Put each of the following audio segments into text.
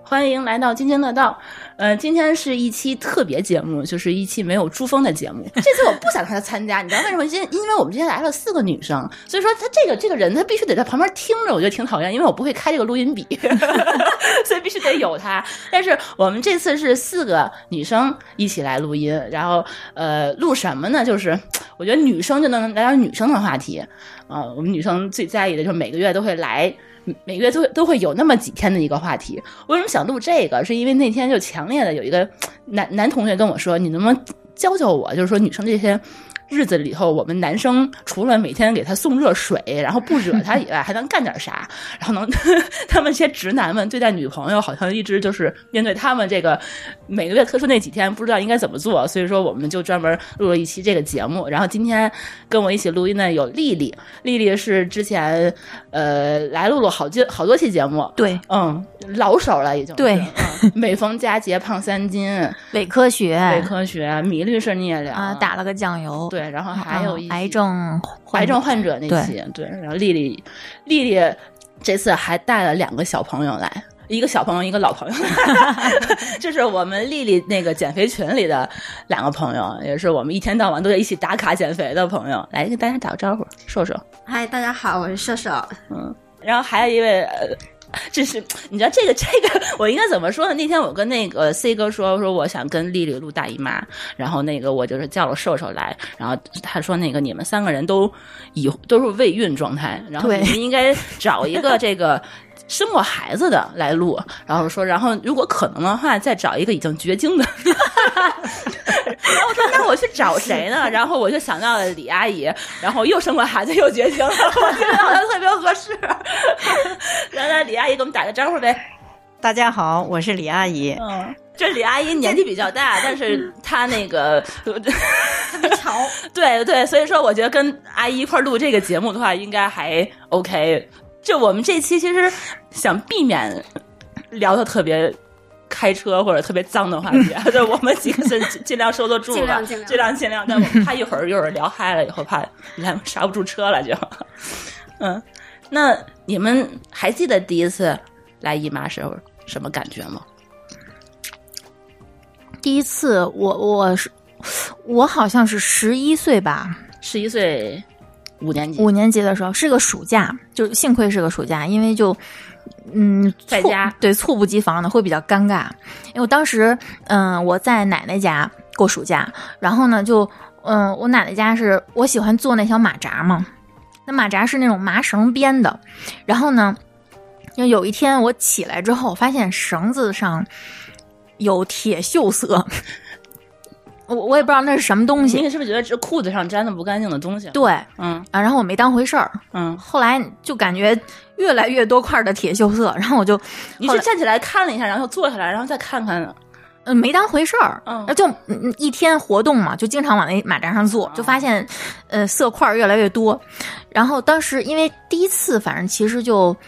欢迎来到津津乐道。今天是一期特别节目，就是一期没有珠峰的节目。这次我不想让他参加，你知道为什么？因为我们今天来了4个女生，所以说他这个人他必须得在旁边听着，我觉得挺讨厌，因为我不会开这个录音笔，所以必须得有他。但是我们这次是4个女生一起来录音，然后录什么呢？就是我觉得女生就能来点女生的话题我们女生最在意的就是每个月都会来。每个月都会有那么几天的一个话题。为什么想录这个？是因为那天就强烈的有一个男同学跟我说：“你能不能教教我？就是说女生这些日子里头，我们男生除了每天给他送热水，然后不惹他以外，还能干点啥？然后能他们这些直男们对待女朋友，好像一直就是面对他们这个每个月特殊那几天，不知道应该怎么做。所以说，我们就专门录了一期这个节目。然后今天跟我一起录音的有丽丽，丽丽是之前来录了好多期节目， 对， 老手了已经。 对， 每逢佳节胖3斤， 伪科学， 米律师你也聊打了个酱油。 对，然后还有一癌症患者那期，对，然后丽丽这次还带了2个小朋友来，一个小朋友一个老朋友，就是我们丽丽那个减肥群里的2个朋友，也是我们一天到晚都在一起打卡减肥的朋友，来跟大家打个招呼。瘦瘦， 嗨，大家好，我是瘦瘦。 然后还有一位这是你知道这个我应该怎么说呢？那天我跟那个 C 哥说我想跟丽丽录大姨妈，然后那个我就是叫了瘦瘦来，然后他说那个你们3个人都是未孕状态，然后你们应该找一个这个生过孩子的来录，然后说如果可能的话再找一个已经绝经的。然后我说那我去找谁呢？然后我就想到了李阿姨，然后又生过孩子又绝经了，我觉得好像特别合适。来李阿姨给我们打个招呼呗。 大家好，我是李阿姨。 这李阿姨年纪比较大，但是她那个特别潮。 对，所以说我觉得跟阿姨一块录这个节目的话，应该还 OK。就我们这期其实想避免聊的特别开车或者特别脏的话题，就我们几个是尽量收得住了，尽量，但我怕一会儿聊嗨了以后，怕刹不住车了就。那你们还记得第一次来姨妈时候什么感觉吗？ 第一次我好像是11岁吧 ，11岁 5年级的时候，是个暑假，就幸亏是个暑假，因为就在家对猝不及防的会比较尴尬。因为我当时我在奶奶家过暑假，然后呢就我奶奶家是我喜欢做那小马扎嘛，那马扎是那种麻绳编的，然后呢有一天我起来之后发现绳子上有铁锈色。我也不知道那是什么东西。 你是不是觉得这裤子上沾的不干净的东西？ 对，然后我没当回事儿，后来就感觉越来越多块的铁锈色，然后你是站起来看了一下，然后坐下来，然后再看看没当回事儿，就一天活动嘛，就经常往那马扎上坐，就发现色块越来越多，然后当时因为第一次，反正其实就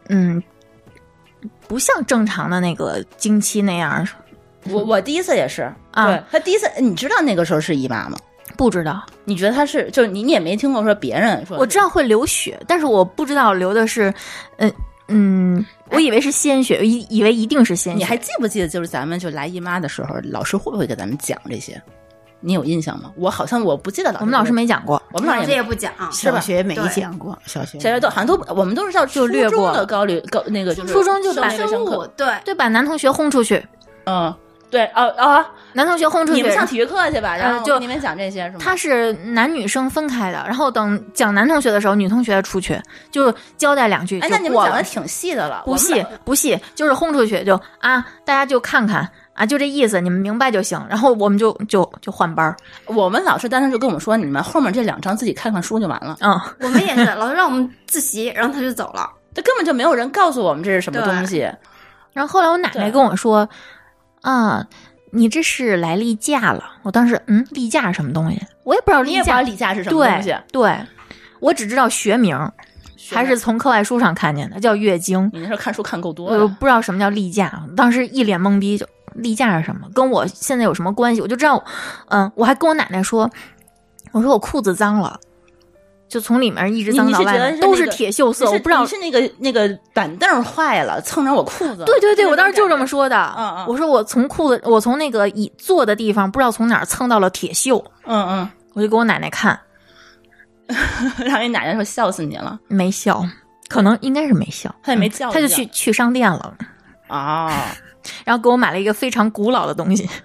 不像正常的那个经期那样。 我第一次也是对，他第一次，你知道那个时候是姨妈吗？ 不知道。 你觉得他是就是你也没听过说别人说？ 我知道会流血，但是我不知道流的是我以为是鲜血，以为一定是鲜血。 你还记不记得就是咱们就来姨妈的时候，老师会不会给咱们讲这些？你有印象吗？我不记得了。 我们老师没讲过， 我们老师也不讲， 小学没讲过，小学都好像我们都是到初中的高那个就是初中就把生物对把男同学轰出去。 对男同学轰出去， 你们上体育课去吧，然后就你们讲这些是吗？ 他是男女生分开的，然后等讲男同学的时候，女同学出去就交代2句就过了。 那你们讲的挺细的了。 不细，就是轰出去就大家就看看就这意思，你们明白就行。然后我们就换班。 我们老师当时就跟我们说，你们后面这2章自己看看书就完了。 我们也是，老师让我们自习，然后他就走了， 这根本就没有人告诉我们这是什么东西。 然后后来我奶奶跟我说你这是来例假了。我当时例假是什么东西？我也不知道你也不知道例假是什么东西。 对，我只知道学名，还是从课外书上看见的，叫月经。 你那时候看书看够多了。 我不知道什么叫例假，当时一脸懵逼，就例假是什么？跟我现在有什么关系？我就知道，我还跟我奶奶说，我说我裤子脏了。 就从里面一直脏到外面，都是铁锈色。我不知道你是那个板凳坏了，蹭着我裤子。 对对对，我当时就这么说的。我说我从那个椅坐的地方，不知道从哪儿蹭到了铁锈。我就给我奶奶看， 然后你奶奶说笑死你了， 没笑，可能应该是没笑， 他也没叫， 他就去商店了。然后给我买了一个非常古老的东西。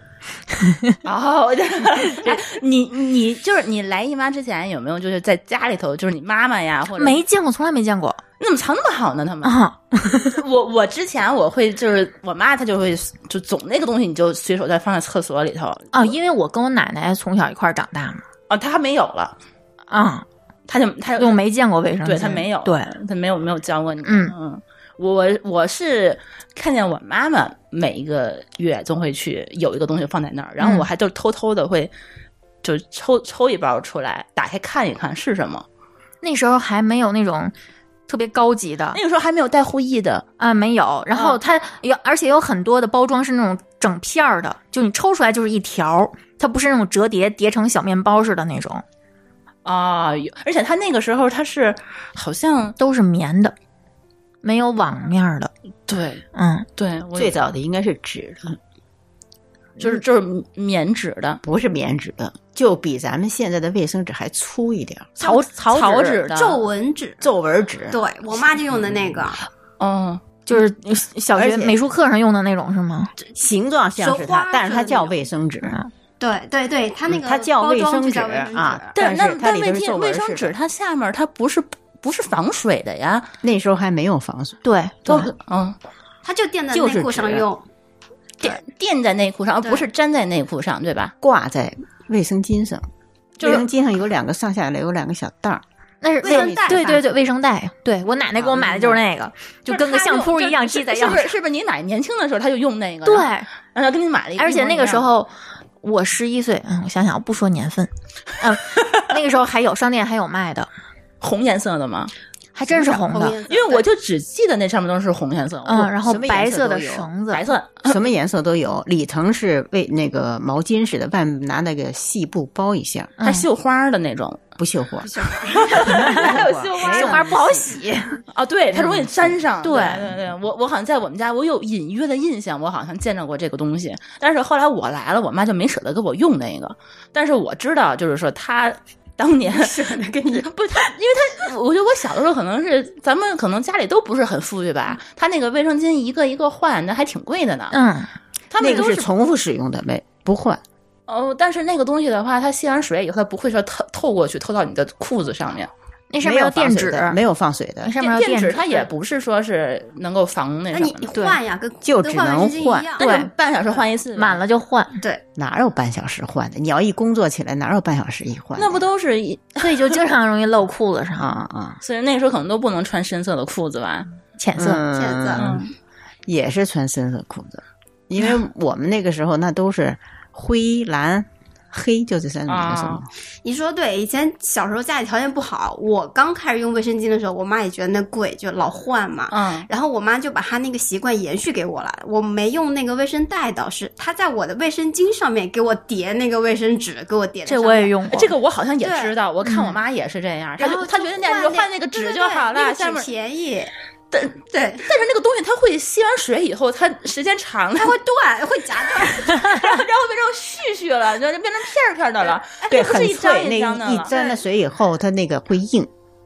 你就是你来姨妈之前有没有就是在家里头就是你妈妈呀或者没见过，从来没见过。 你怎么藏那么好呢？他们我之前我会就是我妈她就会就总那个东西你就随手再放在厕所里头因为我跟我奶奶从小一块长大嘛。 她还没有了她我没见过卫生巾， 对她没有， 对她没有教过你。我是看见我妈妈每一个月总会去有一个东西放在那儿，然后我还就偷偷的会就抽一包出来打开看一看是什么。 那时候还没有那种特别高级的， 那个时候还没有带护翼的没有。然后它而且有很多的包装是那种整片的，就你抽出来就是一条，它不是那种折叠成小面包似的那种而且它那个时候它是好像都是棉的，没有网面的。 对对， 最早的应该是纸的， 就是棉纸的， 不是棉纸的，就比咱们现在的卫生纸还粗一点， 草纸的皱纹纸。对，我妈就用的那个。 就是小学美术课上用的那种是吗？ 形状像是它，但是它叫卫生纸。 对对对，它那个它叫卫生纸但问题卫生纸它下面它不是防水的呀， 那时候还没有防水。 对， 它就垫在内裤上用， 垫在内裤上，而不是粘在内裤上，对吧？ 挂在卫生巾上，卫生巾上有两个上下来有两个小袋儿。 那是卫生袋， 对对对，卫生袋。对，我奶奶给我买的就是那个，就跟个相扑一样系在腰上。 是不是你奶奶年轻的时候她就用那个？ 对， 然后给你买了一个。 而且那个时候我11岁，我想想，我不说年份，那个时候还有商店还有卖的， 红颜色的吗？ 还真是红的， 因为我就只记得那上面都是红颜色， 然后白色的绳子， 白色什么颜色都有，里层是为那个毛巾似的，外面拿那个细布包一下， 它绣花的那种， 不绣花， 还有绣花不好洗对，它容易粘上。 对对对，我好像在我们家，我有隐约的印象，我好像见着过这个东西，但是后来我来了，我妈就没舍得给我用那个，但是我知道，就是说她。当年是跟你不，他因为他，我觉得我小的时候可能是咱们可能家里都不是很富裕吧，他那个卫生巾一个一个换，那还挺贵的呢。他们那个是重复使用的，不换。 但是那个东西的话，它吸完水以后，它不会说透过去透到你的裤子上面。 那上面有垫纸， 没有放水的。 那上面有垫纸，它也不是说是能够防那什么的。 你换呀， 就只能换， 对，半小时换一次， 满了就换。 对， 哪有半小时换的？你要一工作起来，哪有半小时一换？ 那不都是所以就经常容易露裤子上所以那个时候可能都不能穿深色的裤子吧， 浅色， 也是穿深色裤子，因为我们那个时候那都是灰蓝。黑就这三种颜色吗？ 你说对，以前小时候家里条件不好，我刚开始用卫生巾的时候，我妈也觉得那贵，就老换嘛。然后我妈就把她那个习惯延续给我了。我没用那个卫生袋，倒是她在我的卫生巾上面给我叠那个卫生纸，给我叠。 这我也用过， 这个我好像也知道，我看我妈也是这样。她觉得那样换那个纸就好了，下面便宜。 但是那个东西它会吸完水以后，它时间长了， 它会断，会夹断， 然后变成絮了，就变成片片的了。 对，很脆，那一沾了水以后，它那个会硬。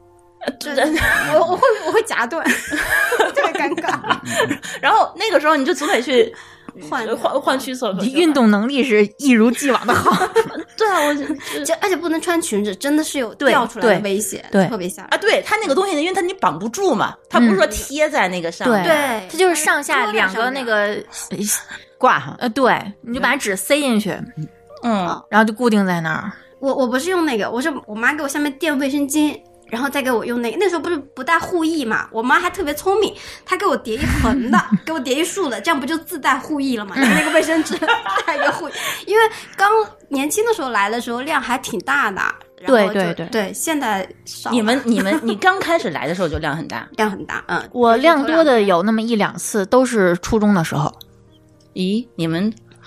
我会夹断，特别尴尬。 然后那个时候你就总得去换去厕所， 你运动能力是一如既往的好。 对啊， 而且不能穿裙子，真的是有掉出来的危险， 对， 特别吓人啊！对，它那个东西，因为你绑不住嘛，它不是说贴在那个上面， 对， 它就是上下两个那个挂上， 对，你就把纸塞进去，然后就固定在那儿。 我不是用那个，我是我妈给我下面垫卫生巾。然后再给我用那个，那时候不是不带护翼嘛？我妈还特别聪明，她给我叠一横的，给我叠一竖的，这样不就自带护翼了吗？那个卫生纸带一个护翼，因为刚年轻的时候来的时候量还挺大的。对，现在少。 你刚开始来的时候就量很大， 量很大。 我量多的有那么1-2次，都是初中的时候。 咦，你们好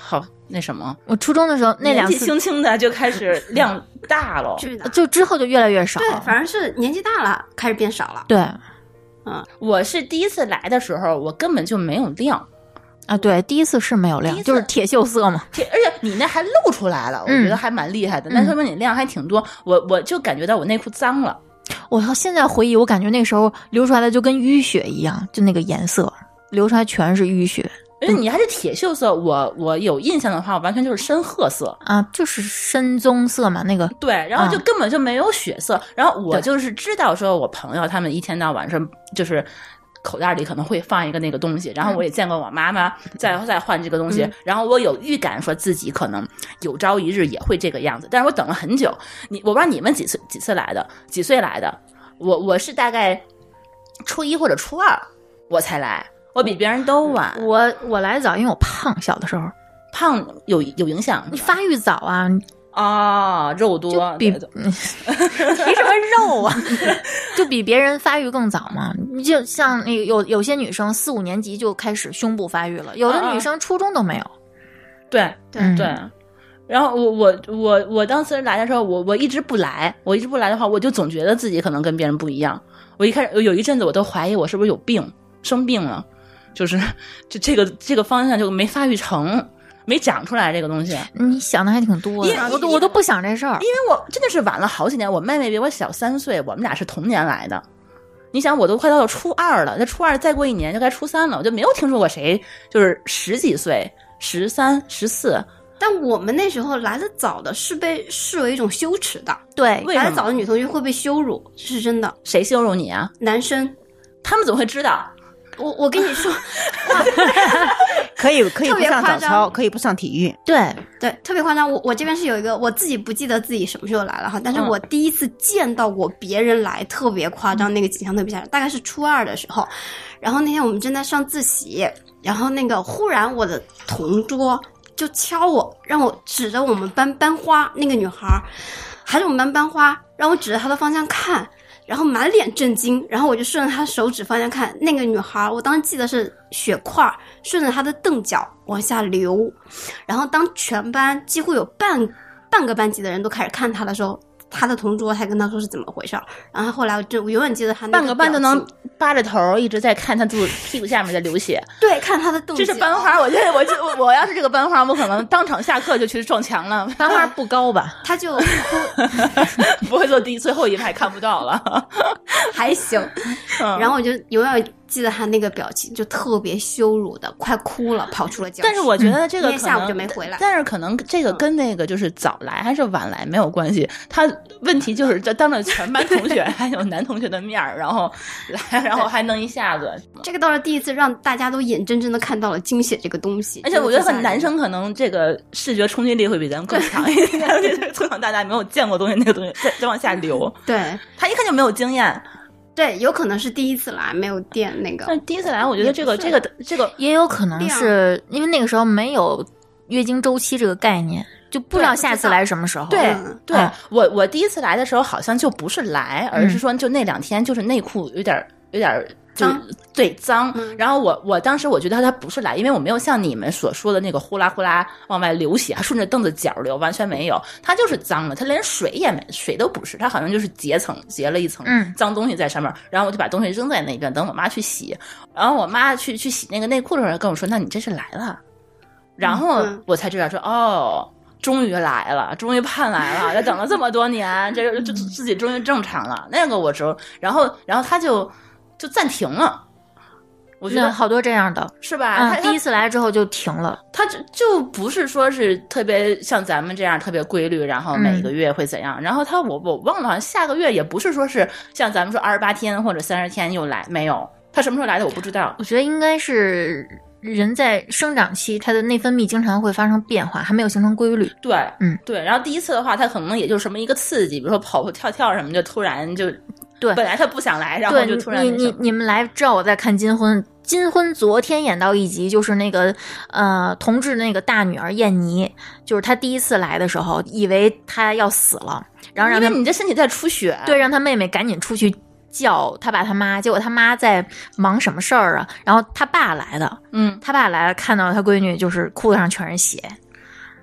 那什么， 我初中的时候那2次年纪轻轻的就开始量大了。 巨大。 就之后就越来越少。 对，反而是年纪大了开始变少了。 对我是第一次来的时候，我根本就没有量。 啊，对，第一次是没有量， 第一次就是铁锈色嘛。 而且你那还露出来了，我觉得还蛮厉害的。那说明你量还挺多。我就感觉到我内裤脏了。 我到现在回忆，我感觉那时候流出来的就跟淤血一样，就那个颜色流出来全是淤血。 因为你还是铁锈色，我有印象的话，我完全就是深褐色啊，就是深棕色嘛，那个对，然后就根本就没有血色。然后我就是知道说，我朋友他们一天到晚上就是口袋里可能会放一个那个东西，然后我也见过我妈妈再换这个东西，然后我有预感说自己可能有朝一日也会这个样子，但是我等了很久。我不知道你们几岁来的，几岁来的？我是大概初1或者初2我才来。我比别人都晚， 我来早，因为我胖，小的时候胖有影响。 你发育早啊， 肉多， 就比提什么肉啊，就比别人发育更早嘛。你就像那个有些女生4、5年级就开始胸部发育了，有的女生初中都没有。 对。然后我当时来的时候，我一直不来的话，我就总觉得自己可能跟别人不一样。我一开始有一阵子我都怀疑我是不是有病，生病了。就是这个方向就没发育成，没长出来这个东西。你想的还挺多的，我都不想这事儿， 因为我真的是晚了好几年。我妹妹比我小3岁，我们俩是同年来的。你想，我都快到初2了，那初2再过1年就该初3了，我就没有听说过谁就是10几岁、13、14。 但我们那时候来的早的是被视为一种羞耻的， 对， 来的早的女同学会被羞辱，是真的。 谁羞辱你啊？ 男生， 他们怎么会知道？ 我跟你说， 可以不上早操，可以不上体育， 对，特别夸张。我这边是有一个，我自己不记得自己什么时候来了哈，但是我第一次见到过别人来，特别夸张，那个景象特别吓人，大概是初2的时候。然后那天我们正在上自习，然后那个忽然我的同桌就敲我，让我指着我们班花，那个女孩还是我们班花，让我指着她的方向看。然后满脸震惊，然后我就顺着她手指方向看，那个女孩，我当时记得是血块顺着她的凳脚往下流，然后当全班几乎有半个班级的人都开始看她的时候，她的同桌还跟她说是怎么回事，然后后来我永远记得她那个半个班都能扒着头一直在看她屁股下面在流血， 对，看她的凳脚。 这是班花，我觉得我要是这个班花，我可能当场下课就去撞墙了。 班花不高吧？ 她就不会坐最后一排看不到了， 还行。然后我就永远记得她那个表情，就特别羞辱的，快哭了，跑出了教室。 但是我觉得这个下午就没回来。 但是可能这个跟那个就是早来还是晚来没有关系，他问题就是当着全班同学还有男同学的面然后来，然后还弄一下子。 这个倒是第一次让大家都眼睁睁的看到了精血这个东西。 而且我觉得男生可能这个视觉冲击力会比咱们更强一点，从小到大没有见过东西，那个东西再往下流。 对， 他一看就没有经验。 对，有可能是第一次来没有垫那个。 但第一次来，我觉得这个也有可能是因为那个时候没有月经周期这个概念，就不知道下次来什么时候。 对，我第一次来的时候好像就不是来，而是说就那2天就是内裤有点脏， 对脏。然后我当时我觉得他不是来，因为我没有像你们所说的那个呼啦呼啦往外流血，顺着凳子角流，完全没有。他就是脏的，他连水也没，水都不是，他好像就是结了一层脏东西在上面。然后我就把东西扔在那边，等我妈去洗。然后我妈去洗那个内裤的时候跟我说：“那你这是来了。”然后我才知道说哦。终于来了，终于盼来了，这等了这么多年，这自己终于正常了。那个我说，然后他就暂停了。我觉得好多这样的是吧？ 第一次来之后就停了。 他就不是说是特别像咱们这样特别规律，然后每个月会怎样。然后我忘了，好像下个月也不是说是像咱们说28天或者30天又来，没有。他什么时候来的我不知道。 我觉得应该是。人在生长期，他的内分泌经常会发生变化，还没有形成规律。 对，对。然后第一次的话，他可能也就是什么一个刺激，比如说跑跑跳跳什么，就突然就对。 本来他不想来，然后就突然你们来知道我在看《金婚》。金婚昨天演到一集，就是那个同志那个大女儿燕妮，就是她第一次来的时候，以为她要死了，然后让她因为你这身体在出血， 对，让她妹妹赶紧出去。叫他爸他妈，结果他妈在忙什么事儿啊？然后他爸来的，他爸来了，看到他闺女就是裤子上全是血，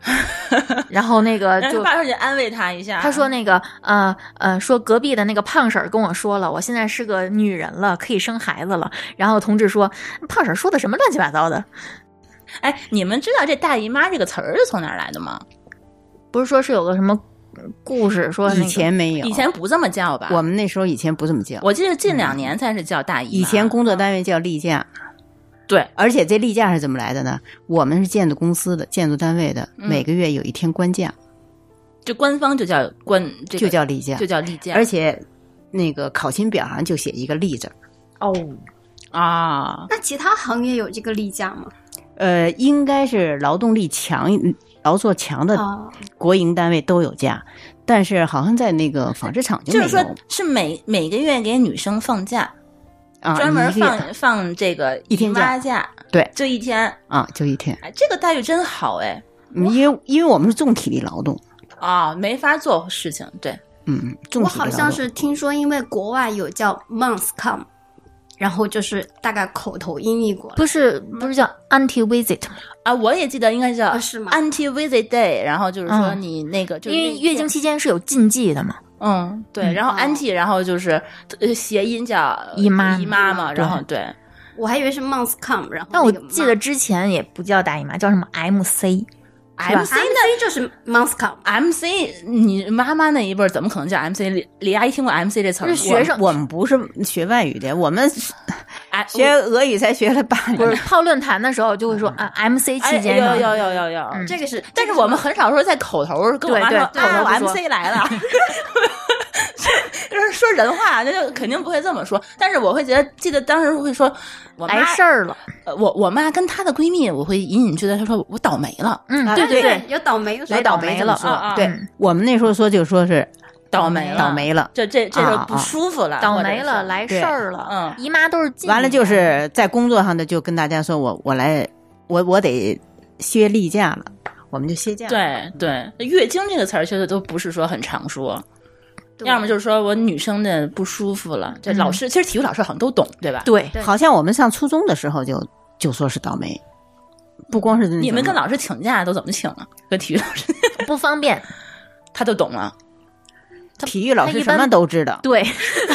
然后那个就爸说你安慰他一下， 他说那个说隔壁的那个胖婶儿跟我说了，我现在是个女人了，可以生孩子了。然后同志说胖婶儿说的什么乱七八糟的。 哎，你们知道这大姨妈这个词儿是从哪儿来的吗？ 不是说是有个什么故事说、那个、 以前没有， 以前不这么叫吧？ 我们那时候以前不这么叫， 我记得近2年才是叫大姨妈。 以前工作单位叫例假。 对， 而且这例假是怎么来的呢？我们是建筑公司的、建筑单位的，每个月有一天官假， 就官方就叫就叫例假， 就叫例假。 而且那个考勤表上就写一个例字。 哦啊， 那其他行业有这个例假吗？ 应该是劳动力强、劳作强的国营单位都有假，但是好像在那个纺织厂就没有。 就是说是每个月给女生放假。专门放这个一天假， 对， 就一天啊，就一天。 哎，这个待遇真好哎， 因为我们是重体力劳动啊，没法做事情，对， 重体力劳动。 我好像是听说，因为国外有叫 monthcom， 然后就是大概口头音译过来， 不是叫 anti visit 啊，我也记得应该叫是吗 anti visit day， 然后就是说你那个， 因为月经期间是有禁忌的嘛。 对，然后 anti， 然后就是谐音叫姨妈嘛，然后对， 我还以为是 monthcom， 然后但我记得之前也不叫大姨妈，叫什么 MC 就是 monthcom。MC 你妈妈那一辈怎么可能叫 MC？ 李阿姨听过 MC 这词儿吗？ 学生我们不是学外语的，我们学俄语才学了8年。 不是泡论坛的时候就会说MC 期间有，这个是，但是我们很少说在口头跟我妈说口头 MC 来了。就是说人话，那就肯定不会这么说。但是我会记得当时会说，我妈来事儿了。 我妈跟她的闺蜜，我会隐隐觉得她说我倒霉了。 对，有倒霉的， 来倒霉了啊！对，我们那时候就说是倒霉了，这时候不舒服了， 倒霉了，来事儿了。姨妈都是完了，就是在工作上的就跟大家说我得歇例假了，我们就歇假。 对，月经这个词儿其实都不是说很常说。要么就是说我女生的不舒服了，这老师其实体育老师好像都懂，对吧？ 对， 好像我们上初中的时候就说是倒霉，不光是你们跟老师请假都怎么请啊？跟体育老师不方便， 他都懂了。 体育老师什么都知道， 对，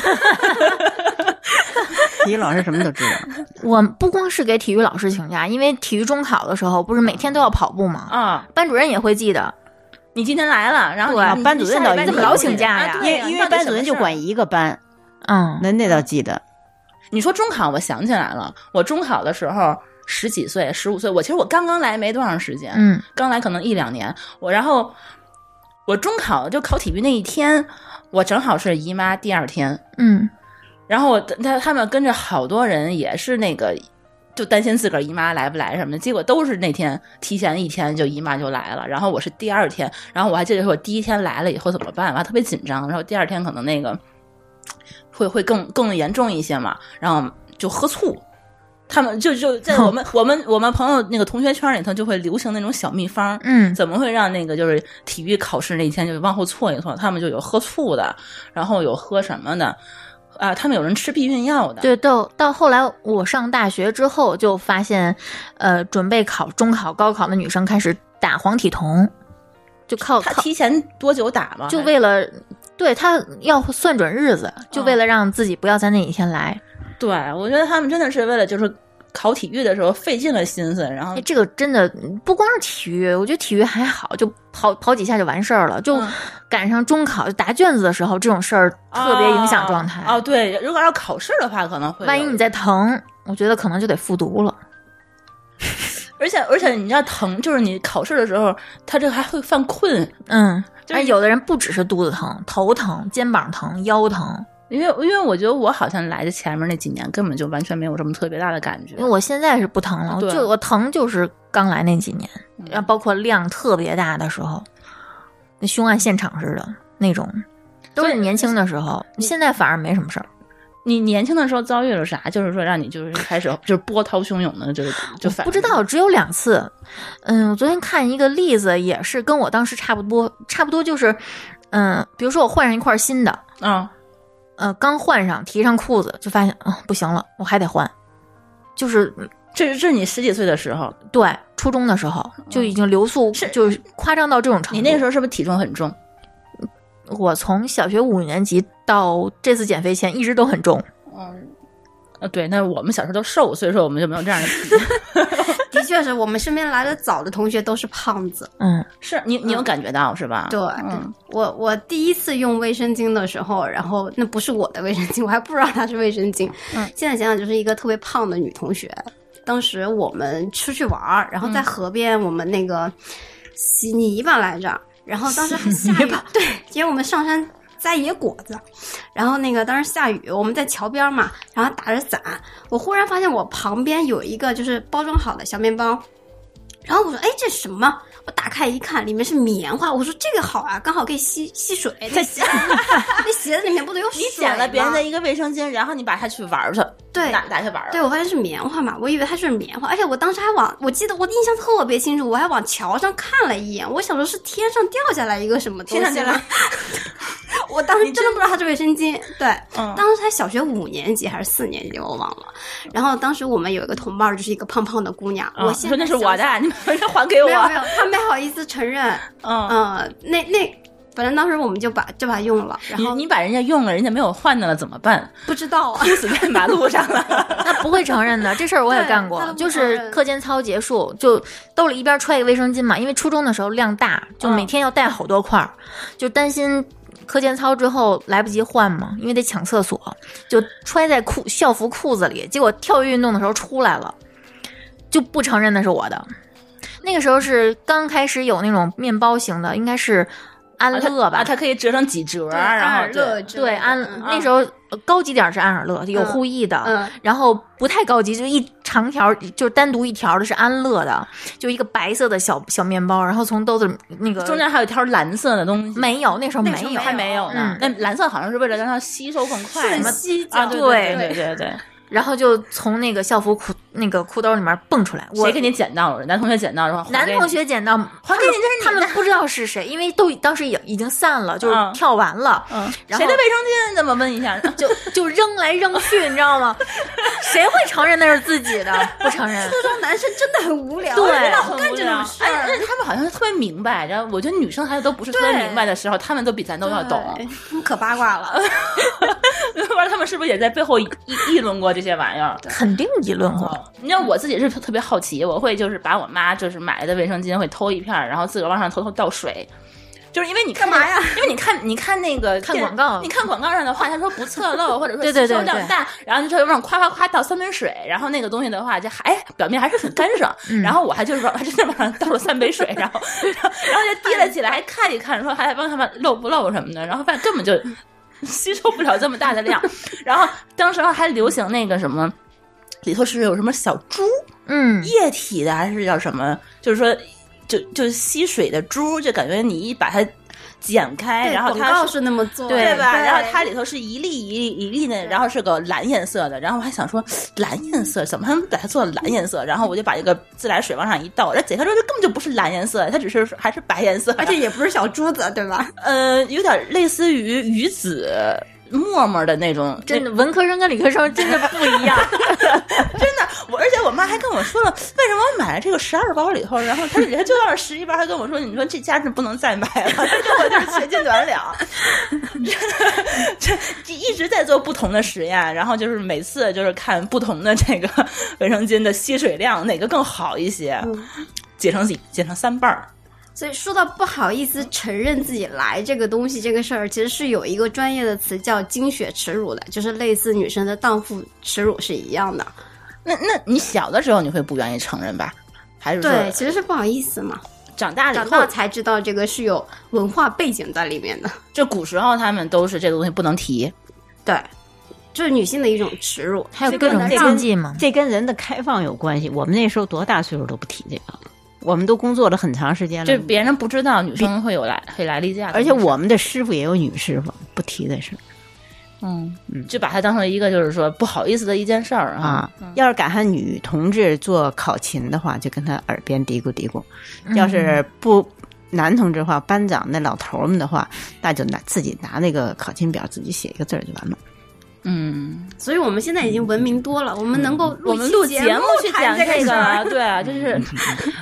体育老师什么都知道。 我不光是给体育老师请假，因为体育中考的时候不是每天都要跑步吗？ 啊， 班主任也会记得。 你今天来了，然后班主任怎么老请假呀？ 因为班主任就管一个班，那倒记得。 你说中考，我想起来了，我中考的时候10几岁、15岁，其实我刚刚来没多长时间，刚来可能1-2年，然后我中考就考体育那一天，我正好是姨妈第2天，然后他们跟着好多人也是那个。就担心自个儿姨妈来不来什么的，结果都是那天提前1天就姨妈就来了，然后我是第2天，然后我还记得说我第1天来了以后怎么办，我特别紧张，然后第2天可能那个会更严重一些嘛，然后就喝醋，他们就在我们朋友那个同学圈里头就会流行那种小秘方，怎么会让那个就是体育考试那一天就往后错一错，他们就有喝醋的，然后有喝什么的。他们有人吃避孕药的。 对，到后来我上大学之后就发现，准备考中考、高考的女生开始打黄体酮，就靠他提前多久打吗？ 就为了对他要算准日子，就为了让自己不要在那一天来。 对，我觉得他们真的是为了就是考体育的时候费尽了心思，然后这个真的不光是体育，我觉得体育还好，就跑几下就完事儿了。就赶上中考就答卷子的时候，这种事儿特别影响状态。 对，如果要考试的话，可能会万一你在疼，我觉得可能就得复读了。 而且你知道疼，就是你考试的时候，他这个还会犯困。 就是有的人不只是肚子疼、头疼、肩膀疼、腰疼。 因为我觉得我好像来的前面那几年根本就完全没有什么特别大的感觉。 因为我现在是不疼了，我疼就是刚来那几年，然后包括量特别大的时候，那凶案现场似的那种，都是年轻的时候。现在反而没什么事儿。 你年轻的时候遭遇了啥？就是说让你就是开始就是波涛汹涌的，就反不知道，只有2次。我昨天看一个例子，也是跟我当时差不多就是，比如说我换上一块新的刚换上提上裤子就发现不行了，我还得换。就是这是你10几岁的时候， 对， 初中的时候就已经流速就是夸张到这种程度。 你那个时候是不是体重很重？ 我从小学5年级到这次减肥前一直都很重。 对，那我们小时候都瘦，所以说我们就没有这样的体验。 的确是我们身边来的早的同学都是胖子。 是你有感觉到是吧？ 对，我第一次用卫生巾的时候，然后那不是我的卫生巾，我还不知道它是卫生巾。现在想想就是一个特别胖的女同学。当时我们出去玩，然后在河边我们那个洗泥巴来着，然后当时还下雨，对，因为我们上山摘野果子，然后那个当时下雨，我们在桥边嘛，然后打着伞，我忽然发现我旁边有一个就是包装好的小面包，然后我说哎这是什么？我打开一看，里面是棉花，我说这个好啊，刚好可以吸水。那鞋子里面不得有水吗？ 你捡了别人的一个卫生巾，然后你把它去玩去， 对， 拿去玩了。 对，我发现是棉花嘛，我以为它是棉花，而且我当时还我记得我印象特别清楚，我还往桥上看了一眼，我想说是天上掉下来一个什么东西了。我当时真的不知道它是卫生巾。对，当时才小学5年级还是4年级，我忘了。然后当时我们有一个同伴，就是一个胖胖的姑娘，我现在说那是我的，你们还给我。 没有，她没好意思承认。反正当时我们就把它用了，然后你把人家用了，人家没有换的了怎么办？ 不知道啊， 哭死在马路上了。 那不会承认的，这事儿我也干过，就是课间操结束，就兜里一边揣一个卫生巾嘛，因为初中的时候量大，就每天要带好多块就担心课间操之后来不及换嘛，因为得抢厕所，就揣在校服裤子里，结果跳跃运动的时候出来了，就不承认那是我的。那个时候是刚开始有那种面包型的，应该是安乐吧， 它可以折成几折，然后对那时候高级点是安尔乐，有护翼的，然后不太高级就一长条，就是单独一条的是安乐的，就一个白色的小面包，然后从兜子那个中间还有一条蓝色的东西， 没有，那时候没有， 还没有呢。那蓝色好像是为了让它吸收更快， 瞬吸对。 然后就从那个校服裤兜里面蹦出来。 谁给你捡到了？男同学捡到了， 男同学捡到， 还给你， 他们不知道是谁，因为当时已经散了，就是跳完了。然后谁的卫生巾？怎么问一下？ 就扔来扔去，你知道吗？谁会承认那是自己的？不承认。 初中男生真的很无聊， 对， 老干这种事儿。 而且他们好像特别明白，然后我觉得女生还都不是特别明白的时候，他们都比咱都要懂。 可八卦了。 不知道他们是不是也在背后议论过这些玩意儿？ 肯定议论过。 你知道我自己是特别好奇，我会就是把我妈就是买来的卫生巾会偷一片，然后自个儿往上偷倒水。就是因为你看干嘛呀？ 因为你看那个看广告， 你看广告上的话，他说不侧漏，或者说吸收量大，然后就往上夸倒3杯水，然后那个东西的话就表面还是很干爽，然后我还就是真的往上倒了3杯水，然后就提了起来，还看一看，说还帮他们漏不漏什么的，然后发现根本就吸收不了这么大的量，然后当时还流行那个什么，里头是有什么小珠，液体的还是叫什么，就是说。就吸水的珠，就感觉你一把它剪开，然后它是那么做， 对吧？然后它里头是一粒一粒的，然后是个蓝颜色的。然后我还想说，蓝颜色怎么还能把它做蓝颜色？然后我就把这个自来水往上一倒，然后解开之后这根本就不是蓝颜色，它只是还是白颜色， 而且也不是小珠子，对吧？ 有点类似于鱼子。沫沫的那种， 真的文科生跟理科生真的不一样， 真的。而且我妈还跟我说了，为什么我买了这个12包里头，然后它里头就到了11包，还跟我说，你说这家是不能再买了，这我就是缺斤短两。这一直在做不同的实验，然后就是每次就是看不同的这个卫生巾的吸水量哪个更好一些，解成3瓣儿。 所以说到不好意思承认自己来这个东西这个事儿，其实是有一个专业的词叫经血耻辱的，就是类似女生的荡妇耻辱是一样的。 那你小的时候你会不愿意承认吧？还是说对，其实是不好意思嘛。 长大才知道这个是有文化背景在里面的。 就古时候他们都是这个东西不能提， 对，就是女性的一种耻辱， 还有各种禁忌嘛。 这跟人的开放有关系。我们那时候多大岁数都不提这个。我们都工作了很长时间了， 就别人不知道女生会来例假的， 而且我们的师傅也有女师傅，不提的事。 就把它当成一个就是说不好意思的一件事儿啊。 要是赶上女同志做考勤的话，就跟他耳边嘀咕嘀咕；要是不男同志的话，班长那老头们的话，那就自己拿那个考勤表自己写一个字就完了。 所以我们现在已经文明多了，我们能够我们录节目去讲这个，对啊，就是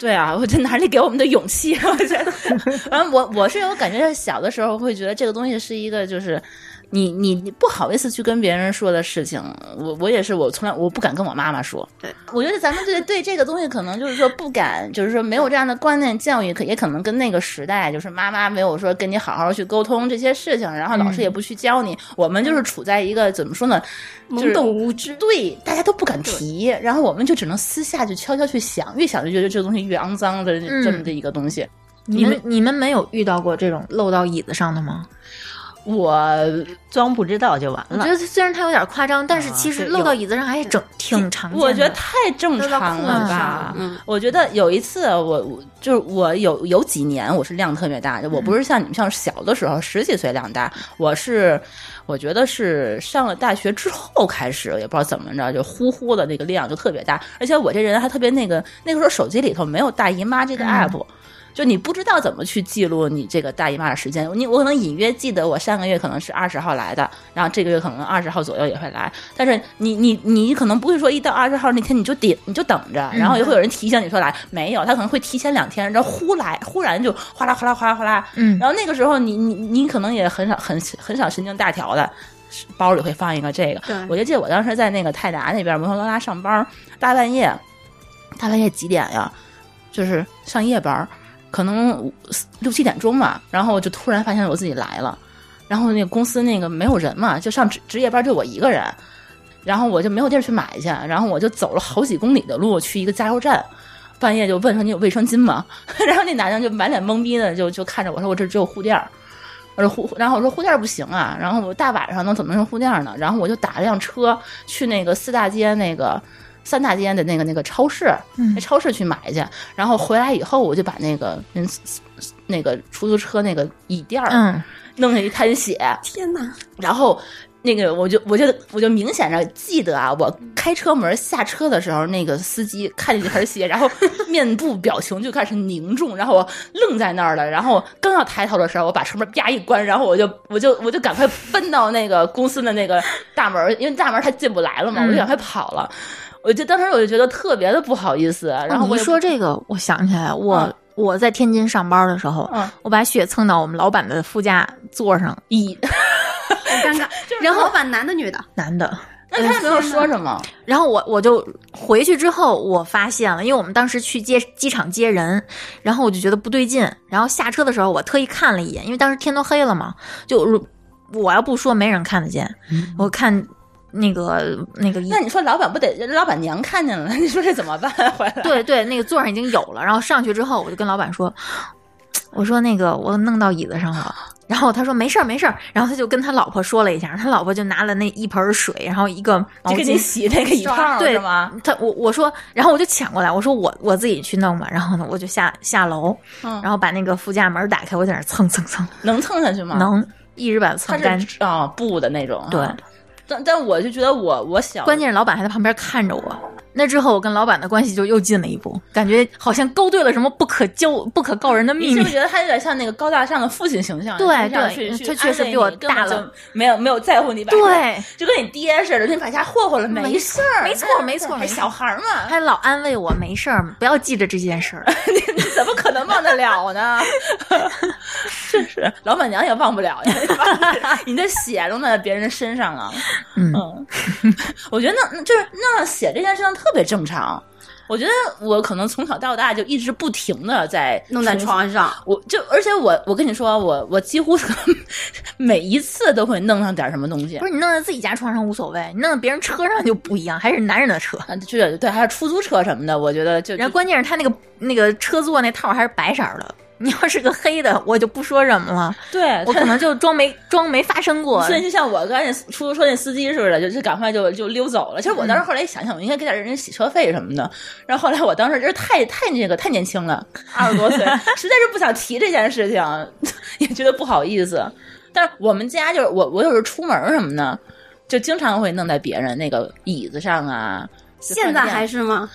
对啊，我这哪里给我们的勇气？我觉得，反正我是有感觉，小的时候会觉得这个东西是一个就是。你不好意思去跟别人说的事情，我也是，我从来我不敢跟我妈妈说。 对， 我觉得咱们对这个东西可能就是说不敢，就是说没有这样的观念教育，也可能跟那个时代就是妈妈没有说跟你好好去沟通这些事情，然后老师也不去教你，我们就是处在一个怎么说呢， 懵懂无知， 对，大家都不敢提，然后我们就只能私下去悄悄去想，越想就觉得这个东西越肮脏的这么的一个东西。 你们没有遇到过这种漏到椅子上的吗？ 我装不知道就完了。 我觉得虽然它有点夸张，但是其实漏到椅子上还挺常见的。 我觉得太正常了吧。我觉得有一次我有几年我是量特别大，我不是像你们像小的时候10几岁量大，我觉得是上了大学之后开始，也不知道怎么着，就呼的那个量就特别大，而且我这人还特别那个时候手机里头没有大姨妈这个 app。就你不知道怎么去记录你这个大姨妈的时间，我可能隐约记得我上个月可能是20号来的，然后这个月可能20号左右也会来，但是你可能不会说一到20号那天你就等着，然后也会有人提醒你说来，没有，他可能会提前2天，然后忽然就哗啦哗啦哗啦哗啦，然后那个时候你可能也很少神经大条的。包里会放一个这个，我就记得我当时在那个泰达那边摩托罗拉上班，大半夜几点呀？就是上夜班。可能6、7点钟嘛，然后我就突然发现我自己来了，然后那个公司那个没有人嘛，就上值夜班就我一个人，然后我就没有地儿去买去，然后我就走了好几公里的路去一个加油站，半夜就问说你有卫生巾吗？然后那男的就满脸懵逼的就看着我说我这只有护垫，然后我说护垫不行啊，然后我大晚上能怎么用护垫呢？然后我就打了辆车去那个3大街的那个超市，那超市去买去，然后回来以后我就把那个出租车那个椅垫弄下一滩血， 天哪！ 然后那个我就明显的记得啊，我开车门下车的时候，那个司机看见这滩血，然后面部表情就开始凝重，然后我愣在那儿了，然后刚要抬头的时候，我把车门啪一关，然后我就赶快奔到那个公司的那个大门，因为大门他进不来了嘛，我就赶快跑了。当时我就觉得特别的不好意思，然后你说这个，我想起来，我在天津上班的时候，我把血蹭到我们老板的副驾座上， 好尴尬。然后老板男的女的？ 男的。 那他也没有说什么。 然后我就回去之后，我发现了，因为我们当时去机场接人，然后我就觉得不对劲，然后下车的时候我特意看了一眼，因为当时天都黑了嘛，就我要不说没人看得见，我看。那个， 那你说老板不得老板娘看见了？你说这怎么办？回来对，那个座上已经有了。然后上去之后，我就跟老板说：“我说那个我弄到椅子上了。”然后他说：“没事儿。”然后他就跟他老婆说了一下，他老婆就拿了那一盆水，然后一个毛巾， 就给你洗那个椅套对是吗？ 我说，然后我就抢过来，我说我自己去弄吧。然后呢，我就下楼，然后把那个副驾门打开，我在那蹭， 能蹭下去吗？ 能，一直把它蹭干啊，布的那种， 对。 但我就觉得我小， 关键是老板还在旁边看着我。那之后我跟老板的关系就又近了一步，感觉好像勾兑了什么不可告人的秘密。 你是不是觉得他有点像那个高大上的父亲形象？ 对，他确实比我大了， 没有在乎你吧？ 对， 就跟你爹似的，你把家霍霍了，没事儿， 没错， 小孩嘛， 还老安慰我没事儿，不要记着这件事儿。 你怎么可能忘得了呢？是老板娘也忘不了呀，你的血都在别人身上了。我觉得那写这件事情特别正常。我觉得我可能从小到大就一直不停的在弄在床上， 而且我跟你说，我几乎是每一次都会弄上点什么东西。 不是你弄在自己家床上无所谓，你弄在别人车上就不一样，还是男人的车， 对，还是出租车什么的，我觉得就。 然后关键是他那个车座那套还是白色的。你要是个黑的，我就不说什么了。 对， 我可能就装没发生过。 所以就像我刚才出租车那司机似的，就赶快就溜走了。其实我当时后来一想想，我应该给点人洗车费什么的。然后后来我当时就是太年轻了，20多岁，实在是不想提这件事情，也觉得不好意思。但是我们家就是我有时候出门什么的，就经常会弄在别人那个椅子上啊。 现在还是吗？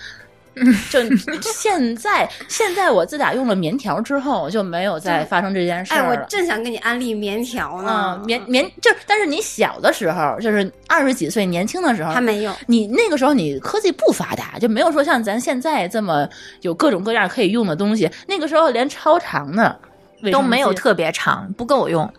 就现在我自打用了棉条之后，就没有再发生这件事儿了。 哎，我正想给你安利棉条呢。 但是你小的时候，就是20几岁年轻的时候还没有， 你那个时候你科技不发达，就没有说像咱现在这么有各种各样可以用的东西。那个时候连超长的都没有特别长，不够用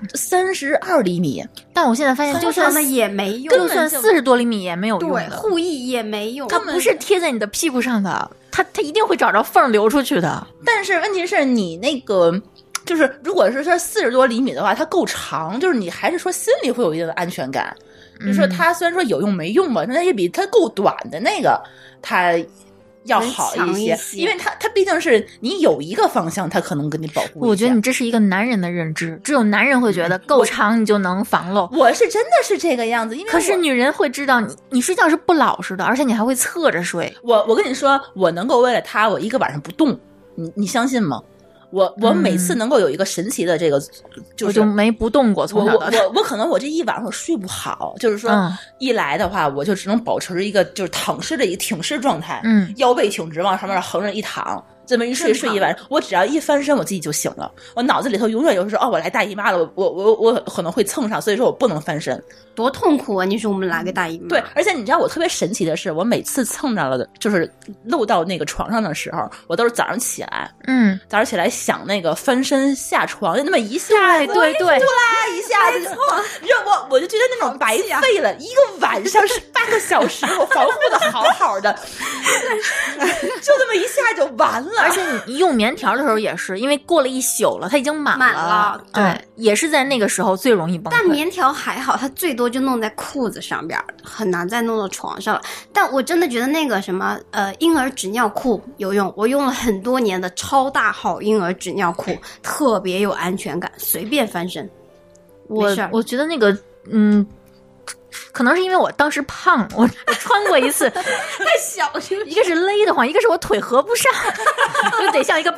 ，32厘米。 但我现在发现，就算也没用， 就算40多厘米也没有用的。 对，护翼也没用， 它不是贴在你的屁股上的，它一定会找着缝流出去的。 但是问题是你那个，就是如果是说40多厘米的话，它够长，就是你还是说心里会有一定的安全感。就是说它虽然说有用没用吧，那也比它够短的那个它要好一些，因为它毕竟是你有一个方向，它可能给你保护一下。 我觉得你这是一个男人的认知，只有男人会觉得够长你就能防漏。 我是真的是这个样子，因为可是女人会知道你睡觉是不老实的，而且你还会侧着睡。 我跟你说，我能够为了他，我一个晚上不动，你相信吗？我每次能够有一个神奇的这个，就是我就没不动过。从小我可能我这一晚上睡不好，就是说一来的话，我就只能保持着一个就是躺尸的一个挺尸状态，腰背挺直，往上面横着一躺。这么一睡一晚上，我只要一翻身，我自己就醒了。我脑子里头永远就是说，我来大姨妈了，我可能会蹭上，所以说我不能翻身， 多痛苦啊！你说我们来个大姨妈， 对，而且你知道我特别神奇的是，我每次蹭着了的，就是漏到那个床上的时候，我都是早上起来，早上起来想那个翻身下床，就那么一下， 对， 呼啦一下子就，让我就觉得那种白费了一个晚上是8个小时，我防护的好好的，就这么一下就完了。 而且你用棉条的时候也是，因为过了一宿了，它已经满了，对，也是在那个时候最容易崩溃。 但棉条还好，它最多就弄在裤子上边，很难再弄到床上了。但我真的觉得那个什么婴儿纸尿裤有用，我用了很多年的超大号婴儿纸尿裤，特别有安全感，随便翻身。 我觉得那个可能是因为我当时胖，我穿过一次，太小， 一个是勒得慌，一个是我腿合不上，就得像一个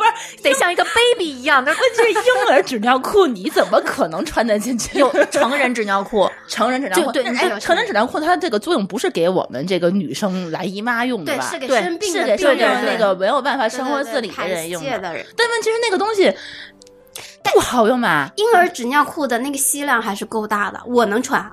baby 一样。 问题是婴儿纸尿裤你怎么可能穿得进去？ 有成人纸尿裤， 成人纸尿裤， 对， 成人纸尿裤它这个作用不是给我们这个女生来姨妈用的吧？ 对，是给生病的， 是给生病那个没有办法生活自理的人用的。但问题是那个东西不好用吧？ 婴儿纸尿裤的那个吸量还是够大的，我能穿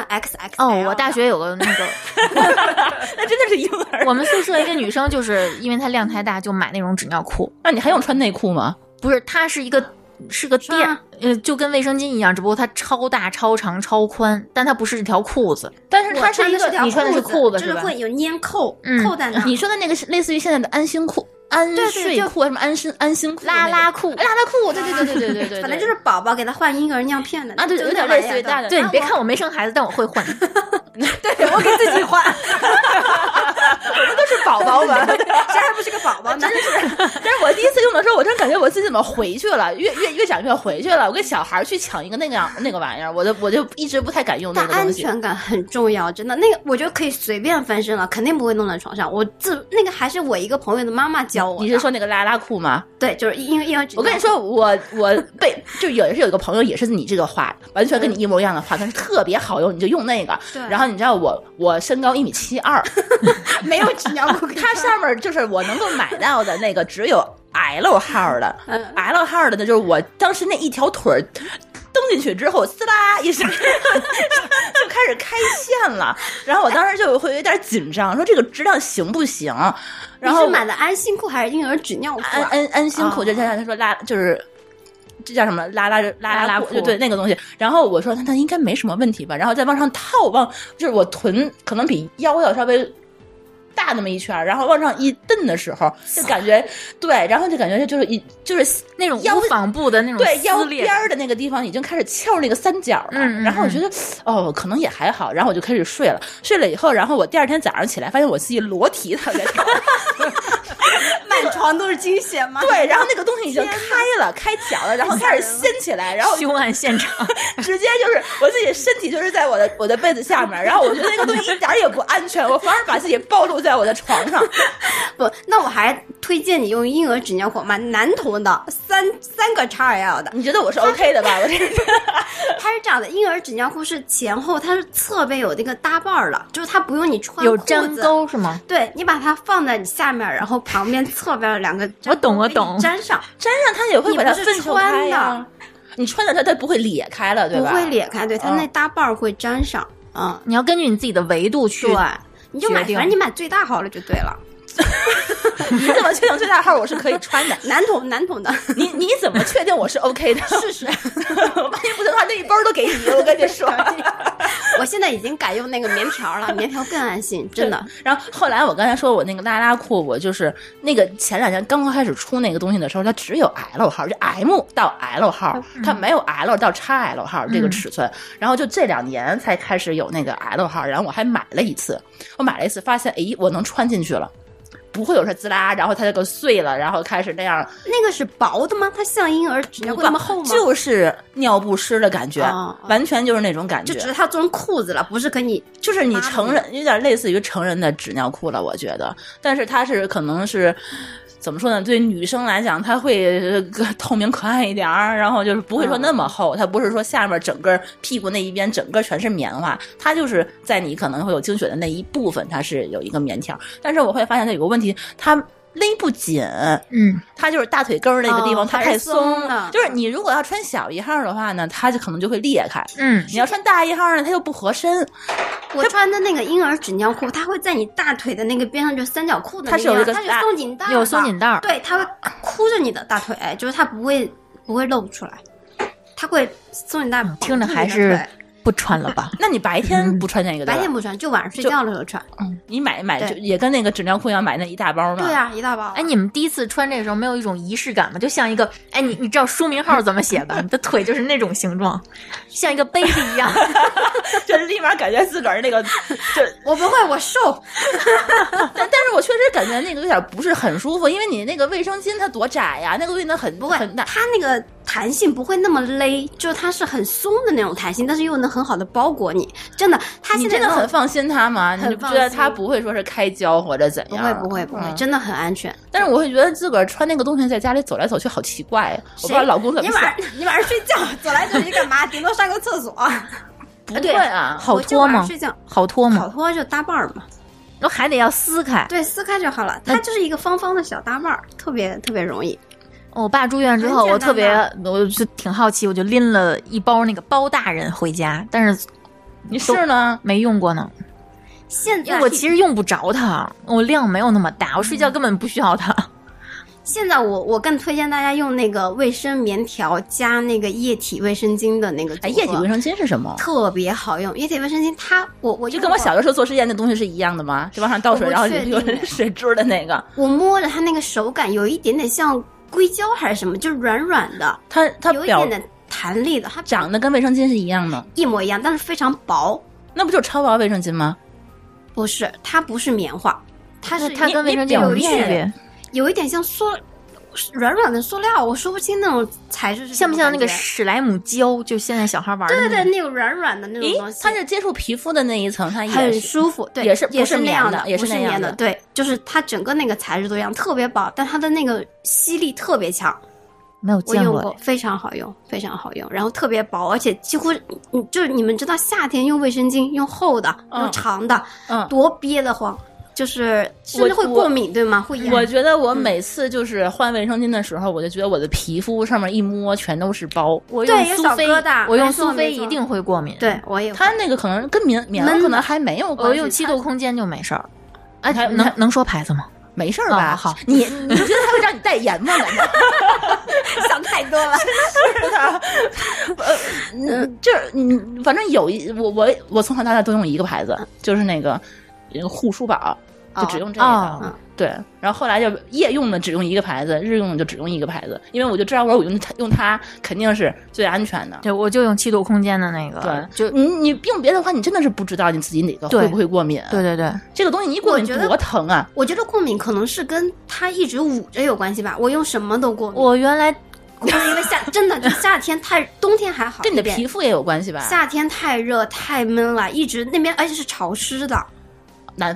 XXL。 我大学有个那个， 那真的是婴儿。 我们宿舍一个女生就是因为她量太大，就买那种纸尿裤。 那你还用穿内裤吗？ 不是，它是个垫，就跟卫生巾一样，只不过它超大、超长、超宽，但它不是一条裤子。 但是它是一个， 你穿的是裤子， 就是会有粘扣，扣在那。 你说的那个是类似于现在的安心裤。安睡裤什么安心裤、 拉拉裤、 对， 反正就是宝宝给他换婴儿尿片的啊，对，有点类似于大的。 对，你别看我没生孩子，但我会换。 对，我给自己换。 我们都是宝宝们， 谁还不是个宝宝呢？ 真是。但是我第一次用的时候，我真感觉我自己怎么回去了，越长越回去了。我跟小孩去抢一个那个玩意儿，我就一直不太敢用那个东西。 但安全感很重要，真的。那个我觉得可以随便翻身了，肯定不会弄在床上。那个还是我一个朋友的妈妈教我的。 你是说那个拉拉裤吗？ 对，就是因为我跟你说，我就也是有一个朋友也是你这个话，完全跟你一模一样的话，但是特别好用，你就用那个。然后你知道我身高1.72米， 没有纸尿裤， 它上面就是我能够买到的那个只有 L 号的，L 号的呢，就是我当时那一条腿蹬进去之后，滋啦一声就开始开线了。然后我当时就会有点紧张，说这个质量行不行？然后你是买的安心裤还是婴儿纸尿裤？ 安心裤，就像他说就是这叫什么拉拉裤，对那个东西。然后我说那应该没什么问题吧。然后再往上套，就是我臀可能比腰要稍微大那么一圈，然后往上一蹬的时候，就感觉对，然后就感觉就是那种无纺布的那种对腰边的那个地方已经开始翘那个三角了。然后我觉得可能也还好，然后我就开始睡了。睡了以后，然后我第二天早上起来，发现我自己裸体躺在床上。 满床都是惊险吗？ 对，然后那个东西已经开脚了，然后开始掀起来，然后凶案现场， 直接就是我自己身体就是在我的被子下面，然后我觉得那个东西一点也不安全，我反而把自己暴露在我的床上。 不，那我还推荐你用婴儿纸尿裤，买男童的三个 XL 的。 你觉得我是 OK 的吧？我这个它是这样的，婴儿纸尿裤是前后它是侧边有那个搭伴儿的，就是它不用你穿有裤子粘钩是吗？ 对，你把它放在你下面，然后旁边侧边有两个我懂我懂粘上， 粘上它也会把它你不是分球开穿呀的。 你穿着它不会裂开了，对吧？ 不会裂开，对，它那搭伴儿会粘上。嗯， 你要根据你自己的维度去对，你就买， 决定反正你买最大号了就对了。 你怎么确定最大号我是可以穿的？ 男童的， 你怎么确定我是 OK 的？ 试试。 万一不行的话，那一包都给你，我跟你说。 我现在已经改用那个棉条了，棉条更安心，真的。 然后后来我刚才说我那个拉拉裤，我就是那个前2年刚开始出那个东西的时候，它只有 L 号，就 M 到 L 号，它没有 L 到 XL 号这个尺寸。然后就这2年才开始有那个 L 号，然后我还买了一次，发现我能穿进去了。不会有它滋啦，然后它就给碎了，然后开始那样。 那个是薄的吗？它像婴儿纸尿裤那么厚吗？ 就是尿不湿的感觉，完全就是那种感觉。 就只是它做成裤子了，不是给你， 就是你成人有点类似于成人的纸尿裤了，我觉得。但是它是可能是。怎么说呢？对女生来讲，它会透明可爱一点儿，然后就是不会说那么厚。它不是说下面整个屁股那一边整个全是棉花，它就是在你可能会有经血的那一部分，它是有一个棉条。但是我会发现它有个问题，它勒不紧，它就是大腿根儿那个地方，它太松了。就是你如果要穿小1号的话呢，它就可能就会裂开。你要穿大1号呢，它又不合身。 我穿的那个婴儿纸尿裤，它会在你大腿的那个边上，就三角裤的那个，它是松紧带， 有松紧带， 对，它会箍着你的大腿，就是它不会露不出来，它会松紧带。 听着还是不穿了吧？ 那你白天不穿那个？ 白天不穿，就晚上睡觉的时候穿。 你买就也跟那个纸尿裤一样，买那一大包吗？ 对啊，一大包。 哎，你们第一次穿这个时候没有一种仪式感吗？就像一个，哎，你知道书名号怎么写吧？你的腿就是那种形状，像一个杯子一样， 就是立马感觉自个儿那个，就我不会，我瘦， 但是我确实感觉那个有点不是很舒服，因为你那个卫生巾它多窄呀，那个东西它很大， 它那个弹性不会那么勒，就它是很松的那种弹性，但是又能很好的包裹你。真的， 你真的很放心它吗？你觉得它不会说是开胶或者怎样？ 不会，真的很安全。 但是我会觉得自个儿穿那个东西在家里走来走去好奇怪，我不知道老公怎么想。 你晚上睡觉走来走去干嘛？顶多上个厕所。 不会啊， 好脱吗？ 睡觉好脱吗？ 好脱就搭伴儿嘛。 那还得要撕开， 对，撕开就好了。它就是一个方方的小搭伴儿，特别特别容易。 我爸住院之后，我就挺好奇，我就拎了一包那个包大人回家，但是你试呢？ 没用过呢。 现在因为我其实用不着它，我量没有那么大，我睡觉根本不需要它。 现在我更推荐大家用那个卫生棉条加那个液体卫生巾的那个。 液体卫生巾是什么？ 特别好用，液体卫生巾我就跟我小的时候做实验那东西是一样的吗？就往上倒水，然后有水珠的那个。 我摸着它那个手感有一点点像硅胶还是什么，就软软的， 它有一点点弹力的，它长得跟卫生巾是一样的， 一模一样，但是非常薄。 那不就是超薄卫生巾吗？ 不是，它不是棉花，它跟卫生巾有区别。 有一点像软软的塑料，我说不清那种材质是像不像那个史莱姆胶，就现在小孩玩的。 对，那个软软的那种东西。 它是接触皮肤的那一层，它也很舒服，对， 也是那样的， 也是那样的， 对，就是它整个那个材质都一样，特别薄，但它的那个吸力特别强。 没有见过， 非常好用，非常好用，然后特别薄，而且几乎就是你们知道夏天用卫生巾用厚的、用长的，多憋得慌。就是甚至会过敏，对吗？会痒。 我觉得我每次就是换卫生巾的时候，我就觉得我的皮肤上面一摸全都是包。 我用苏菲，我用苏菲一定会过敏。 对，我也。 它那个可能跟棉可能还没有关系。 我用7度空间就没事儿。哎，能说牌子吗？ 没事儿吧？ 好， 你觉得他会让你代言吗？感觉想太多了。 是的，就是反正有我从小到大都用一个牌子，就是那个护舒宝。就只用这个，对。然后后来就夜用的只用一个牌子，日用的就只用一个牌子，因为我就知道我用它肯定是最安全的。 对，我就用7度空间的那个。 对， 就你用别的话，你真的是不知道你自己哪个会不会过敏。 对， 这个东西你一过敏多疼啊！ 我觉得过敏可能是跟它一直捂着有关系吧。我用什么都过敏。 我原来就是因为真的就夏天冬天还好， 跟你的皮肤也有关系吧？ 夏天太热太闷了，一直那边而且是潮湿的。 南方。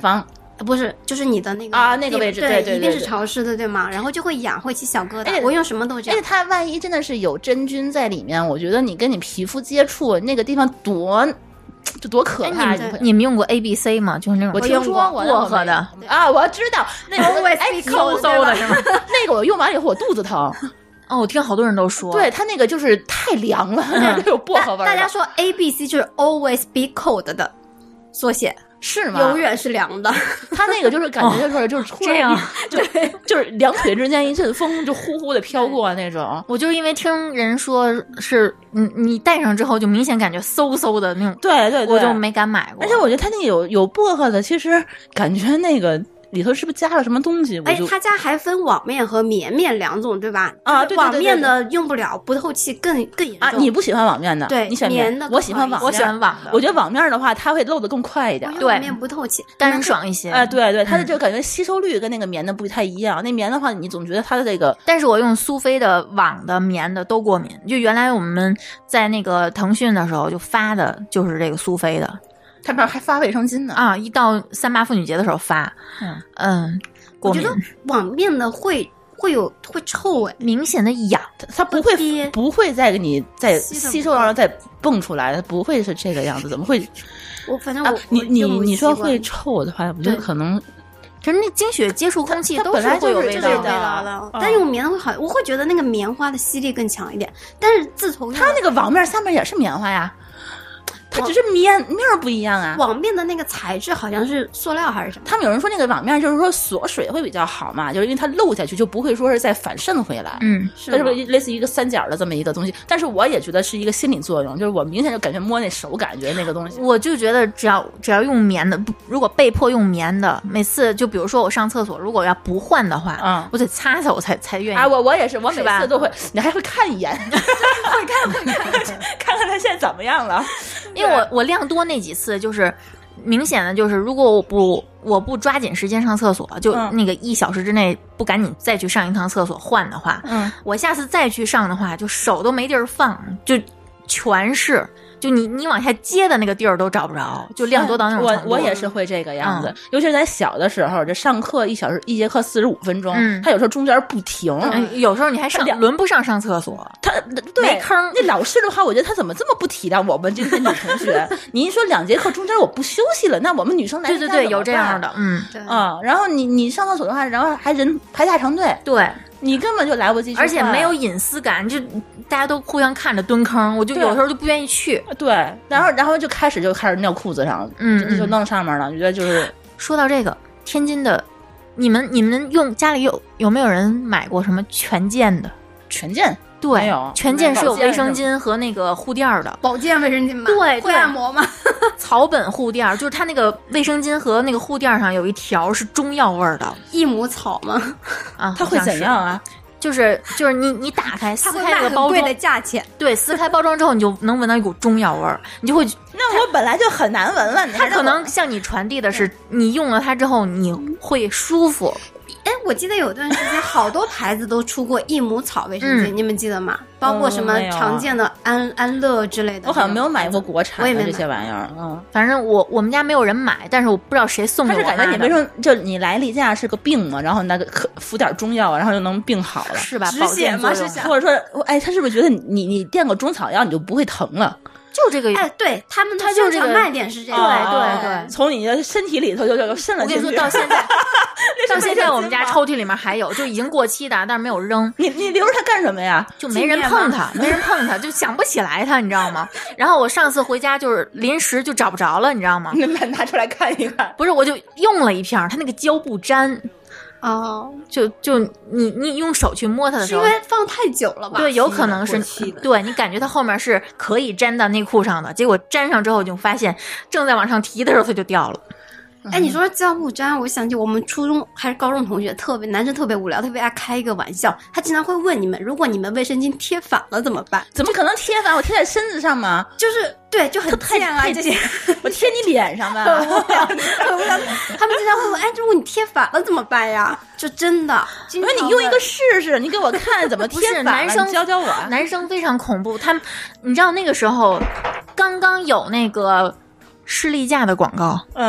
不是，就是你的那个啊那个位置对对一定是对潮湿的，对吗？然后就会痒，会起小疙哎瘩。我用什么都这样。 而且它万一真的是有真菌在里面，我觉得你跟你皮肤接触那个地方多可怕！ 哎，你们用过 ABC 吗？就是那种我听说过薄荷的啊，我知道那个 Always 哎 be 嗖 cold， 嗖的是吗？那个我用完以后我肚子疼， 哦，我听好多人都说， 对它那个就是太凉了，那个有薄荷味儿的。 大家说 ABC 就是 Always be cold 的缩写， 是吗？ 永远是凉的。 它那个就是感觉就是突然这样就是两腿之间一阵风就呼呼的飘过那种。 我就是因为听人说是你戴上之后就明显感觉嗖嗖的那种， 对对对， 我就没敢买过。 而且我觉得它那个有薄荷的，其实感觉那个里头是不是加了什么东西？ 哎，他家还分网面和棉面两种，对吧？ 啊，对， 网面的用不了，不透气更严重。 啊，你不喜欢网面的？ 对， 你喜欢棉的， 我喜欢网面， 我喜欢网的。 我觉得网面的话，它会漏得更快一点。 对，网面不透气， 干爽一些。 对对，它的这个感觉吸收率跟那个棉的不太一样。那棉的话，你总觉得它的这个， 但是我用苏菲的、网的、棉的都过敏。就原来我们在那个腾讯的时候就发的就是这个苏菲的， 他们还发卫生巾呢啊！一到3·8妇女节的时候发，过敏。 我觉得网面的会臭哎， 明显的痒， 它不会再给你再吸收，然后再蹦出来，它不会是这个样子，怎么会？ 反正你说会臭的话，我觉得可能。 就是那经血接触空气都是会有味道的，但用棉的会好，我会觉得那个棉花的吸力更强一点。但是自从它那个网面下面也是棉花呀，它只是面不一样啊。 网面的那个材质好像是塑料还是什么？ 他们有人说那个网面就是说锁水会比较好嘛，就是因为它漏下去就不会说是再反渗回来。它是不是类似于一个三角的这么一个东西？但是我也觉得是一个心理作用，就是我明显就感觉摸那手感觉那个东西。 我就觉得只要用棉的，如果被迫用棉的，每次就比如说我上厕所，如果要不换的话，我得擦擦我才愿意。 啊，我也是，我每次都会，你还会看一眼，会看看它现在怎么样了。 因为我量多那几次就是明显的，就是如果我不抓紧时间上厕所，就那个1小时之内不赶紧再去上一趟厕所换的话，我下次再去上的话，就手都没地儿放，就全是。就你往下接的那个地儿都找不着，就量多到那种程度。 我也是会这个样子，尤其是在小的时候，这上课1小时1节课45分钟，他有时候中间不停， 有时候你还轮不上上厕所， 他没坑。那老师的话，我觉得他怎么这么不体谅我们这些女同学？你一说2节课中间我不休息了，那我们女生来对有这样的， 然后你上厕所的话，然后还人排大长队， 对。 你根本就来不及， 而且没有隐私感，就大家都互相看着蹲坑，我就有时候就不愿意去。 对，然后就开始尿裤子上，就弄上面了。我觉得就是说到这个天津的，你们用家里有没有人买过什么全健的？ 全健？ 对，全健是有卫生巾和那个护垫的， 保健卫生巾吗？ 对， 会按摩吗？ 草本护垫，就是它那个卫生巾和那个护垫上有一条是中药味的， 益母草吗？ 啊， 它会怎样啊？ 就是你打开撕开那个包装， 贵的价钱， 对，撕开包装之后你就能闻到一股中药味儿，你就会。 那我本来就很难闻了， 它可能向你传递的是，你用了它之后你会舒服。 哎，我记得有段时间好多牌子都出过益母草卫生巾，你们记得吗？包括什么常见的安乐之类的。 我好像没有买过国产的这些玩意儿。 反正我们家没有人买，但是我不知道谁送给我。 他是感觉你为什么就你来例假是个病嘛，然后那个服点中药，然后就能病好了， 是吧？ 止血吗？是或者说，哎，他是不是觉得你垫个中草药你就不会疼了？ 就这个， 哎，对他们的宣传卖点是这个， 对， 从你的身体里头就渗了进去。 我跟你说，到现在我们家抽屉里面还有，就已经过期的，但是没有扔。 你留着它干什么呀？ 就没人碰它，就想不起来它，你知道吗？然后我上次回家就是临时就找不着了，你知道吗？ 拿出来看一看。 不是，我就用了一片，它那个胶不粘。 哦， 就你用手去摸它的时候， 是因为放太久了吧？ 对，有可能是对你感觉它后面是可以粘到内裤上的，结果粘上之后就发现正在往上提的时候它就掉了。 哎，你说胶不粘，我想起我们初中还是高中同学，男生特别无聊，特别爱开一个玩笑，他经常会问你们，如果你们卫生巾贴反了怎么办？ 怎么可能贴反？我贴在身子上吗？ 就是对，就很贱啊这些。 我贴你脸上吧。 很无聊。他们经常会问，哎，如果你贴反了怎么办呀？就真的， 我说你用一个试试，你给我看怎么贴反了。 男生教我。 男生非常恐怖，你知道那个时候刚刚有那个士力架的广告，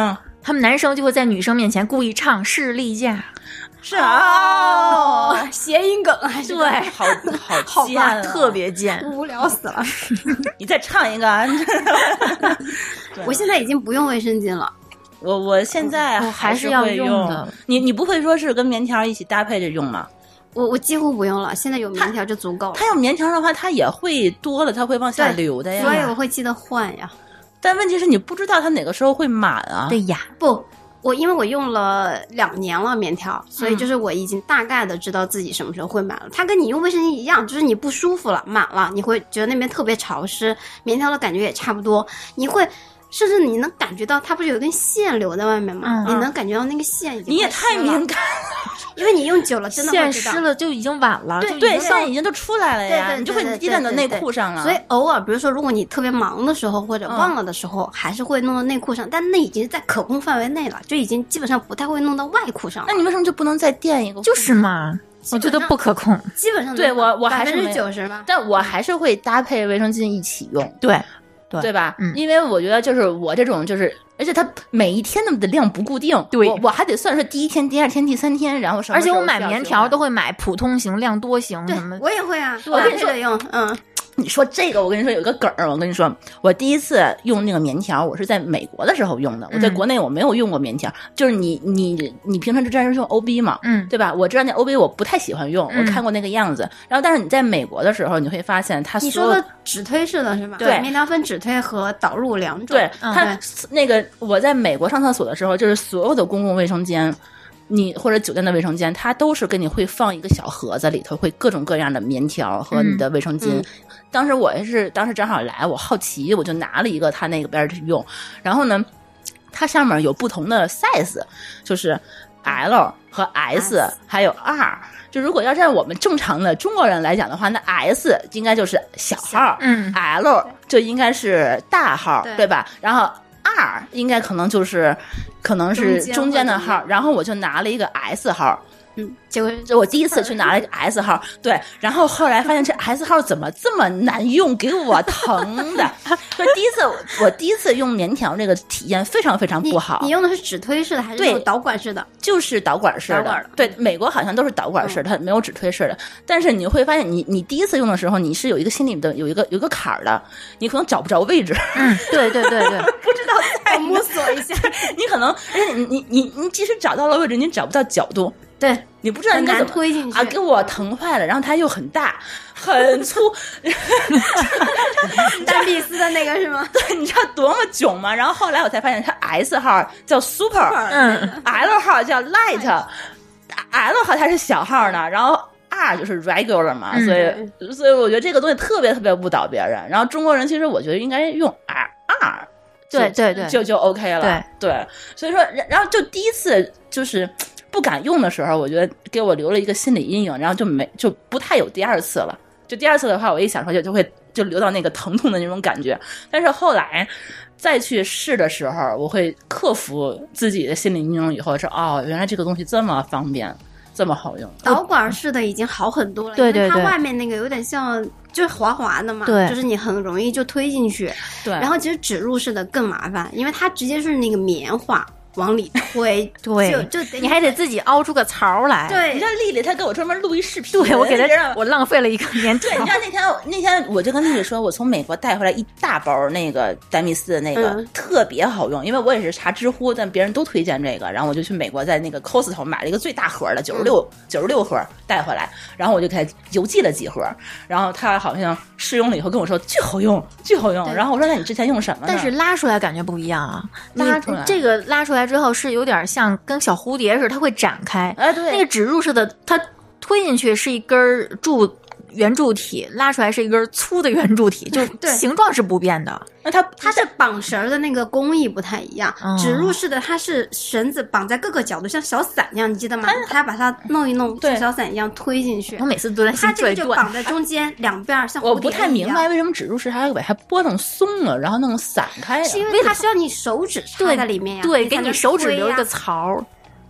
他们男生就会在女生面前故意唱士力架。 是啊， 谐音梗还是对， 好贱啊， 特别贱， 无聊死了。 你再唱一个啊。 我现在已经不用卫生巾了。 我现在还是要会用的。 你不会说是跟棉条一起搭配着用吗？ 我几乎不用了，现在有棉条就足够了。 它有棉条的话，它也会多了，它会往下流的呀。 所以我会记得换呀。 但问题是你不知道它哪个时候会满啊。 对呀， 不。因为我用了2年了棉条，所以就是我已经大概的知道自己什么时候会满了。它跟你用卫生巾一样，就是你不舒服了满了，你会觉得那边特别潮湿，棉条的感觉也差不多，你会甚至你能感觉到它不是有一根线留在外面吗？你能感觉到那个线已经你也太敏感了，因为你用久了真的会线知道湿了就已经晚了， 对，线已经都出来了呀， 对你就会滴到你的内裤上了。 所以偶尔，比如说，如果你特别忙的时候或者忘了的时候，还是会弄到内裤上，但那已经在可控范围内了，就已经基本上不太会弄到外裤上了。 那你为什么就不能再垫一个？ 就是嘛，我觉得不可控。 基本上对我还是 90%吧， 但我还是会搭配卫生巾一起用。 对吧？因为我觉得就是我这种就是，而且它每一天的量不固定， 对， 我还得算是第1天、第2天、第3天，然后什么。 而且我买棉条都会买普通型、量多型什么。 我也会啊， 我跟你说用， 你说这个，我跟你说有一个梗儿。我跟你说，我第一次用那个棉条，我是在美国的时候用的。我在国内我没有用过棉条，就是你平常知道是用 OB 嘛，对吧？我知道那 OB 我不太喜欢用，我看过那个样子。然后，但是你在美国的时候，你会发现它所有你说的指推式的是吧？ 对， 棉条分指推和导入2种。 对，它那个我在美国上厕所的时候，就是所有的公共卫生间。你或者酒店的卫生间，它都是给你会放一个小盒子，里头会各种各样的棉条和你的卫生巾。当时我也是，当时正好来，我好奇，我就拿了一个他那个边去用。然后呢，它上面有不同的 size， 就是 L 和 S 还有 R。就如果要按我们正常的中国人来讲的话，那 S 应该就是小号，L 就应该是大号，对吧？然后2应该可能是中间的号，然后我就拿了一个 S 号， 结果我第一次去拿了一个 S 号，对，然后后来发现这 S 号怎么这么难用，给我疼的。就我第一次用棉条这个体验非常非常不好。 你用的是指推式的还是用导管式的？ 就是导管式的。对，美国好像都是导管式的，它没有指推式的。但是你会发现你第一次用的时候，你是有一个心里的有一个坎儿的，你可能找不着位置。 对，不知道在摸索一下。 你可能，而且你即使找到了位置，你找不到角度。 对， 你不知道应该怎么推进去啊，给我疼坏了。然后它又很大很粗， 丹碧丝的那个是吗？ 对，你知道多么囧吗？然后后来我才发现，它 S 号叫 Super，L 号叫 Light，L 号它是小号呢，然后 R 就是 Regular 嘛，所以我觉得这个东西特别特别误导别人。然后中国人其实我觉得应该用 R， 对， 就 OK 了，对，所以说，然后就第一次就是不敢用的时候，我觉得给我留了一个心理阴影，然后就不太有第2次了。就第2次的话，我一想说就会留到那个疼痛的那种感觉。但是后来再去试的时候，我会克服自己的心理阴影以后说，哦，原来这个东西这么方便，这么好用。 导管式的已经好很多了， 对， 因为它外面那个有点像就是滑滑的嘛， 对， 就是你很容易就推进去。 对， 然后其实指入式的更麻烦，因为它直接是那个棉花往里推， 对， 就你还得自己凹出个槽来。 对， 你知道丽丽她给我专门录一视频， 对，我给她，我浪费了一个棉条。 对，你知道那天我就跟丽丽说，我从美国带回来一大包那个丹蜜丝的那个，特别好用，因为我也是查知乎，但别人都推荐这个，然后我就去美国在那个 Costco 买了一个最大盒的96盒带回来，然后我就给他邮寄了几盒，然后他好像试用了以后跟我说巨好用，然后我说那你之前用什么呢？ 但是拉出来感觉不一样啊， 拉出来这个拉出来之后是有点像跟小蝴蝶似的，它会展开。 哎，对， 那个指入式的，它推进去是一根圆柱体，拉出来是一根粗的圆柱体，就形状是不变的。 那它的绑绳的那个工艺不太一样，指入式的它是绳子绑在各个角度，像小伞一样，你记得吗？它把它弄一弄，像小伞一样推进去。 我每次都在它这个就绑在中间两边，像蝴蝶一样。 我不太明白为什么指入式还要把它拨弄松了，然后弄散开。 是因为它需要你手指插在里面呀， 对，给你手指留一个槽。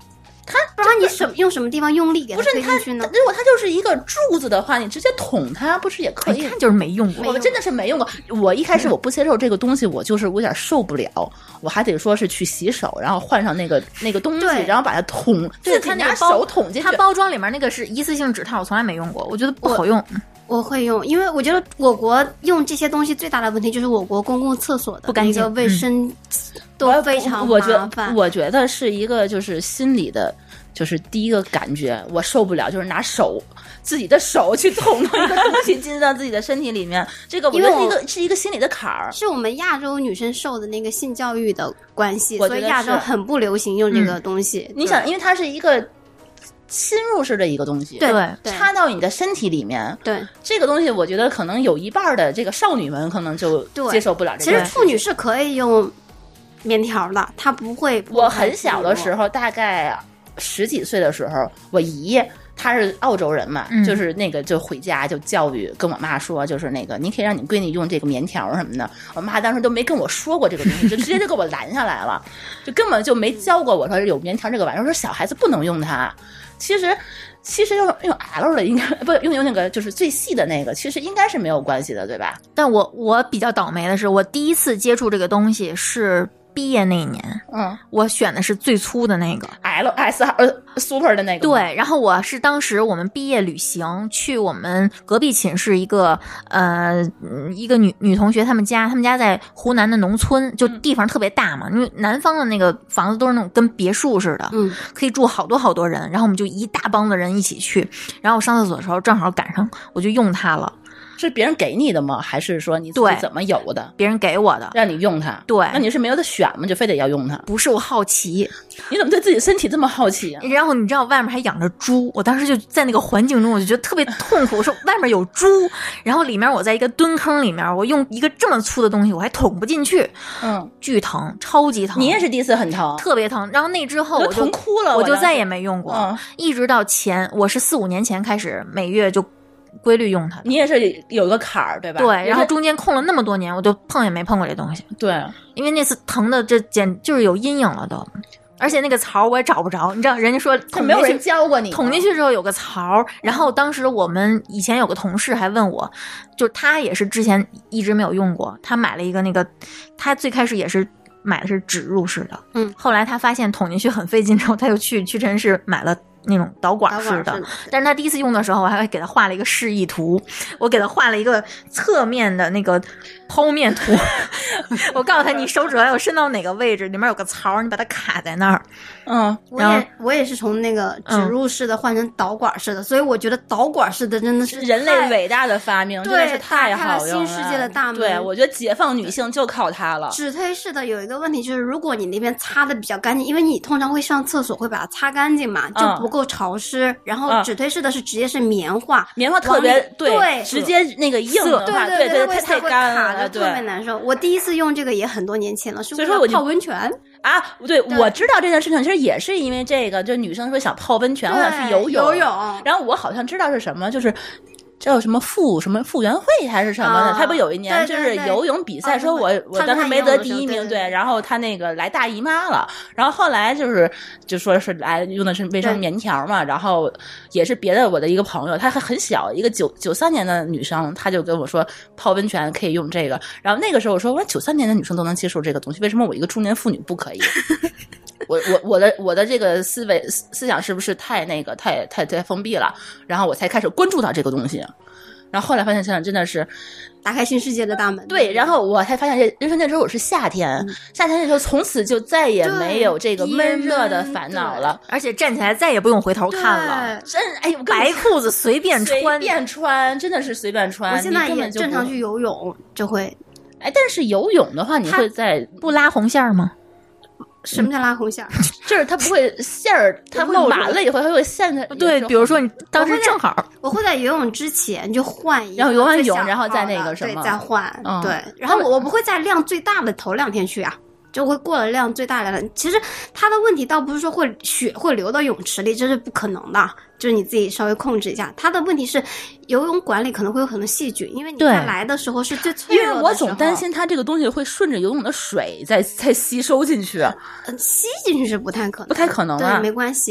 不然你用什么地方用力给它不是它， 推进去呢？ 如果它就是一个柱子的话，你直接捅它不是也可以？ 一看就是没用过。 我真的是没用过。我一开始我不接受这个东西，我有点受不了，我还得说是去洗手，然后换上那个东西，然后把它捅， 对， 自己拿它那个手捅进去。 它包装里面那个是一次性指套，我从来没用过，我觉得不好用。 我会用，因为我觉得我国用这些东西最大的问题就是我国公共厕所的不干净一个卫生都非常麻烦。 我觉得是一个就是心理的，就是第一个感觉我受不了，就是拿自己的手去捅到一个东西进到自己的身体里面，这个我觉得是一个心理的坎儿。 是我们亚洲女生受的那个性教育的关系， 我觉得所以亚洲很不流行用这个东西。 你想，因为它是一个侵入式的一个东西， 对， 插到你的身体里面， 对这个东西，我觉得可能有一半的这个少女们可能就接受不了这个。 其实处女是可以用棉条的，它不会。 我很小的时候，大概10几岁的时候，我姨她是澳洲人嘛，就是那个就回家就教育跟我妈说，就是那个你可以让你闺女用这个棉条什么的。我妈当时都没跟我说过这个东西，就直接就给我拦下来了，就根本就没教过我说有棉条这个玩意儿，说小孩子不能用它。其实用 L 的应该不用那个就是最细的那个，其实应该是没有关系的，对吧？ 但我比较倒霉的是，我第一次接触这个东西是毕业那一年，我选的是最粗的那个 LS Super 的那个。 对，然后我是当时我们毕业旅行去我们隔壁寝室一个女同学他们家在湖南的农村，就地方特别大嘛，因为南方的那个房子都是那种跟别墅似的，可以住好多人，然后我们就一大帮的人一起去，然后我上厕所的时候正好赶上，我就用它了。 是别人给你的吗？还是说你自己怎么有的？ 别人给我的， 让你用它。 对， 那你是没有得选吗？就非得要用它？ 不是，我好奇。 你怎么对自己身体这么好奇啊？ 然后你知道外面还养着猪，我当时就在那个环境中，我就觉得特别痛苦。我说外面有猪，然后里面我在一个蹲坑里面，我用一个这么粗的东西，我还捅不进去，巨疼，超级疼。 你也是第一次很疼， 特别疼。然后那之后我就疼哭了， 我就再也没用过，一直到我是4、5年前开始每月就规律用它。 你也是有个坎儿，对吧？ 对，然后中间空了那么多年，我就碰也没碰过这东西。 对， 因为那次疼的这就是有阴影了都，而且那个槽我也找不着。你知道人家说没有人教过你， 捅进去之后有个槽，然后当时我们以前有个同事还问我，就是他也是之前一直没有用过，他买了一个那个，他最开始也是买的是指入式的，后来他发现捅进去很费劲之后，他又去屈臣氏买了那种导管式的，但是他第一次用的时候，我还给他画了一个示意图，我给他画了一个侧面的那个剖面图，我告诉他你手指头要伸到哪个位置，里面有个槽，你把它卡在那儿。 我也是从那个指入式的换成导管式的，所以我觉得导管式的真的是人类伟大的发明，真的是太好用了， 新世界的大门。 对，我觉得解放女性就靠它了。 指推式的有一个问题就是，如果你那边擦的比较干净，因为你通常会上厕所会把它擦干净嘛，就不够潮湿。然后指推式的是直接是棉花特别对， 直接那个硬的话，对，太干了， 特别难受。我第一次用这个也很多年前了，是为了泡温泉啊。对，我知道这件事情，其实也是因为这个，就女生说想泡温泉或者是游泳，然后我好像知道是什么，就是叫什么复原会还是什么的，他不有一年就是游泳比赛，说我当时没得第一名，对，然后他那个来大姨妈了，然后后来就说是来用的是卫生棉条嘛，然后也是别的我的一个朋友，她还很小，一个93年的女生，她就跟我说泡温泉可以用这个，然后那个时候我说93年的女生都能接受这个东西，为什么我一个中年妇女不可以？我的这个思想是不是太封闭了？然后我才开始关注到这个东西，然后后来发现现在真的是打开新世界的大门。 对，然后我才发现人生那时候我是夏天的时候，从此就再也没有这个闷热的烦恼了， 而且站起来再也不用回头看了。 真白裤子随便穿，真的是随便穿。 我现在也正常去游泳就会。 但是游泳的话，你会在不拉红线吗？ 什么叫拉红线？ 就是它不会线儿，它会满了以后，它会线的。 对，比如说你当时正好， 我会在游泳之前就换一个， 然后游完泳，然后再那个什么， 对，再换。对，然后我不会在量最大的头2天去啊，就会过了量最大的。其实它的问题倒不是说血会流到泳池里，这是不可能的。就是你自己稍微控制一下，它的问题是游泳馆里可能会有很多细菌，因为你在来的时候是最脆弱的时候。 因为我总担心它这个东西会顺着游泳的水再吸收进去。 吸进去是不太可能， 不太可能啊。 对，没关系。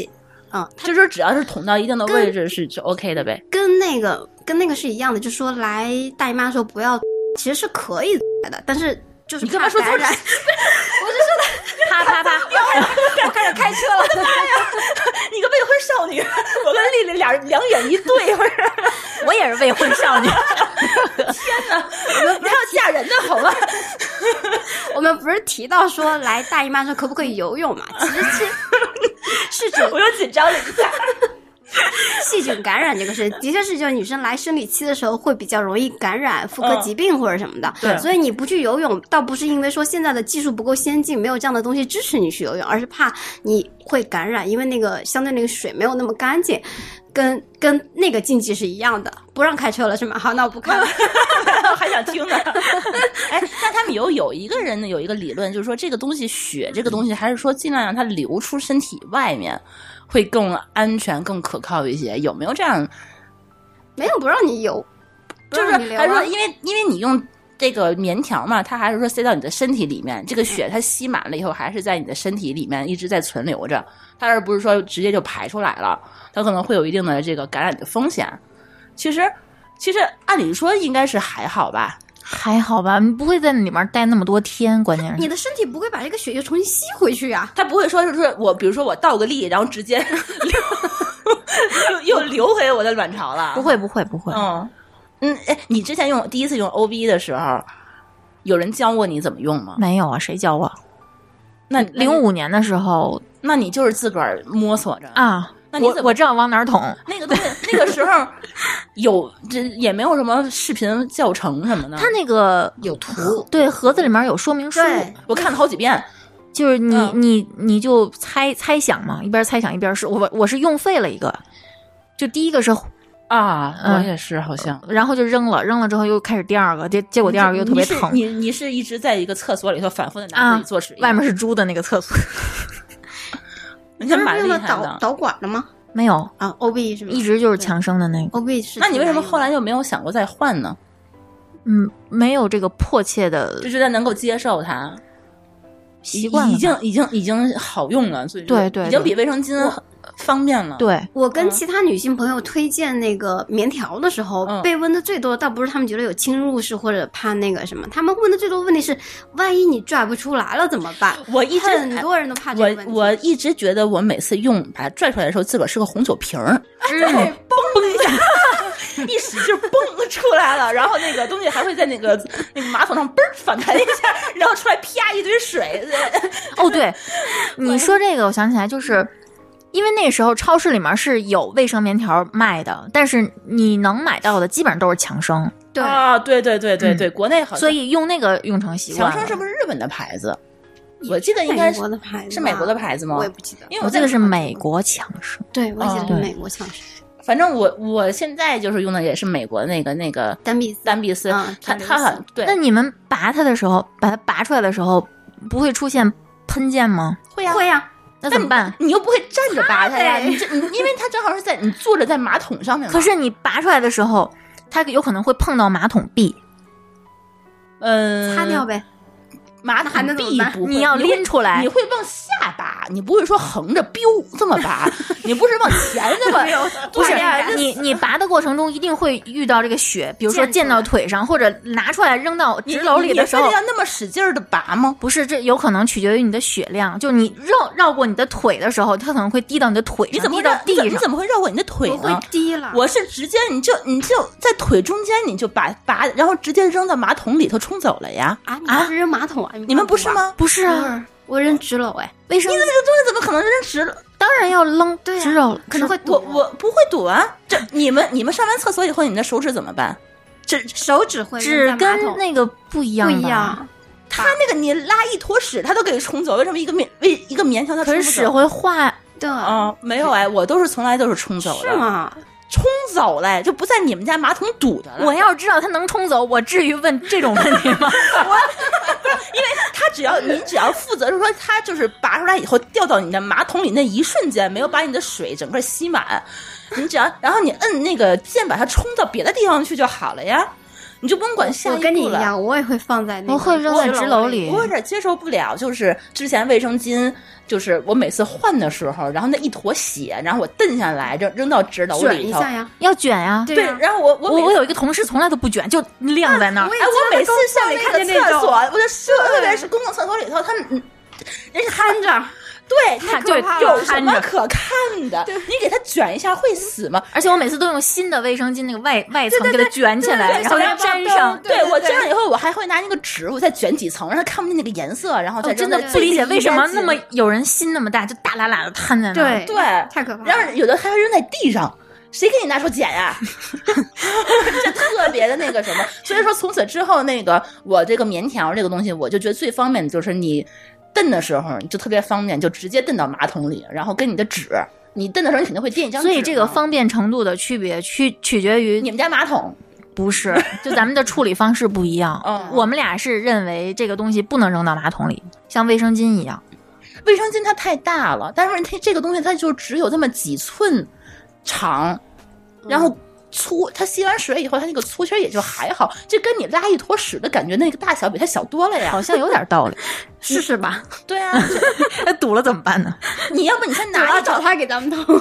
就是只要是捅到一定的位置是就 OK 的呗。 跟那个是一样的，就是说来大姨妈的时候不要，其实是可以的，但是就是你干嘛说感染？我是说的， 啪啪啪， 我开始开车了。 你个未婚少女，我跟丽丽两眼一对，不是？ 我也是未婚少女。 天哪，你还要嫁人的好吗？ 我们不是提到说来大姨妈的时候可不可以游泳嘛？其实是指我又紧张了一下。 细菌感染这个事，的确是就是女生来生理期的时候会比较容易感染妇科疾病或者什么的。 对， 所以你不去游泳，倒不是因为说现在的技术不够先进，没有这样的东西支持你去游泳，而是怕你会感染，因为那个相对那个水没有那么干净。跟那个禁忌是一样的，不让开车了是吗？好，那我不开了。 还想听呢。哎，那他们有一个人呢，有一个理论，就是说这个东西血这个东西，还是说尽量让它流出身体外面，会更安全、更可靠一些。有没有这样？ 没有不让你游， 就是还是说，因为你用这个棉条嘛，它还是说塞到你的身体里面，这个血它吸满了以后，还是在你的身体里面一直在存留着，它而不是说直接就排出来了，它可能会有一定的这个感染的风险。其实按理说应该是还好吧。 还好吧，你不会在里面待那么多天，关键是你的身体不会把这个血又重新吸回去啊。 它不会说就是我，比如说我倒个立，然后直接又流回我的卵巢了。 不会。 哎，你之前第一次用 OB 的时候，有人教过你怎么用吗？ 没有啊，谁教我？ 那 05年的时候， 那你就是自个儿摸索着啊。 那你我知道往哪儿捅。 那个东西，那个时候这也没有什么视频教程什么的。 它那个有图， 对，盒子里面有说明书， 我看了好几遍。 就是你就猜想嘛，一边猜想一边试。我是用废了一个，就第一个是啊，我也是好像， 然后就扔了之后又开始第二个，结果第二个又特别疼。 你是一直在一个厕所里头反复的拿自己做实验， 外面是猪的那个厕所。 你看蛮厉害的。导管了吗？ 没有啊 ，OB 是吗？ 一直就是强生的那个。 OB 是。 那你为什么后来就没有想过再换呢？ 没有这个迫切的， 就觉得能够接受它， 习惯了， 已经好用了，所以对， 已经比卫生巾方便了。 对， 我跟其他女性朋友推荐那个棉条的时候，被问的最多，倒不是他们觉得有侵入式或者怕那个什么，他们问的最多的问题是，万一你拽不出来了怎么办？很多人都怕这个问题。 我一直觉得我每次把它拽出来的时候，自个儿是个红酒瓶儿，对，嘣一下。一使劲蹦出来了，然后那个东西还会在那个马桶上嘣反弹一下，然后出来啪一堆水。 哦，对，你说这个我想起来，就是因为那时候超市里面是有卫生棉条卖的，但是你能买到的基本上都是强生。 对啊，对，国内好像， 所以用那个用成习惯了。 强生是不是日本的牌子？我记得应该是美国的牌子吗？ 我也不记得， 因为我记得是美国强生。 对，我记得是美国强生。 反正我现在就是用的也是美国那个丹碧斯， 它很对。 那你们拔它的时候，把它拔出来的时候，不会出现喷溅吗？ 会呀， 会呀。 那怎么办？ 你又不会站着拔它呀，因为它正好是在你坐着在马桶上面嘛。 可是你拔出来的时候，它有可能会碰到马桶壁。 擦掉呗。 马桶壁不会， 你要拎出来， 你会往下拔，你不会说横着 biu 这么拔，你不是往前这么， 不是你拔的过程中一定会遇到这个血，比如说溅到腿上，或者拿出来扔到纸篓里的时候， 你要那么使劲的拔吗？ 不是，这有可能取决于你的血量，就你绕过你的腿的时候，它可能会滴到你的腿上，滴到地上。 你怎么会绕过你的腿呢？ 会滴了。 我是直接你就在腿中间你就拔，然后直接扔到马桶里头冲走了呀！ 啊，你是扔马桶啊？ 你们不是吗？ 不是啊， 我扔纸篓哎。 为什么？ 你这个东西怎么可能扔纸篓？ 当然要扔纸篓， 可能会堵。 我不会堵啊。这你们上完厕所以后，你们的手指怎么办？ 手指会指跟那个不一样， 不一样。 他那个你拉一坨屎，他都给冲走，为什么一个棉条它冲不走？ 可是屎会化对啊，没有哎，我从来都是冲走的。 是吗？ 冲走嘞，就不在你们家马桶堵的了。 我要知道他能冲走，我至于问这种问题吗？ 因为您只要负责，就是说他就是拔出来以后掉到你的马桶里那一瞬间，没有把你的水整个吸满，你只要然后你摁那个键把它冲到别的地方去就好了呀。 你就不用管下一步了。 我跟你一样，我也会放在那个， 我会扔在纸篓里。 我有点接受不了，就是之前卫生巾，就是我每次换的时候，然后那一坨血，然后我蹬下来扔到纸篓卷里头。 一下呀， 要卷呀。 对，然后我有一个同事从来都不卷，就晾在那儿。 我每次上那个厕所，我就特别是公共厕所里头，他们人家看着。 对， 他就有什么可看的？你给它卷一下会死吗？ 而且我每次都用新的卫生巾那个外层给它卷起来，然后再粘上。 对，我粘上以后，我还会拿那个纸，我再卷几层，让它看不见那个颜色，然后再真的不理解为什么那么有人心那么大，就大喇喇的摊在那儿。 对， 太可怕了。 然后有的还会扔在地上。谁给你拿手捡呀？这特别的那个什么，所以说从此之后，那个我这个棉条这个东西，我就觉得最方便的就是你蹬的时候就特别方便，就直接蹬到马桶里，然后跟你的纸，你蹬的时候你肯定会垫一张纸。 所以这个方便程度的区别取决于你们家马桶。 不是，就咱们的处理方式不一样。我们俩是认为这个东西不能扔到马桶里，像卫生巾一样。 卫生巾它太大了，但是这个东西它就只有这么几寸长，然后粗，它吸完水以后，它那个粗其实也就还好，就跟你拉一坨屎的感觉，那个大小比它小多了呀， 好像有点道理， 是吧？ 对啊， 那堵了怎么办呢？ 你要不你先拿一找他给咱们捅，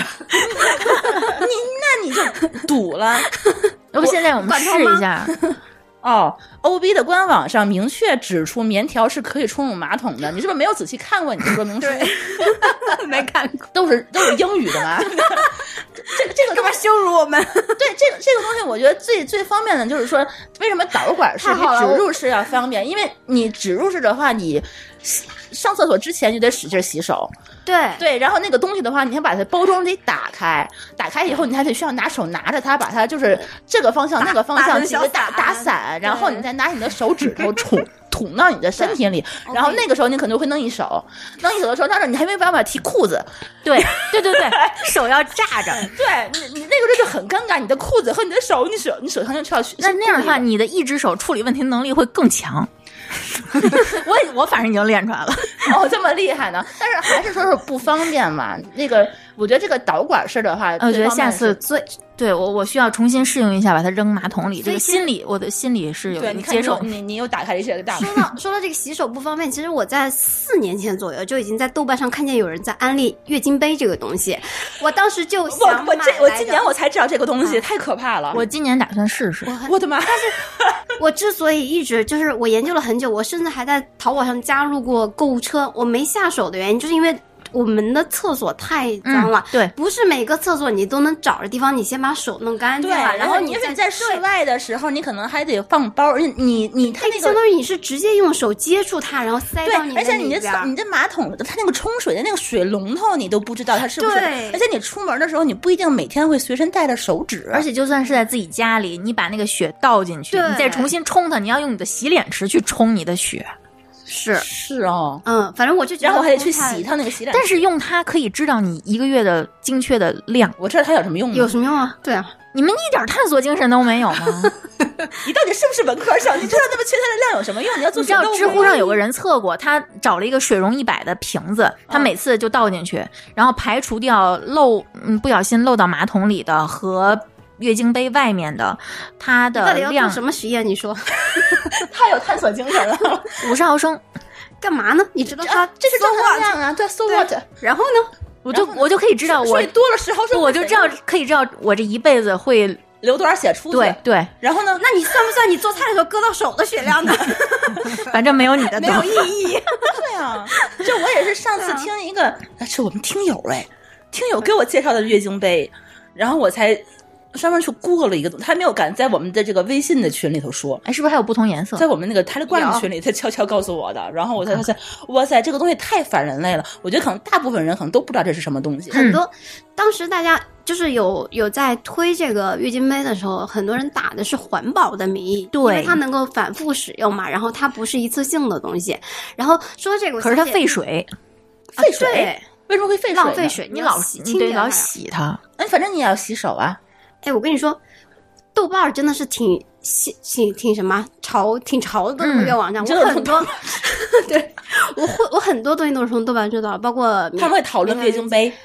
那你就堵了。 要不现在我们试一下。 哦 ，OB 的官网上明确指出棉条是可以冲入马桶的，你是不是没有仔细看过你的说明书？ 没看过， 都是英语的吗？这个干嘛羞辱我们？ 对，这个东西，我觉得最方便的就是说，为什么导管式比植入式要方便？因为你植入式的话，你上厕所之前就得使劲洗手。对，然后那个东西的话，你先把它包装得打开以后，你还得需要拿手拿着它，把它就是这个方向那个方向几个打散，然后你再拿你的手指头捅到你的身体里，然后那个时候你可能会弄一手的时候，但是你还没办法提裤子。 对，手要炸着。 对你那个时候就很尴尬，你的裤子和你的手，你手上就需要去。 那样的话，你的一只手处理问题能力会更强。我反正已经练出来了。 哦，这么厉害呢？但是还是说是不方便嘛。那个，我觉得这个导管式的话， 我觉得下次对我需要重新适应一下，把它扔马桶里。这个我的心里是有对你接受。 你又打开了一些大门。 说到这个洗手不方便，其实我在4年前左右就已经在豆瓣上看见有人在安利月经杯这个东西，我当时就想买我今年我才知道这个东西，太可怕了。 我今年打算试试。 我的妈！但是我之所以一直就是我研究了很久，我甚至还在淘宝上加入过购物车，我没下手的原因就是因为我们的厕所太脏了， 对， 不是每个厕所你都能找着地方，你先把手弄干净了， 然后你在室外的时候，你可能还得放包，你它那个相当于你是直接用手接触它，然后塞到你的里边。 而且你的马桶，它那个冲水的那个水龙头，你都不知道它是不是。 对， 而且你出门的时候，你不一定每天会随身带着手纸。 而且就算是在自己家里，你把那个血倒进去，你再重新冲它，你要用你的洗脸池去冲你的血。 是哦， 反正我就觉得， 然后我还得去洗它那个洗脸， 但是用它可以知道你1个月的精确的量。 我知道它有什么用吗？ 有什么用啊？对啊， 你们一点探索精神都没有吗？ 你到底是不是文科生？你知道那么确切的量有什么用？你要做。 你知道知乎上有个人测过，他找了一个水溶100的瓶子，他每次就倒进去，然后排除掉不小心漏到马桶里的和月经杯外面的，它的量。 到底要做什么实验？你说， 他有探索精神了。 50毫升， 干嘛呢？你知道它这是正常量啊，对 ，so what？ 然后呢？ 我就可以知道我多了10毫升， 我就可以知道我这一辈子会流多少血出去。 对。 然后呢？ 那你算不算你做菜的时候割到手的血量呢？ 反正没有你的没有意义。 对啊，就我也是上次听一个，是我们听友给我介绍的月经杯，然后我才专门去Google了一个东西，他没有敢在我们的这个微信的群里头说。 是不是还有不同颜色？ 在我们那个Telegram群里，他悄悄告诉我的。然后我才发现，哇塞，这个东西太反人类了。我觉得可能大部分人可能都不知道这是什么东西。 很多当时大家就是有在推这个月经杯的时候，很多人打的是环保的名义， 对， 因为它能够反复使用嘛，然后它不是一次性的东西。然后说这个， 可是它费水， 费水。为什么会费水？ 浪费水， 你老洗它。 反正你也要洗手啊。 我跟你说，豆瓣真的是挺什么挺潮的那个网站，我很多对我很多东西都是从豆瓣知道，包括他们会讨论月经杯。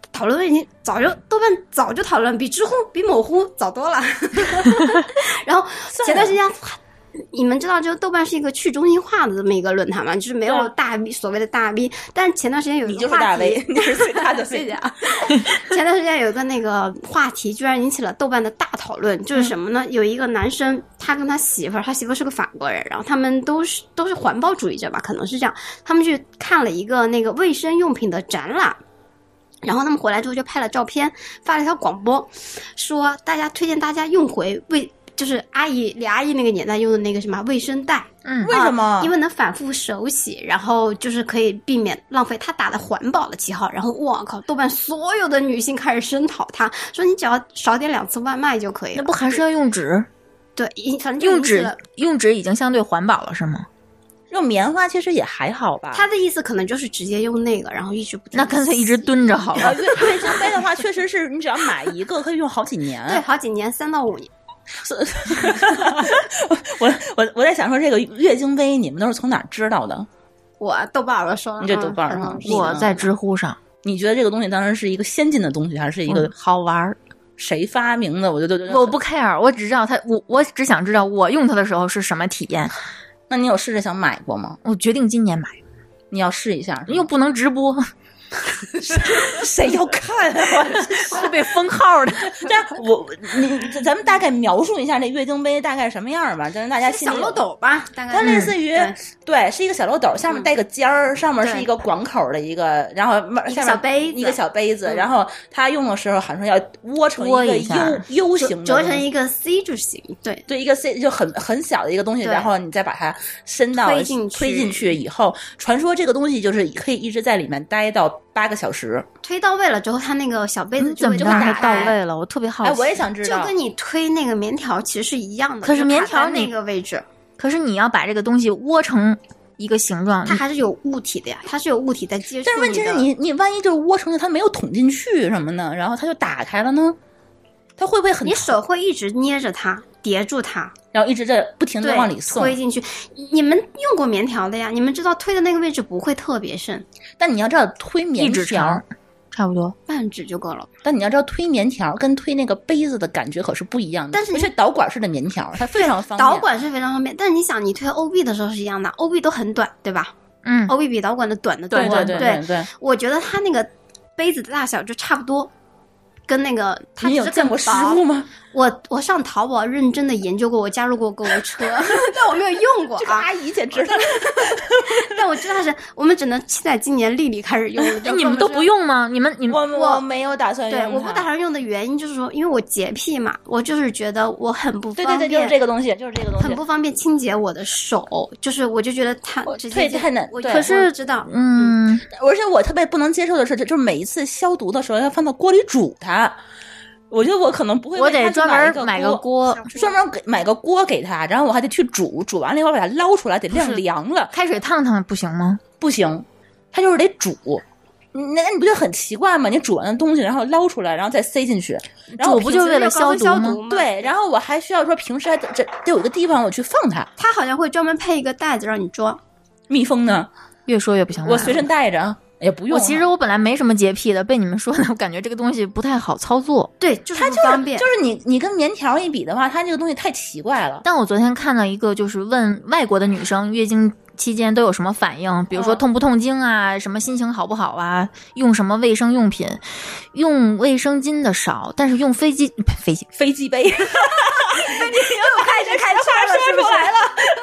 讨论已经豆瓣早就讨论，比知乎比某乎早多了。然后前段时间。你们知道，就豆瓣是一个去中心化的这么一个论坛嘛，就是没有大 V 所谓的大 V。但是前段时间有一个话题， 你就是最大的 V， 谢谢啊。前段时间有一个那个话题，居然引起了豆瓣的大讨论，就是什么呢？有一个男生，他跟他媳妇儿是个法国人，然后他们都是环保主义者吧，可能是这样。他们去看了一个那个卫生用品的展览。然后他们回来之后就拍了照片，发了一条广播，说推荐大家用回就是李阿姨那个年代用的那个什么卫生袋， 为什么？ 因为能反复手洗，然后就是可以避免浪费。他打的环保的旗号，然后我靠，豆瓣所有的女性开始声讨他，说你只要少点2次外卖就可以了。 那不还是要用纸？ 对，反正用纸已经相对环保了，是吗？ 用棉花其实也还好吧。 他的意思可能就是直接用那个，然后一直不。 那干脆一直蹲着好了。 卫生杯的话，确实是你只要买一个可以用好几年。 对，好几年，3到5年。 我在想说，这个月经杯你们都是从哪儿知道的？ 我豆瓣上说， 你这豆瓣上， 我在知乎上。 你觉得这个东西当然是一个先进的东西，还是一个好玩？ 谁发明的？我不 care， 我只知道它，我只想知道我用它的时候是什么体验。 那你有试着想买过吗？ 我决定今年买。 你要试一下， 又不能直播。 谁要看啊？ 会被封号的。 咱们大概描述一下这月经杯大概什么样吧，就让大家小漏斗吧，大概它类似于对，是一个小漏斗，下面带个尖儿，上面是一个广口的一个，然后下面一个小杯子，然后它用的时候好像要窝成一个 U 型的， 折成一个 C 字形，对， 一个 C 就很小的一个东西，然后你再把它伸到推进去以后，传说这个东西就是可以一直在里面待到8个小时， 推到位了之后，它那个小杯子就会打开到位了。我特别好奇， 我也想知道， 就跟你推那个棉条其实是一样的。 可是棉条那个位置， 可是你要把这个东西窝成一个形状， 它还是有物体的呀，它是有物体在接触。 但是问题是你万一就是窝成它没有捅进去什么的，然后它就打开了呢？它会不会很？ 你手会一直捏着它，叠住它， 然后一直在不停的往里送推进去。你们用过棉条的呀？你们知道推的那个位置不会特别深， 但你要知道推棉条差不多半指就够了。 但你要知道推棉条跟推那个杯子的感觉可是不一样的。但是你是导管式的棉条，它非常方便。 导管是非常方便，但是你想，你推 OB 的时候是一样的，OB 都很短，对吧？OB 比导管的短的多。 对， 我觉得它那个杯子的大小就差不多。跟那个， 你有见过实物吗？ 我上淘宝认真的研究过，我加入过购物车，但我没有用过。 这个阿姨简直了！ 但我知道我们只能期待今年丽丽开始用。 你们都不用吗？你们我没有打算用。 对，我不打算用的原因就是说，因为我洁癖嘛，我就是觉得我很不方便。 对，就是这个东西， 很不方便清洁我的手，就是我就觉得它太难。 可是知道， 而且我特别不能接受的是，就是每一次消毒的时候要放到锅里煮它。我觉得我可能不会， 我得专门买个锅， 专门买个锅给他，然后我还得去煮，煮完了以后把它捞出来，得晾凉了。 开水烫烫不行吗？ 不行，它就是得煮。那你不觉得很奇怪吗？你煮完的东西，然后捞出来，然后再塞进去，然后煮不就是为了消毒吗？ 对，然后我还需要说平时还得有一个地方我去放它。 它好像会专门配一个袋子让你装。 密封呢？ 越说越不想买。 我随身带着。也不用。 其实我本来没什么洁癖的，被你们说的，我感觉这个东西不太好操作。 对，就是不方便。 就是你跟棉条一比的话，它这个东西太奇怪了。 但我昨天看到一个，就是问外国的女生月经期间都有什么反应，比如说痛不痛经啊，什么心情好不好啊，用什么卫生用品，用卫生巾的少，但是用飞机杯。 你又开始开话说出来了。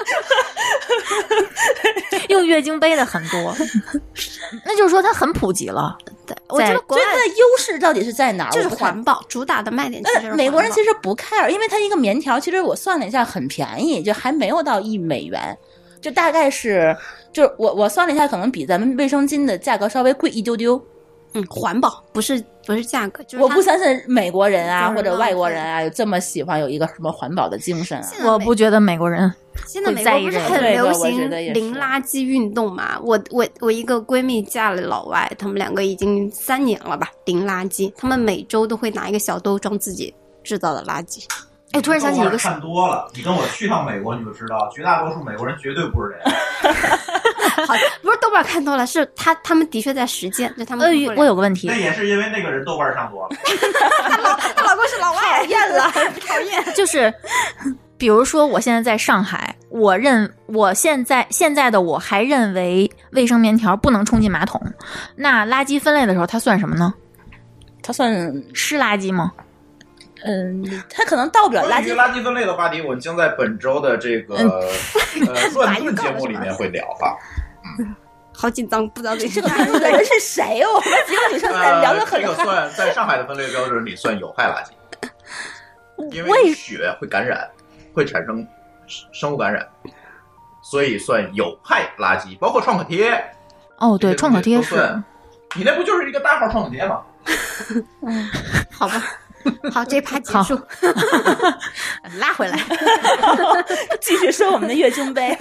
用月经杯的很多，那就是说它很普及了。 我觉得国外它的优势到底是在哪儿？ 就是环保，主打的卖点其实是美国人其实不 care， 因为它一个棉条，其实我算了一下很便宜，就还没有到$1，就大概是，就是我算了一下，可能比咱们卫生巾的价格稍微贵一丢丢。 环保不是价格，就是我不相信美国人啊或者外国人啊有这么喜欢有一个什么环保的精神啊。 我不觉得美国人现在美国不是很流行零垃圾运动嘛？我一个闺蜜嫁了老外，他们2个已经3年了吧，零垃圾，他们每周都会拿一个小兜装自己制造的垃圾。 哎，突然想起一个看多了，你跟我去趟美国你就知道，绝大多数美国人绝对不是这样。 好，不是豆瓣看多了，是他们的确在实践，就他们我有个问题那，也是因为那个人豆瓣上多了。 她老公是老外，讨厌了，讨厌。 就是比如说我现在在上海，我现在的我还认为卫生棉条不能冲进马桶，那垃圾分类的时候它算什么呢？ 它算湿垃圾吗？ 它可能到不了垃圾。 关于垃圾分类的话题，我们将在本周的这个乱炖节目里面会聊哈。 好紧张，不知道这个评论的人是谁哦？我们几个女生在聊得很这个算在上海的分类标准里算有害垃圾，因为血会感染，会产生生物感染，所以算有害垃圾，包括创可贴。 哦，对，创可贴是。 你那不就是一个大号创可贴吗？ 好吧。好，这一趴结束， 拉回来， 继续说我们的月经杯。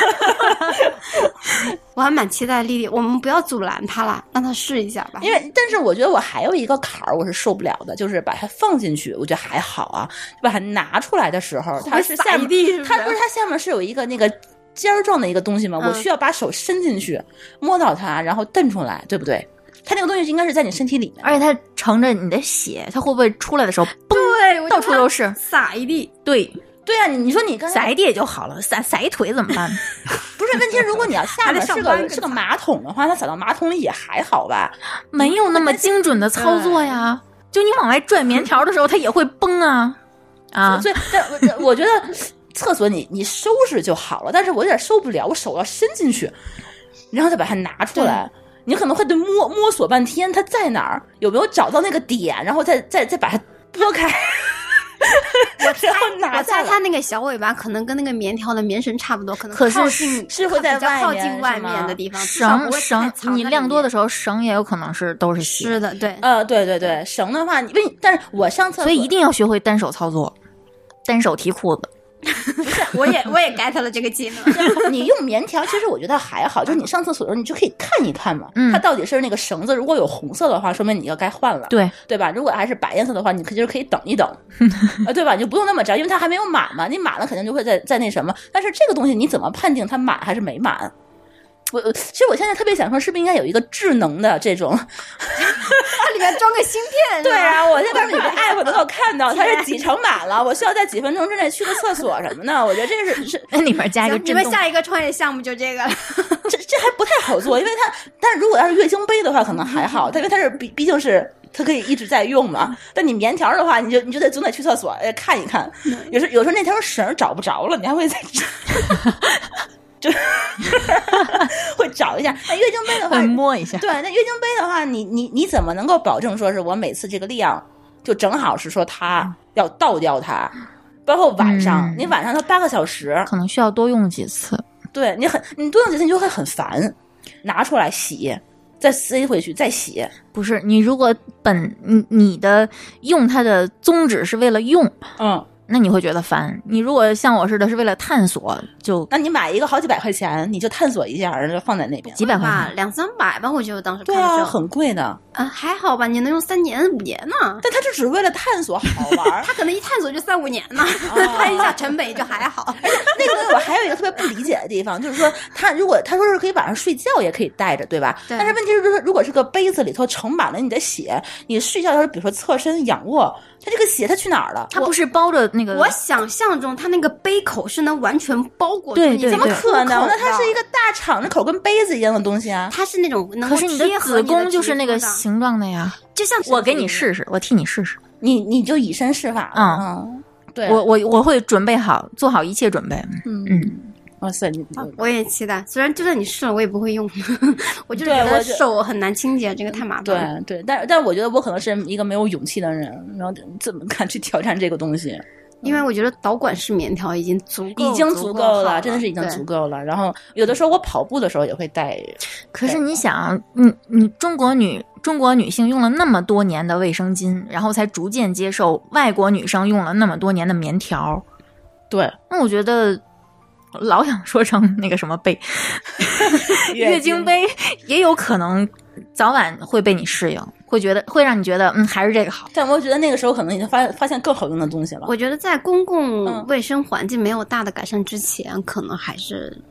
我还蛮期待丽丽，我们不要阻拦她了，让她试一下吧。 但是我觉得我还有一个坎儿，我是受不了的，就是把它放进去，我觉得还好啊。把它拿出来的时候，它是下面，它下面是有一个那个尖儿状的一个东西吗？我需要把手伸进去，摸到它，然后蹬出来，对不对？它那个东西应该是在你身体里面， 而且它盛着你的血，它会不会出来的时候，嘣， 对， 到处都是， 撒一地。 对啊，你说你刚才撒一地也就好了，撒一腿怎么办？ 不是问题，如果你要下面是个马桶的话，它撒到马桶里也还好吧？ 没有那么精准的操作呀。就你往外拽棉条的时候，它也会崩啊。 所以，我觉得厕所你收拾就好了，但是我有点受不了，我手要伸进去，然后再把它拿出来。你可能会摸索半天，它在哪儿？有没有找到那个点？然后再把它拨开。我猜它那个小尾巴可能跟那个棉条的棉绳差不多，可能是会在靠近外面的地方。 绳你量多的时候，绳也有可能都是血。 是的，对。 对，绳的话，但是我上厕所， 所以一定要学会单手操作，单手提裤子。 不是，我也 get 了这个技能。你用棉条，其实我觉得还好，就是你上厕所的时候，你就可以看一看嘛。它到底是那个绳子，如果有红色的话，说明你要该换了，对吧？如果还是白颜色的话，你就是可以等一等，对吧？你就不用那么着，因为它还没有满嘛。你满了肯定就会在那什么。但是这个东西你怎么判定它满还是没满？其实我现在特别想说，是不是应该有一个智能的这种， 它里面装个芯片？ 对啊，我在外面有个 app 能够看到它是几成满了，我需要在几分钟之内去个厕所什么的。我觉得这是里面加一个震动。 你们下一个创业项目就这个了。 这还不太好做，因为但是如果要是月经杯的话，可能还好，因为它是毕竟是。它可以一直在用嘛，但你棉条的话，你就得总得去厕所看一看，有时候那条绳找不着了，你还会在就会找一下。那月经杯的话， 摸一下。 对，那月经杯的话，你怎么能够保证说是我每次这个量就正好是说它要倒掉它？包括晚上，你晚上它8个小时， 可能需要多用几次。 对，你多用几次，你就会很烦，拿出来洗。再塞回去再洗。 不是，你如果你的用它的宗旨是为了用，那你会觉得烦。你如果像我似的是为了探索， 那你买一个好几百块钱，你就探索一下，然后放在那边。 几百块钱，200-300吧，我觉得当时对啊，很贵的还好吧，你能用3年5年呢。 但它这只是为了探索好玩， 它可能一探索就3-5年呢，摊一下成本就还好。 而且那个东西我还有一个特别不理解的地方，就是说如果他说是可以晚上睡觉也可以带着，对吧？ 对。 但是问题是说，如果是个杯子里头盛满了你的血，你睡觉的时候，比如说侧身仰卧，它这个血它去哪儿了？ 它不是包着那个？ 我想象中它那个杯口是能完全包裹住， 对， 你怎么可能？那它是一个大敞着口跟杯子一样的东西啊！ 它是那种能够贴合你的子宫就是那个形状的呀。 就像我给你试试，我替你试试， 你就以身试法了。对， 我会准备好，做好一切准备。 哇塞， 我也期待。虽然就算你试了，我也不会用，我就觉得手很难清洁，这个太麻烦了。 对，但我觉得我可能是一个没有勇气的人，然后怎么敢去挑战这个东西？ 因为我觉得导管式棉条已经足够了，真的是已经足够了。然后有的时候我跑步的时候也会带。 可是你想，你中国女性用了那么多年的卫生巾，然后才逐渐接受外国女生用了那么多年的棉条。 对， 那我觉得老想说成那个什么杯，月经杯也有可能早晚会被你适应。会让你觉得还是这个好， 但我觉得那个时候可能已经发现更好用的东西了。 我觉得在公共卫生环境没有大的改善之前，可能还是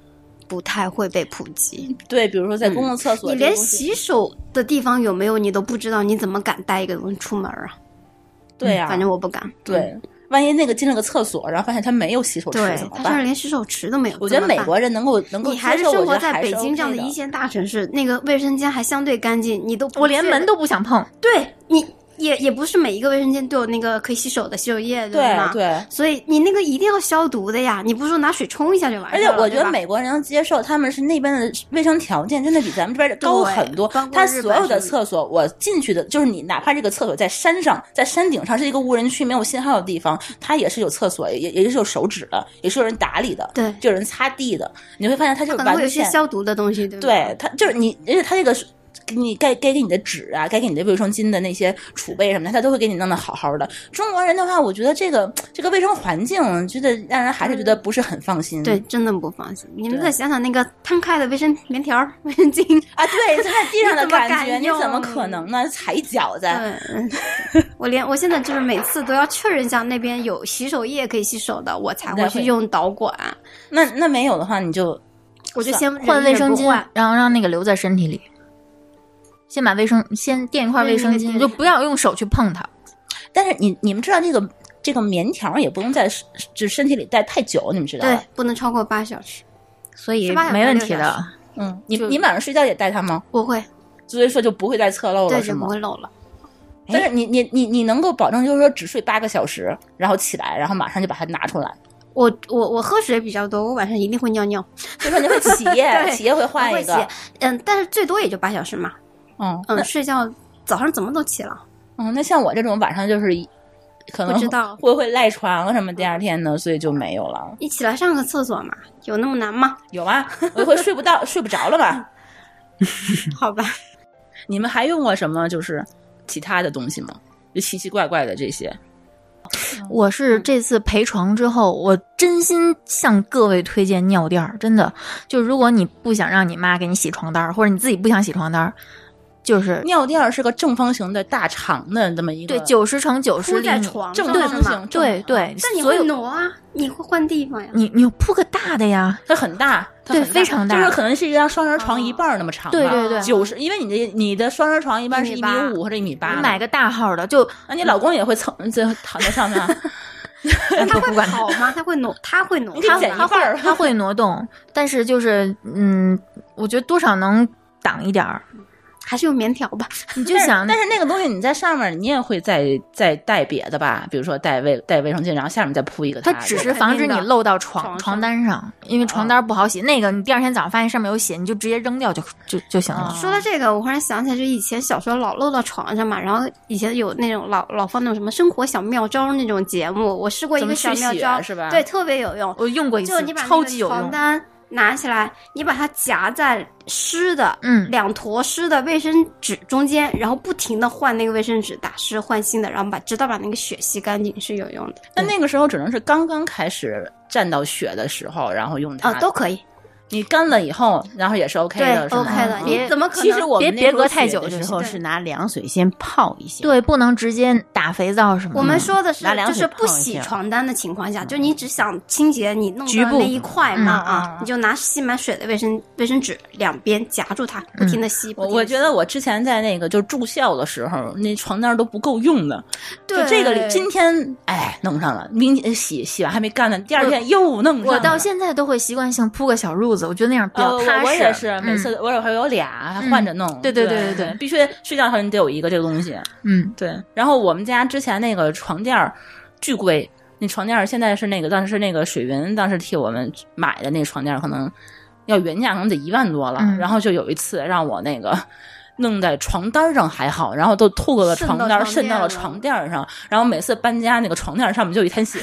不太会被普及。 对，比如说在公共厕所， 你连洗手的地方有没有你都不知道，你怎么敢带一个东西出门啊？ 对呀、 反正我不敢。 对，万一那个进了个厕所，然后发现他没有洗手池对怎么，办他甚至？连洗手池都没有。 我觉得美国人能够你还是接受， 生活在我觉得还是北京这样的 OK 一线大城市，那个卫生间还相对干净，你都不我连觉得门都不想碰。 对你也不是每一个卫生间都有那个可以洗手的洗手液，吗？ 对， 所以你那个一定要消毒的呀，你不是说拿水冲一下就完事了？ 而且我觉得对吧美国人能接受，他们是那边的卫生条件真的比咱们这边高很多。他所有的厕所，我进去的就是你，哪怕这个厕所在山上，在山顶上是一个无人区、没有信号的地方，它也是有厕所，也是有手纸的，也是有人打理的， 对， 就有人擦地的。你会发现它就是可能会有一些完全消毒的东西，对不对？它就是你，而且它这个。你该给你的纸啊，该给你的卫生巾的那些储备什么的，他都会给你弄得好好的。中国人的话，我觉得这个卫生环境，觉得让人还是觉得不是很放心。 对，真的不放心。你们再想想那个摊开的卫生棉条、卫生巾啊，对，在地上的感觉， 你你怎么可能呢？踩脚在。 我现在就是每次都要确认一下那边有洗手液可以洗手的，我才会去用导管。 那没有的话，你就我就先换卫生巾，然后让那个留在身体里。先把先垫一块卫生巾，就不要用手去碰它。 但是你们知道这个棉条也不用在身体里待太久，你们知道吗？ 对，不能超过8小时， 所以没问题的。 你们晚上睡觉也带它吗？ 不会， 所以说就不会再侧漏了，是吗？ 对，就不会漏了。 但是你能够保证就是说只睡8个小时，然后起来，然后马上就把它拿出来。 我喝水比较多，我晚上一定会尿尿。 就说你会起夜，起夜会换一个。 但是最多也就8小时嘛。睡觉早上怎么都起了。 那像我这种晚上就是可能不知道会赖床什么，第二天呢，所以就没有了。 你起来上个厕所嘛，有那么难吗？ 有啊，我会睡不着了吧？ 好吧。 你们还用过什么就是其他的东西吗？就奇奇怪怪的这些。 我是这次陪床之后，我真心向各位推荐尿垫儿，真的，就如果你不想让你妈给你洗床单，或者你自己不想洗床单，就是尿垫是个正方形的大长的这么一个， 对，90乘90厘米， 正方形， 对对。 但你会挪啊，你会换地方呀。 你铺个大的呀， 它很大， 对，非常大， 就是可能是一张双人床一半那么长。 对对对 ，90，因为你的双人床一般是1.5米或者1.8米。 你买个大号的，就你老公也会躺在上面。 他会跑吗？他会挪，他会挪动，但是就是我觉得多少能挡一点儿。 还是用棉条吧， 你就想， 但是那个东西你在上面，你也会再带别的吧，比如说带卫生巾，然后下面再铺一个。 它只是防止你漏到床单上，因为床单不好洗。那个你第二天早上发现上面有血，你就直接扔掉就行了。 说到这个，我忽然想起来，就以前小时候老漏到床上嘛，然后以前有那种老放那种什么生活小妙招那种节目，我试过一个小妙招， 是吧？ 对，特别有用。 我用过一次， 就你把超级有用。 床单拿起来，你把它夹在湿的，2坨湿的卫生纸中间，然后不停的换那个卫生纸，打湿换新的，然后直到把那个血洗干净是有用的。 那个时候只能是刚刚开始沾到血的时候，然后用它。 都可以。 你干了以后，然后也是 OK 的， 对 OK 的。你怎么可能？ 其实我们别隔太久的时候是拿凉水先泡一下， 对，不能直接打肥皂什么的。 我们说的是拿就是不洗床单的情况下，就你只想清洁你弄的那一块嘛你就拿吸满水的卫生纸两边夹住它，不停的吸。 我觉得我之前在那个就住校的时候，那床单都不够用的。 对， 就这个今天弄上了，明天洗完还没干呢，第二天又弄上了。 我到现在都会习惯性铺个小褥子，我觉得那样比较踏实。 我也是，每次我还有俩，还换着弄。 对， 必须睡觉的时候你得有一个这个东西。对。然后我们家之前那个床垫巨贵，那床垫现在是那个当时是那个水云当时替我们买的那个床垫，可能要原价可能得1万多了。然后就有一次让我那个弄在床单上还好，然后都透过了床单渗到了床垫上，然后每次搬家那个床垫上面就有一滩血。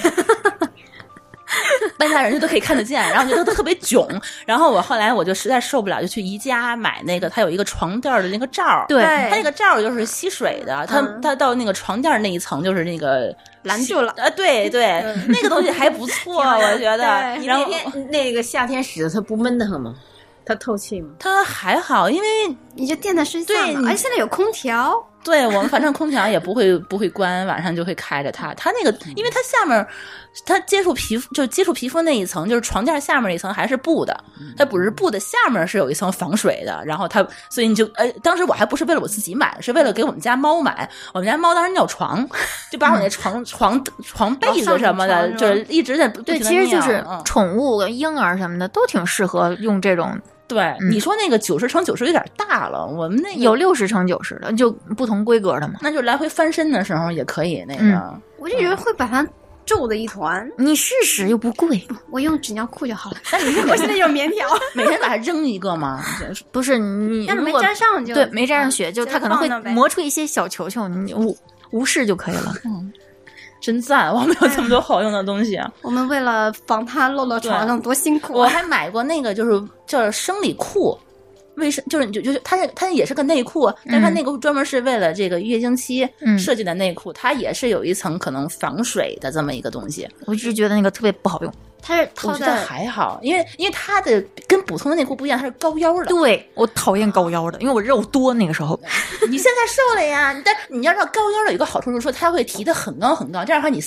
搬家人就都可以看得见，然后就都特别囧。然后后来我就实在受不了，就去宜家买那个，它有一个床垫的那个罩， 对， 它那个罩就是吸水的，它到那个床垫那一层就是那个拦住了。 对，那个东西还不错，我觉得。然后那个夏天使的它不闷得很吗？它透气吗？ 它还好，因为你就垫在身上嘛。而且现在有空调。 对，我们反正空调也不会关，晚上就会开着它。它那个，因为它下面它接触皮肤那一层，就是床垫下面一层还是布的，它不是布的下面是有一层防水的。然后它，所以你就当时我还不是为了我自己买，是为了给我们家猫买。我们家猫当时尿床，就把我那床被子什么的，就是一直在对，其实就是宠物、婴儿什么的都挺适合用这种。 对，你说那个90×90有点大了，我们那个有60×90的，就不同规格的嘛。 那就来回翻身的时候也可以那个。 我就觉得会把它皱的一团。 你试试又不贵， 我用纸尿裤就好了。 但是我现在有棉条， 每天把它扔一个吗？ 不是你， 但是没沾上就对，没沾上血，就它可能会磨出一些小球球，你无视就可以了。 真赞！我们有这么多好用的东西啊！ 我们为了防它落到床上多辛苦啊！ 我还买过那个，就是叫生理裤，卫生就是它也是个内裤，但是它内裤专门是为了这个月经期设计的内裤，它也是有一层可能防水的这么一个东西。 我一直觉得那个特别不好用。 它是我觉得还好，因为它的跟普通的内裤不一样，它是高腰的。 对，我讨厌高腰的，因为我肉多那个时候。 你现在瘦了呀，但你要知道高腰的有一个好处是说它会提得很高很高，这样的话你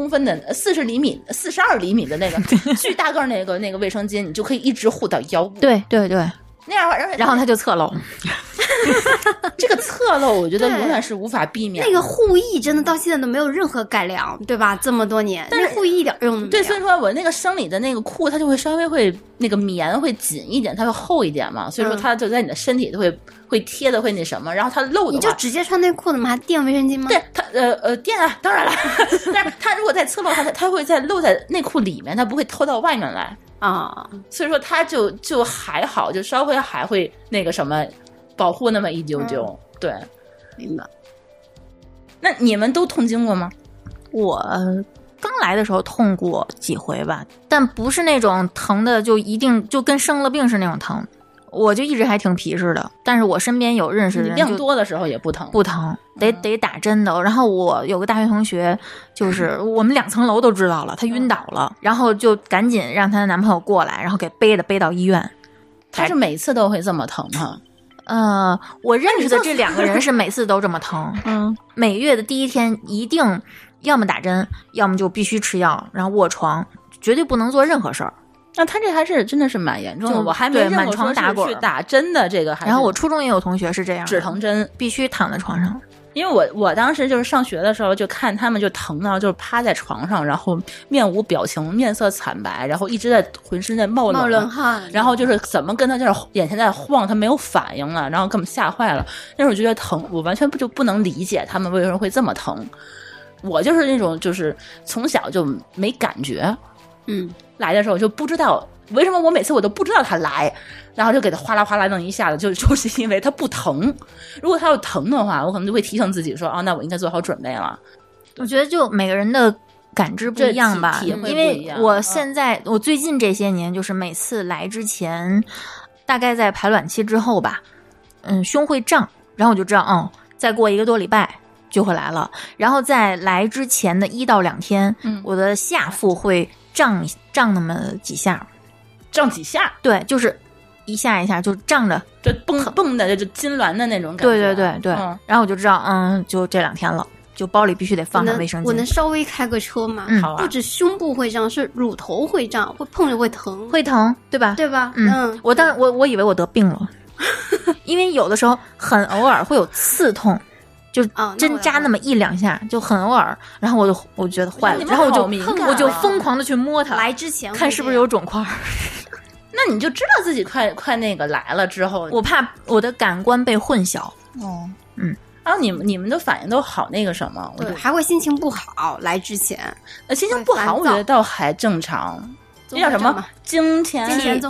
40厘米、42厘米的那个巨大个那个卫生巾，你就可以一直护到腰部。 对对对， 那样的话， 然后它就侧漏。 这个侧漏，我觉得永远是无法避免。 那个护翼真的到现在都没有任何改良，对吧？这么多年，但是护翼一点用都没有。 对，所以说我那个生理的那个裤，它就会稍微会那个棉会紧一点，它会厚一点嘛，所以说它就在你的身体都会贴的会那什么，然后它漏的话， 你就直接穿内裤的吗？还垫卫生巾吗？ 对，它垫啊，当然了，但是它如果在侧漏，它会在漏在内裤里面，它不会透到外面来啊， 所以说它就还好，就稍微还会那个什么保护那么一丢丢。对， 明白。 那你们都痛经过吗？ 我刚来的时候痛过几回吧，但不是那种疼的就一定就跟生了病是那种疼，我就一直还挺皮实的。但是我身边有认识的人量多的时候也不疼， 得打针的。然后我有个大学同学，就是我们2层楼都知道了，她晕倒了，然后就赶紧让她的男朋友过来，然后给背到医院。 她是每次都会这么疼吗？ 我认识的这2个人是每次都这么疼。每月的第1天一定要么打针，要么就必须吃药，然后卧床，绝对不能做任何事儿。 那他这还是真的是蛮严重的，我还没满床打滚去打针的这个还是。 然后我初中也有同学是这样， 止疼针必须躺在床上。 因为我当时就是上学的时候，就看他们就疼到就是趴在床上，然后面无表情，面色惨白，然后一直在浑身在冒冷汗， 然后就是怎么跟他就是眼前在晃，他没有反应了，然后根本吓坏了。那时候觉得疼，我完全不能理解他们为什么会这么疼。我就是那种就是从小就没感觉，来的时候就不知道为什么我每次我都不知道他来，然后就给他哗啦哗啦弄一下子，就是因为他不疼。如果他要疼的话，我可能就会提醒自己说，那我应该做好准备了。 我觉得就每个人的感知不一样吧，因为我现在我最近这些年就是每次来之前，大概在排卵期之后吧，胸会胀，然后我就知道再过1个多礼拜就会来了。然后在来之前的1到2天，我的下腹会胀那么几下。 胀几下？对， 就是一下一下就胀着， 就蹦的就痉挛的那种感觉。 对，然后我就知道，就这2天了，就包里必须得放上卫生巾。 我能稍微开个车吗？ 好啊。 不止胸部会胀，是乳头会胀，会碰着会疼， 对吧？ 对吧？ 我以为我得病了，因为有的时候很偶尔会有刺痛。就针扎那么1、2下，就很偶尔，然后我觉得坏了，然后我就疯狂的去摸它， 来之前看是不是有肿块。 那你就知道自己快那个来了之后， 我怕我的感官被混淆。 然后你们的反应都好那个什么， 对，还会心情不好。来之前， 心情不好，我觉得倒还正常。那叫什么？经前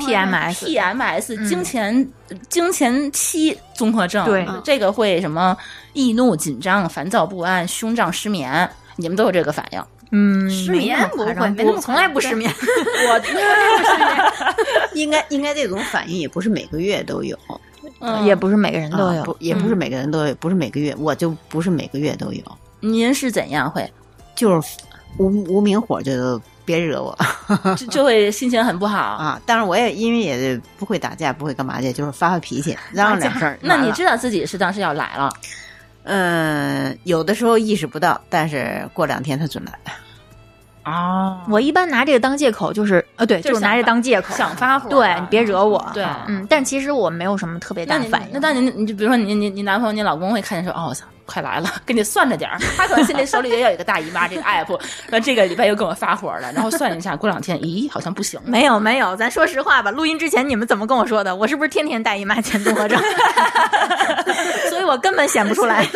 PMS 经前期综合症。 对， 这个会什么易怒、紧张、烦躁不安、胸胀、失眠，你们都有这个反应。 失眠不会， 我从来不失眠。 我不失眠。应该这种反应也不是每个月都有， 也不是每个人都有， 也不是每个人都有，不是每个月，我就不是每个月都有。 您是怎样会？ 就是无名火就别惹我， 就会心情很不好啊。但是我也因为也不会打架，不会干嘛去，就是发脾气，嚷嚷2声。 那你知道自己是当时要来了？ 有的时候意识不到，但是过2天它准来。 哦， 我一般拿这个当借口，就是对，就是拿这当借口想发火， 对你别惹我。 对， 但其实我没有什么特别大反应。 那当你就比如说你男朋友、你老公会看见说，哦，我操，快来了，给你算着点儿。他可能心里手里也有一个大姨妈这个 app， 那这个礼拜又跟我发火了，然后算一下，过2天，咦，好像不行。 没有，咱说实话吧，录音之前你们怎么跟我说的？我是不是天天大姨妈前综合症？所以我根本显不出来。 对，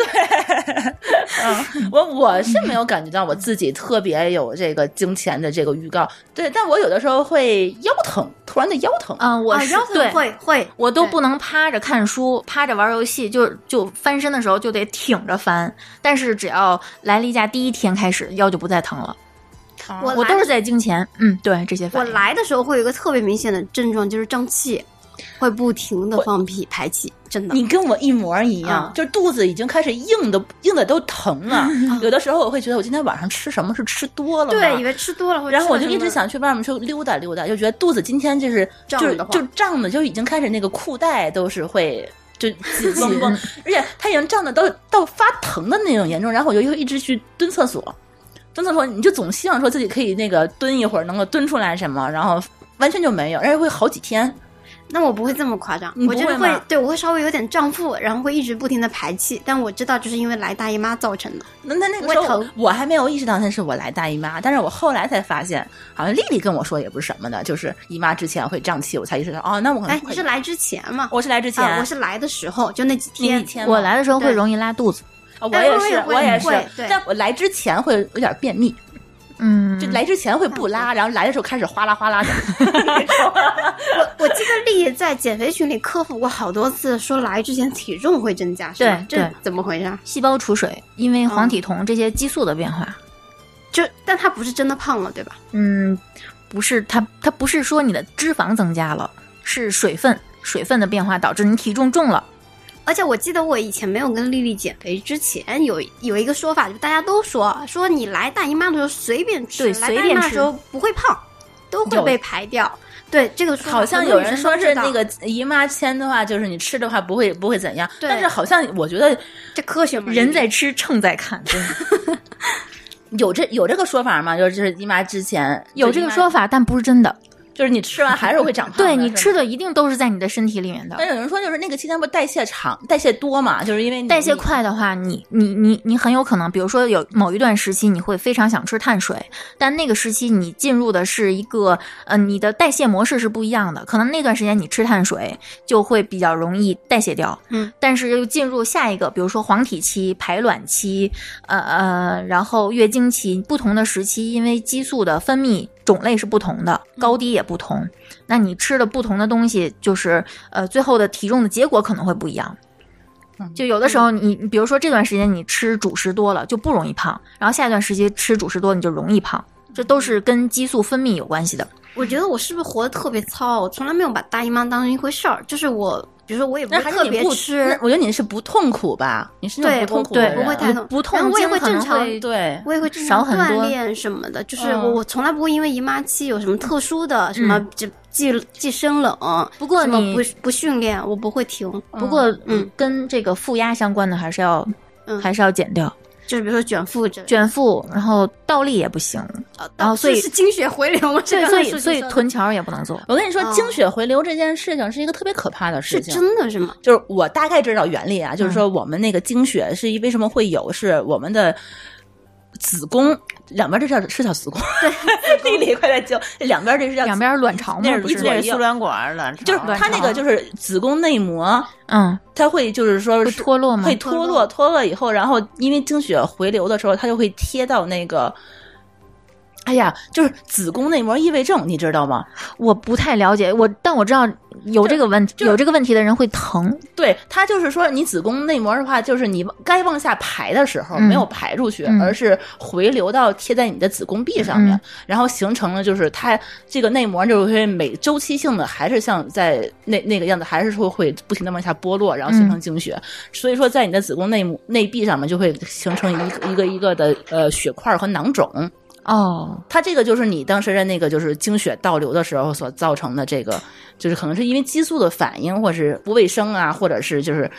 我是没有感觉到我自己特别有这个经前的这个预告，对，但我有的时候会腰疼，突然的腰疼。 我是腰疼会， 我都不能趴着看书，趴着玩游戏，就翻身的时候就得挺着翻。但是只要来例假第1天开始，腰就不再疼了。我都是在经前，对这些反应。 我来的时候会有一个特别明显的症状，就是胀气，会不停的放屁排气，真的。 你跟我一模一样，就是肚子已经开始硬的都疼了。有的时候我会觉得我今天晚上吃什么是吃多了吗？ 对，以为吃多了， 然后我就一直想去外面去溜达溜达，就觉得肚子今天就是胀的，就已经开始那个裤带都是会。就紧绷绷，而且它已经胀的到发疼的那种严重，然后我就一直去蹲厕所，你就总希望说自己可以那个蹲一会儿，能够蹲出来什么，然后完全就没有，而且会好几天。 那我不会这么夸张，我觉得会，对，我会稍微有点胀腹，然后会一直不停的排气，但我知道就是因为来大姨妈造成的。 那个时候我还没有意识到那是我来大姨妈，但是我后来才发现，好像丽丽跟我说也不是什么的，就是姨妈之前会胀气，我才意识到那我可能你是来之前嘛？ 我是来之前， 我是来的时候就那几天， 我来的时候会容易拉肚子， 我也是，但我来之前会有点便秘。就来之前会不拉，然后来的时候开始哗啦哗啦的。 我记得丽在减肥群里科普过好多次，说来之前体重会增加， 对， 这怎么回事？ 细胞储水，因为黄体酮这些激素的变化。 但它不是真的胖了，对吧？ 不是，它不是说你的脂肪增加了，是水分的变化导致你体重重了。 而且我记得我以前没有跟丽丽减肥之前有一个说法，就大家都说你来大姨妈的时候随便吃， 对， 来大姨妈的时候不会胖，都会被排掉。对，这个说法好像有人说是那个姨妈签的话，就是你吃的话不会怎样。但是好像我觉得这科学吗？ 人在吃，秤在看。 有这个说法吗？就是姨妈之前有这个说法，但不是真的。 就是你吃完还是会长胖的。 对，你吃的一定都是在你的身体里面的。 但是有人说，就是那个期间不代谢长、代谢多嘛，就是因为代谢快的话，你很有可能，比如说有某一段时期你会非常想吃碳水，但那个时期你进入的是一个你的代谢模式是不一样的，可能那段时间你吃碳水就会比较容易代谢掉。但是又进入下一个，比如说黄体期、排卵期，然后月经期，不同的时期，因为激素的分泌种类是不同的，高低也不同，那你吃的不同的东西，就是最后的体重的结果可能会不一样。就有的时候你比如说这段时间你吃主食多了就不容易胖，然后下一段时期吃主食多你就容易胖，这都是跟激素分泌有关系的。 我觉得我是不是活得特别糙？我从来没有把大姨妈当成一回事儿，就是我。比如说，我也不会特别吃。 我觉得你是不痛苦吧？你是那种不痛苦的人， 不会太痛， 不痛。 然后我也会正常， 对， 我也会正常锻炼什么的。就是我从来不会因为姨妈期有什么特殊的什么既生冷。 不过你不训练，我不会停。 不过跟这个负压相关的还是要减掉。 就是比如说卷腹，然后倒立也不行，然后所以是经血回流吗？ 对，所以臀桥也不能做。 我跟你说，经血回流这件事情是一个特别可怕的事情， 是真的是吗？ 就是我大概知道原理啊，就是说我们那个经血是为什么会有，是我们的子宫两边，这是叫子宫，对，丽丽快来救，两边这是叫两边卵巢吗？ 那是输卵管卵巢， 就是它那个就是子宫内膜，它会就是说会脱落吗？ 会脱落以后，然后因为经血回流的时候，它就会贴到那个。哎呀，就是子宫内膜异位症，你知道吗？ 我不太了解，但我知道有这个问题的人会疼。 对，它就是说你子宫内膜的话，就是你该往下排的时候没有排出去，而是回流到贴在你的子宫壁上面，然后形成了就是它这个内膜就会每周期性的还是像在那个样子，还是说会不停的往下剥落，然后形成经血。所以说在你的子宫内壁上面就会形成一个的血块和囊肿。它这个就是你当时的那个就是经血倒流的时候所造成的这个，就是可能是因为激素的反应，或是不卫生啊，或者是就是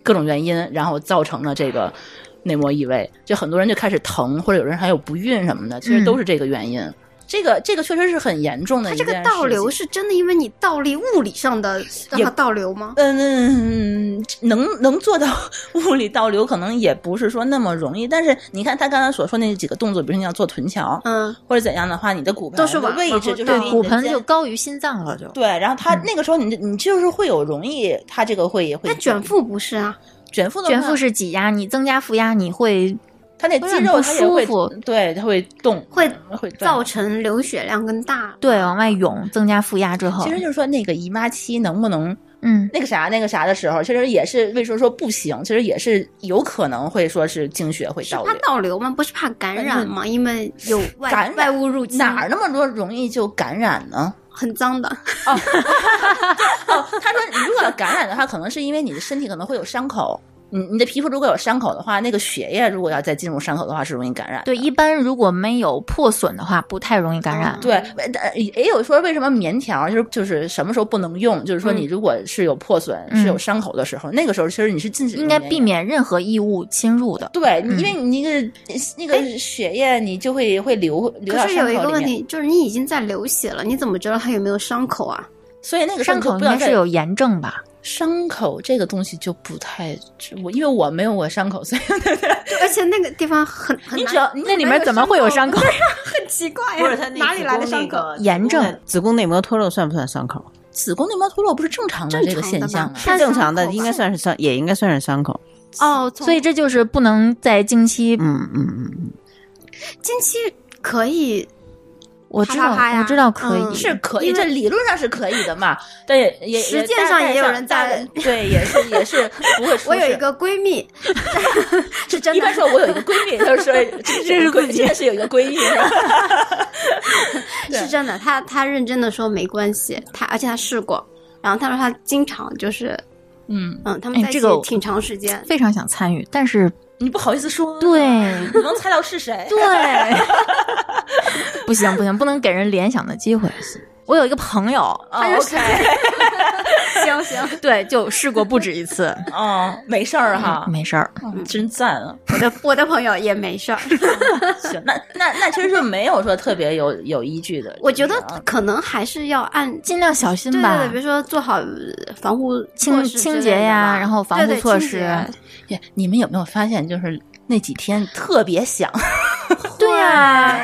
各种原因，然后造成了这个内膜异位，就很多人就开始疼，或者有人还有不孕什么的，其实都是这个原因。这个确实是很严重的一件事情。 它这个倒流是真的因为你倒立物理上的让它倒流吗？ 能做到物理倒流可能也不是说那么容易，但是你看他刚才所说那几个动作，比如说你要做臀桥，或者怎样的话，你的骨盆都是的位置就是对骨盆就高于心脏了，就对，然后他那个时候你就是会有容易，他这个会那卷腹不是啊？ 卷腹是挤压，你增加负压，你会。 它那肌肉它也会不舒服， 对，它会动， 会转造成流血量更大， 对，往外涌，增加负压之后， 其实就是说那个姨妈期能不能，那个啥的时候，其实也是为什么说不行，其实也是有可能会说是经血会倒流， 是怕倒流吗？不是怕感染吗？因为有外物入侵， 哪儿那么多容易就感染呢？ 很脏的哦，他说如果要感染的话，可能是因为你的身体可能会有伤口。你的皮肤如果有伤口的话，那个血液如果要再进入伤口的话，是容易感染的。 对，一般如果没有破损的话，不太容易感染。 对，也有说为什么棉条就是什么时候不能用，就是说你如果是有破损、是有伤口的时候，那个时候其实你是禁止应该避免任何异物侵入的。 对，因为你那个血液你就会流到伤口里面。可是有一个问题，就是你已经在流血了，你怎么知道它有没有伤口啊？ 所以那个伤口应该是有炎症吧？ 伤口这个东西就不太，因为我没有过伤口，所以而且那个地方很你只要那里面怎么会有伤口？ 很奇怪呀， 不是它哪里来的伤口？ 炎症， 子宫内膜脱落算不算伤口？ 子宫内膜脱落不是正常的这个现象吗？ 是正常的，应该算是伤，也应该算是伤口。 哦， 所以这就是不能在经期， 经期可以。 我知道可以， 是可以，这理论上是可以的嘛？但也实践上也有人在， 对，也是不会出事。 我有一个闺蜜，是真的。 一般说，我有一个闺蜜，就是说这是闺蜜，真的是有一个闺蜜， 是真的。她认真的说没关系，而且她试过，然后她说她经常就是，他们在一起挺长时间， 非常想参与，但是。 你不好意思说， 对， 你能猜到是谁？ 对，不行，不能给人联想的机会。我有一个朋友 ，OK， 行， 对，就试过不止一次，没事儿哈， 没事儿， 真赞啊！ 我的朋友也没事儿。 行，那其实就没有说特别有依据的。 我觉得可能还是要尽量小心吧， 对，比如说做好防护清洁呀，然后防护措施。 你们有没有发现，就是那几天特别响？ 对呀。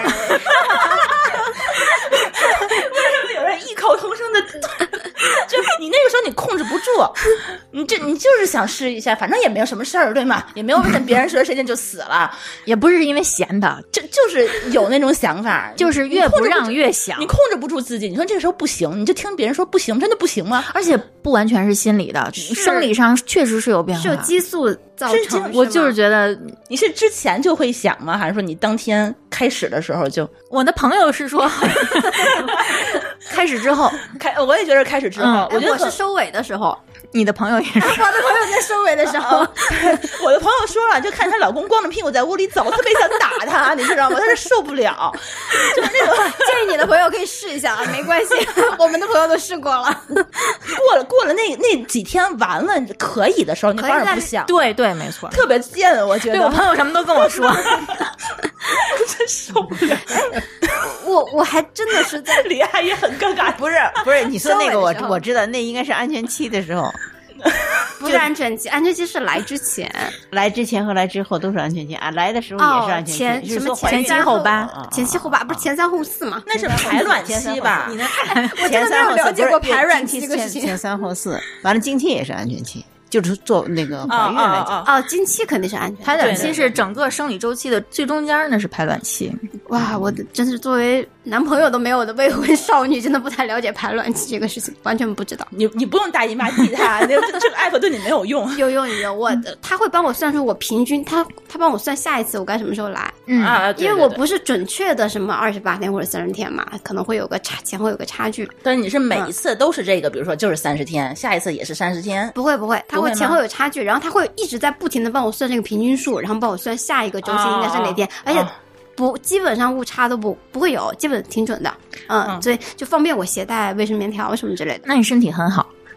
有人异口同声的，就你那个时候你控制不住，你就是想试一下，反正也没有什么事儿，对吗？也没有别人说谁就死了， 也不是因为闲的， 就是有那种想法， 就是越不让越想， 你控制不住自己。你说这个时候不行，你就听别人说不行，真的不行吗？ 而且不完全是心理的，生理上确实是有变化， 是有激素造成。 我就是觉得你是之前就会想吗？还是说你当天开始的时候就？ 我的朋友是说。开始之后， 我也觉得开始之后， 我觉得是收尾的时候。 你的朋友也是，我的朋友在收尾的时候， 我的朋友说了，就看她老公光着屁股在屋里走，特别想打他，你知道吗？她是受不了，就是那种建议你的朋友可以试一下啊，没关系，我们的朋友都试过了。 过了那几天完了可以的时候，你反而不想。 对，没错， 特别贱，我觉得。 对我朋友什么都跟我说， 真受不了。 我还真的是在李阿姨很尴尬， 不是，你说那个我知道，那应该是安全期的时候。 不是安全期，安全期是来之前和来之后都是安全期啊。来的时候也是安全期， 前期后8， 前期后8不是前3后4吗？ 那是排卵期吧？ 我真的没有了解过排卵期这个事情。 前3后4，完了经期也是安全期。就是做那个怀孕来讲， 经期肯定是安全， 排卵期是整个生理周期的最中间，那是排卵期。 哇，我真是作为男朋友都没有的未婚少女，真的不太了解排卵期这个事情，完全不知道。 你不用大姨妈记它，这个 app 对你没有用。 有用。他会帮我算出我平均，他帮我算下一次我该什么时候来。因为我不是准确的什么28天或者30天嘛，可能会有个前后有个差距。 但是你是每一次都是这个，比如说就是30天，下一次也是30天。 不会，他会前后有差距，然后他会一直在不停的帮我算这个平均数，然后帮我算下一个周期应该是哪天，而且基本上误差都不会有，基本挺准的。所以就方便我携带卫生棉条什么之类的。 那你身体很好。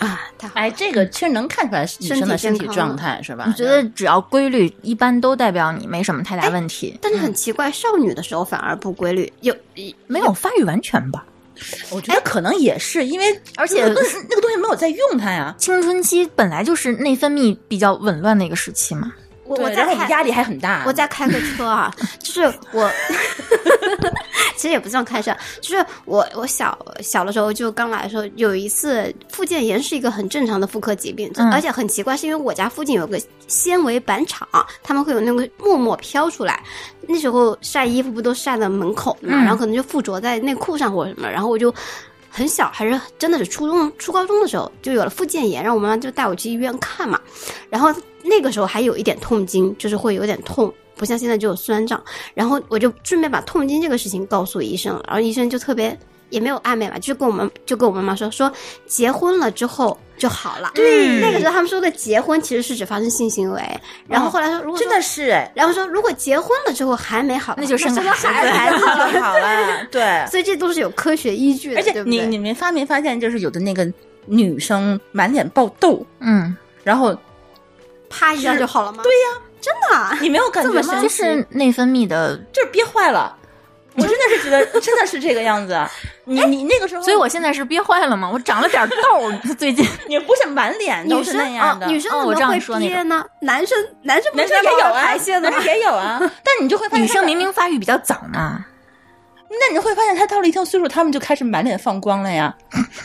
啊，太好了。 哎，这个其实能看出来女生的身体状态是吧？ 我觉得只要规律，一般都代表你没什么太大问题。 但是很奇怪，少女的时候反而不规律， 没有发育完全吧？ 我觉得可能也是因为， 而且那个东西没有在用它呀。 青春期本来就是内分泌比较紊乱的一个时期嘛。 我在开压力还很大。 我在开个车啊，就是我其实也不算开车，就是我小的时候就刚来的时候，有一次附件炎是一个很正常的妇科疾病，而且很奇怪，是因为我家附近有个纤维板厂，他们会有那个沫沫飘出来，那时候晒衣服不都晒在门口嘛，然后可能就附着在内裤上或者什么，然后我就很小，还是真的是初高中的时候就有了附件炎，然后我妈妈就带我去医院看嘛，然后那个时候还有一点痛经，就是会有点痛，不像现在就有酸胀，然后我就顺便把痛经这个事情告诉医生了，然后医生就特别也没有暧昧吧，就跟我妈妈说结婚了之后就好了。对，那个时候他们说的结婚其实是指发生性行为，然后后来说如果真的是哎， 然后说如果结婚了之后还没好， 那就生个孩子就好了。对， 所以这都是有科学依据的。 而且对不对你没发现，就是有的那个女生满脸爆痘，然后啪一下就好了吗？对呀，真的啊， 你没有感觉吗？ 就是内分泌的， 就是憋坏了。我真的是觉得真的是这个样子。你那个时候， 所以我现在是憋坏了吗？我长了点痘，最近你不是满脸都是那样的， 女生怎么会憋呢？男生也有排泄的吗？ 男生也有啊。但你就会发现， 女生明明发育比较早嘛。 那你会发现，她到了一定岁数，她们就开始满脸放光了呀。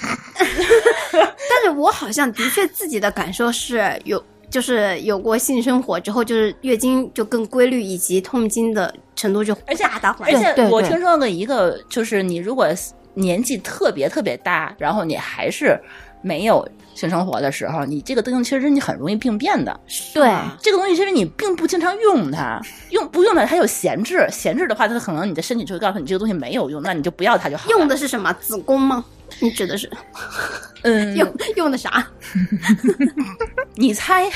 但是我好像的确自己的感受是就是有过性生活之后，就是月经就更规律，以及痛经的程度就大大缓解。而且我听说过一个，就是你如果年纪特别特别大，然后你还是没有性生活的时候，你这个东西其实你很容易病变的。 对， 这个东西其实你并不经常用它，不用它，它有闲置的话，它可能你的身体就会告诉你这个东西没有用，那你就不要它就好了。 用的是什么？子宫吗？你指的是？用的啥？ 你猜？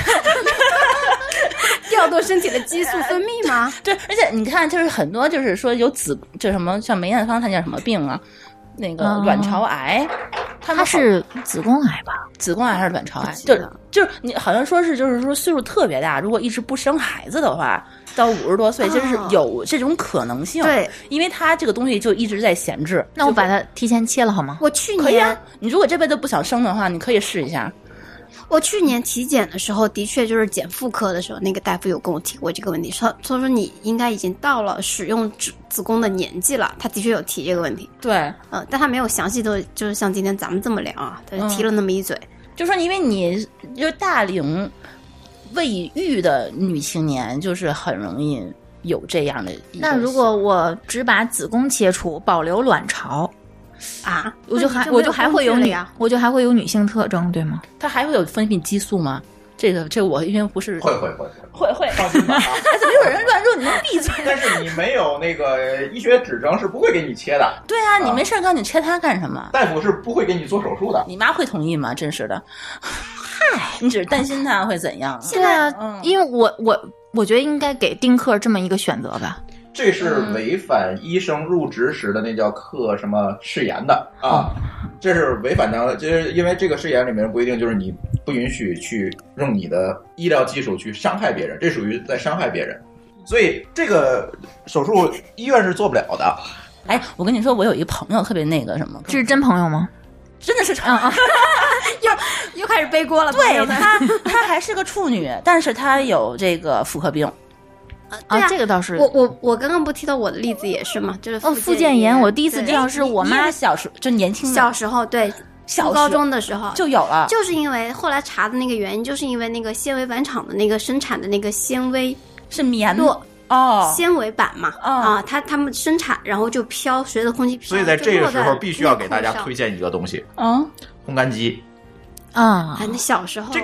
调动身体的激素分泌吗？ 对，而且你看，就是很多就是说有就什么像梅艳芳，她叫什么病啊？那个卵巢癌， 它是子宫癌吧？ 子宫癌还是卵巢癌？就是你好像说是就是说岁数特别大，如果一直不生孩子的话，到50多岁就是有这种可能性。 对， 因为它这个东西就一直在闲置。 那我把它提前切了好吗？ 我去年可以啊，你如果这辈子不想生的话，你可以试一下。 我去年体检的时候，的确就是检妇科的时候，那个大夫有跟我提过这个问题，他说你应该已经到了使用子宫的年纪了，他的确有提这个问题。 对， 但他没有详细的，就是像今天咱们这么聊啊，他就提了那么一嘴， 就说因为你就大龄未育的女青年，就是很容易有这样的。 那如果我只把子宫切除，保留卵巢。 啊， 我就还会有女性特征，对吗？ 它还会有分泌激素吗？这我因为不是会， 放心吧。怎么有人乱入？你能闭嘴？ 但是你没有那个医学指征，是不会给你切的。 对啊，你没事告你切它干什么？ 大夫是不会给你做手术的。 你妈会同意吗？真是的。嗨，你只是担心她会怎样？ 对啊，因为我觉得应该给丁克这么一个选择吧。 这是违反医生入职时的那叫课什么誓言的啊，这是违反的，就是因为这个誓言里面规定，就是你不允许去用你的医疗技术去伤害别人，这属于在伤害别人，所以这个手术医院是做不了的。 哎，我跟你说，我有一朋友特别那个什么， 这是真朋友吗？ 真的是又开始背锅了。 对，她还是个处女，但是她有这个妇科病。 啊， 这个倒是我刚刚不提到我的例子也是嘛，就是附件炎，我第一次知道是我妈小时就年轻小时候，对，初高中的时候就有了， 就是因为后来查的那个原因，就是因为那个纤维板厂的那个生产的那个纤维是棉纤维板嘛，他们生产，然后就飘，随着空气飘， 所以在这个时候必须要给大家推荐一个东西，烘干机。 那小时候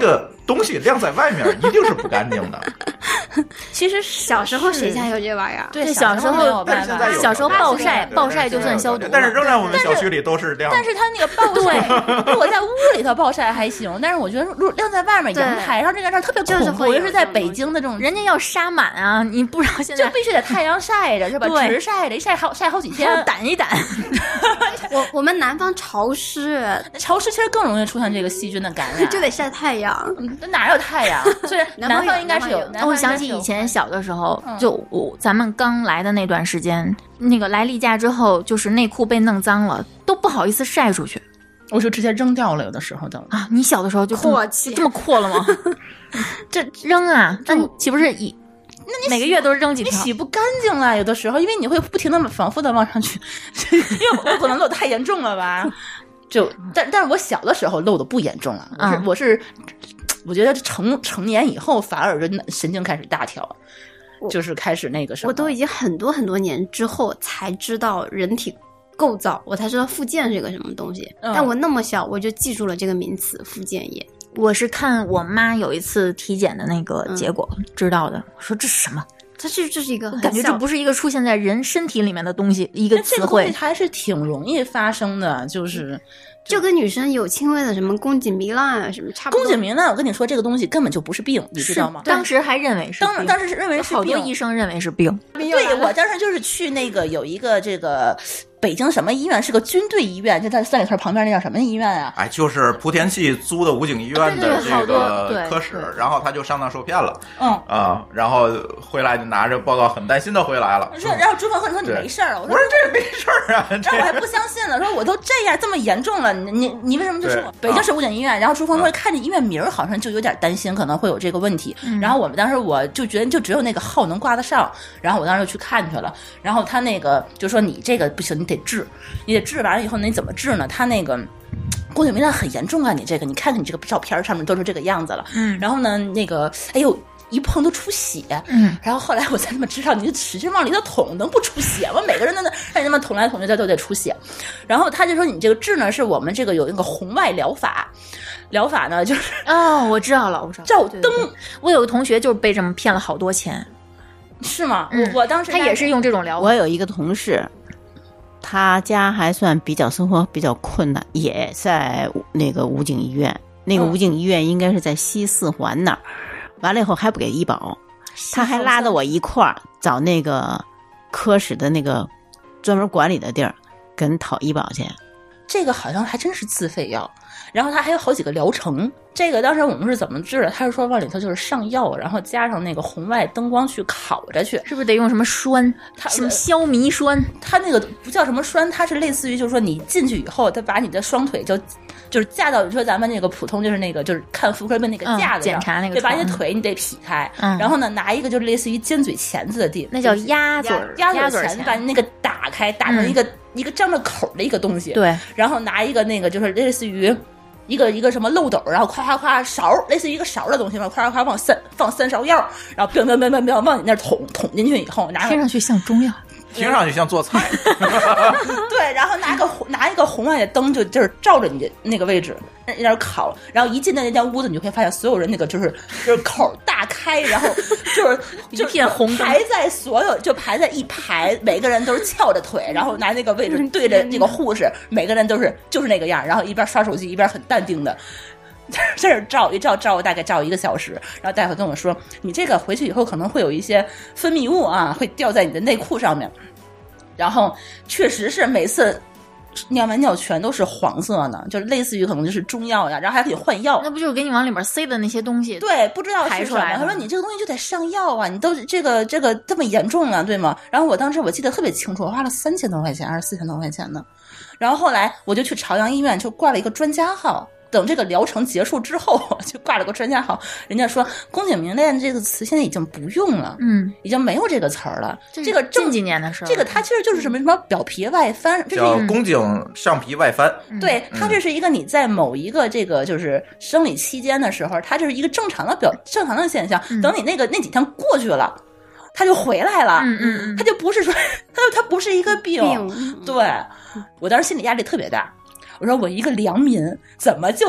东西晾在外面一定是不干净的。 其实小时候谁家有这玩意儿？ 对小时候没有办法， 小时候暴晒，暴晒就算消毒。 但是仍然我们小区里都是晾。 但是它那个暴晒，如果在屋里头暴晒还行，但是我觉得晾在外面阳台上这件事特别恐怖，尤其是在北京的这种， 人家要杀满啊，你不知道现在就必须得太阳晒着是吧？直晒着，一晒好几天， 掸一掸。 我们南方潮湿， 潮湿其实更容易出现这个细菌的感染， 就得晒太阳。 哪有太阳？所以南方应该是有。 我想起以前小的时候，就咱们刚来的那段时间，那个来例假之后，就是内裤被弄脏了，都不好意思晒出去， 我就直接扔掉了。有的时候都啊，你小的时候就这么阔了吗？这扔啊，那你岂不是每个月都扔几条？ 你洗不干净了，有的时候，因为你会不停的反复的往上去，因为我可能漏太严重了吧。但是我小的时候漏的不严重了，我觉得成年以后反而人神经开始大条，就是开始那个什么。 我都已经很多很多年之后才知道人体构造，我才知道附件是个什么东西。但我那么小我就记住了这个名词附件液。 我是看我妈有一次体检的那个结果知道的。我说这是什么？ 这是一个感觉这不是一个出现在人身体里面的东西，一个词汇， 这个还是挺容易发生的， 就跟女生有轻微的什么宫颈糜烂啊什么差不多。 宫颈糜烂，我跟你说，这个东西根本就不是病，你知道吗？ 当时还认为是病， 当时认为是病， 好多医生认为是病。 对，我当时就是去那个有一个这个北京什么医院，是个军队医院，就在三里屯旁边那叫什么医院啊？ 哎，就是莆田系租的武警医院的这个科室，然后他就上当受骗了。然后回来就拿着报告，很担心的回来了。 然后朱峰说你没事儿， 我说这没事儿啊， 然后我还不相信了，说我都这样这么严重了，你为什么就说北京市武警医院？然后朱峰说看着医院名儿好像就有点担心，可能会有这个问题。然后我们当时我就觉得就只有那个号能挂得上，然后我当时就去看去了。然后他那个就说你这个不行，你得治完了以后你怎么治呢？他那个宫颈糜烂很严重啊，你这个你看看你这个照片上面都是这个样子了。然后呢那个哎呦一碰都出血。然后后来我才这么知道，你就使劲往里头捅能不出血吗？每个人都能让你们捅来捅去都得出血。然后他就说你这个治呢是我们这个有那个红外疗法呢就是我知道了， 照灯。 我有个同学就是被这么骗了好多钱。 是吗？我当时他也是用这种疗法。 我有一个同事，他家还算生活比较困难，也在那个武警医院。那个武警医院应该是在西四环那儿。完了以后还不给医保，他还拉着我一块儿找那个科室的那个专门管理的地儿，跟人讨医保去。 这个好像还真是自费药，然后他还有好几个疗程。这个当时我们是怎么治的？他是说往里头就是上药，然后加上那个红外灯光去烤着去， 是不是得用什么栓？什么消弭栓？ 他那个不叫什么栓，它是类似于就是说你进去以后，他把你的双腿就是架到，你说咱们那个普通就是那个就是看妇科病那个架子上， 检查那个， 对，把你的腿你得劈开，然后呢拿一个就类似于尖嘴钳子的地方， 那叫鸭嘴钳，把你那个打开，打成一个张着口的一个东西， 对， 然后拿一个那个就是类似于一个什么漏斗，然后夸夸夸勺，类似于一个勺的东西嘛，夸夸夸放3勺药，然后乒往你那捅进去以后， 听上去像中药。 听上去像做菜。 对，然后拿一个红外的灯就是照着你的那个位置在那烤，然后一进到那间屋子，你就会发现所有人那个就是口大开，然后就是一片红灯， 排在一排，每个人都是翘着腿，然后拿那个位置对着那个护士，每个人都是就是那个样，然后一边刷手机一边很淡定的这儿照大概照1个小时，然后大夫跟我说你这个回去以后可能会有一些分泌物啊会掉在你的内裤上面，然后确实是每次尿完尿全都是黄色的，就类似于可能就是中药呀，然后还可以换药。 那不就是给你往里边塞的那些东西？ 对，不知道排出来。 他说你这个东西就得上药啊，你都这个这么严重啊，对吗？然后我当时我记得特别清楚，我花了3000多块钱还是4000多块钱呢。然后后来我就去朝阳医院就挂了一个专家号。等这个疗程结束之后，就挂了个专家号，人家说宫颈糜烂这个词现在已经不用了，已经没有这个词儿了。这个近几年的事儿， 这个它其实就是什么表皮外翻，这是叫宫颈上皮外翻。 对，它这是一个你在某一个这个就是生理期间的时候，它就是一个正常的现象。等你那几天过去了。他就回来了，他就不是说他不是一个病。对，我当时心理压力特别大。我说我一个良民怎么就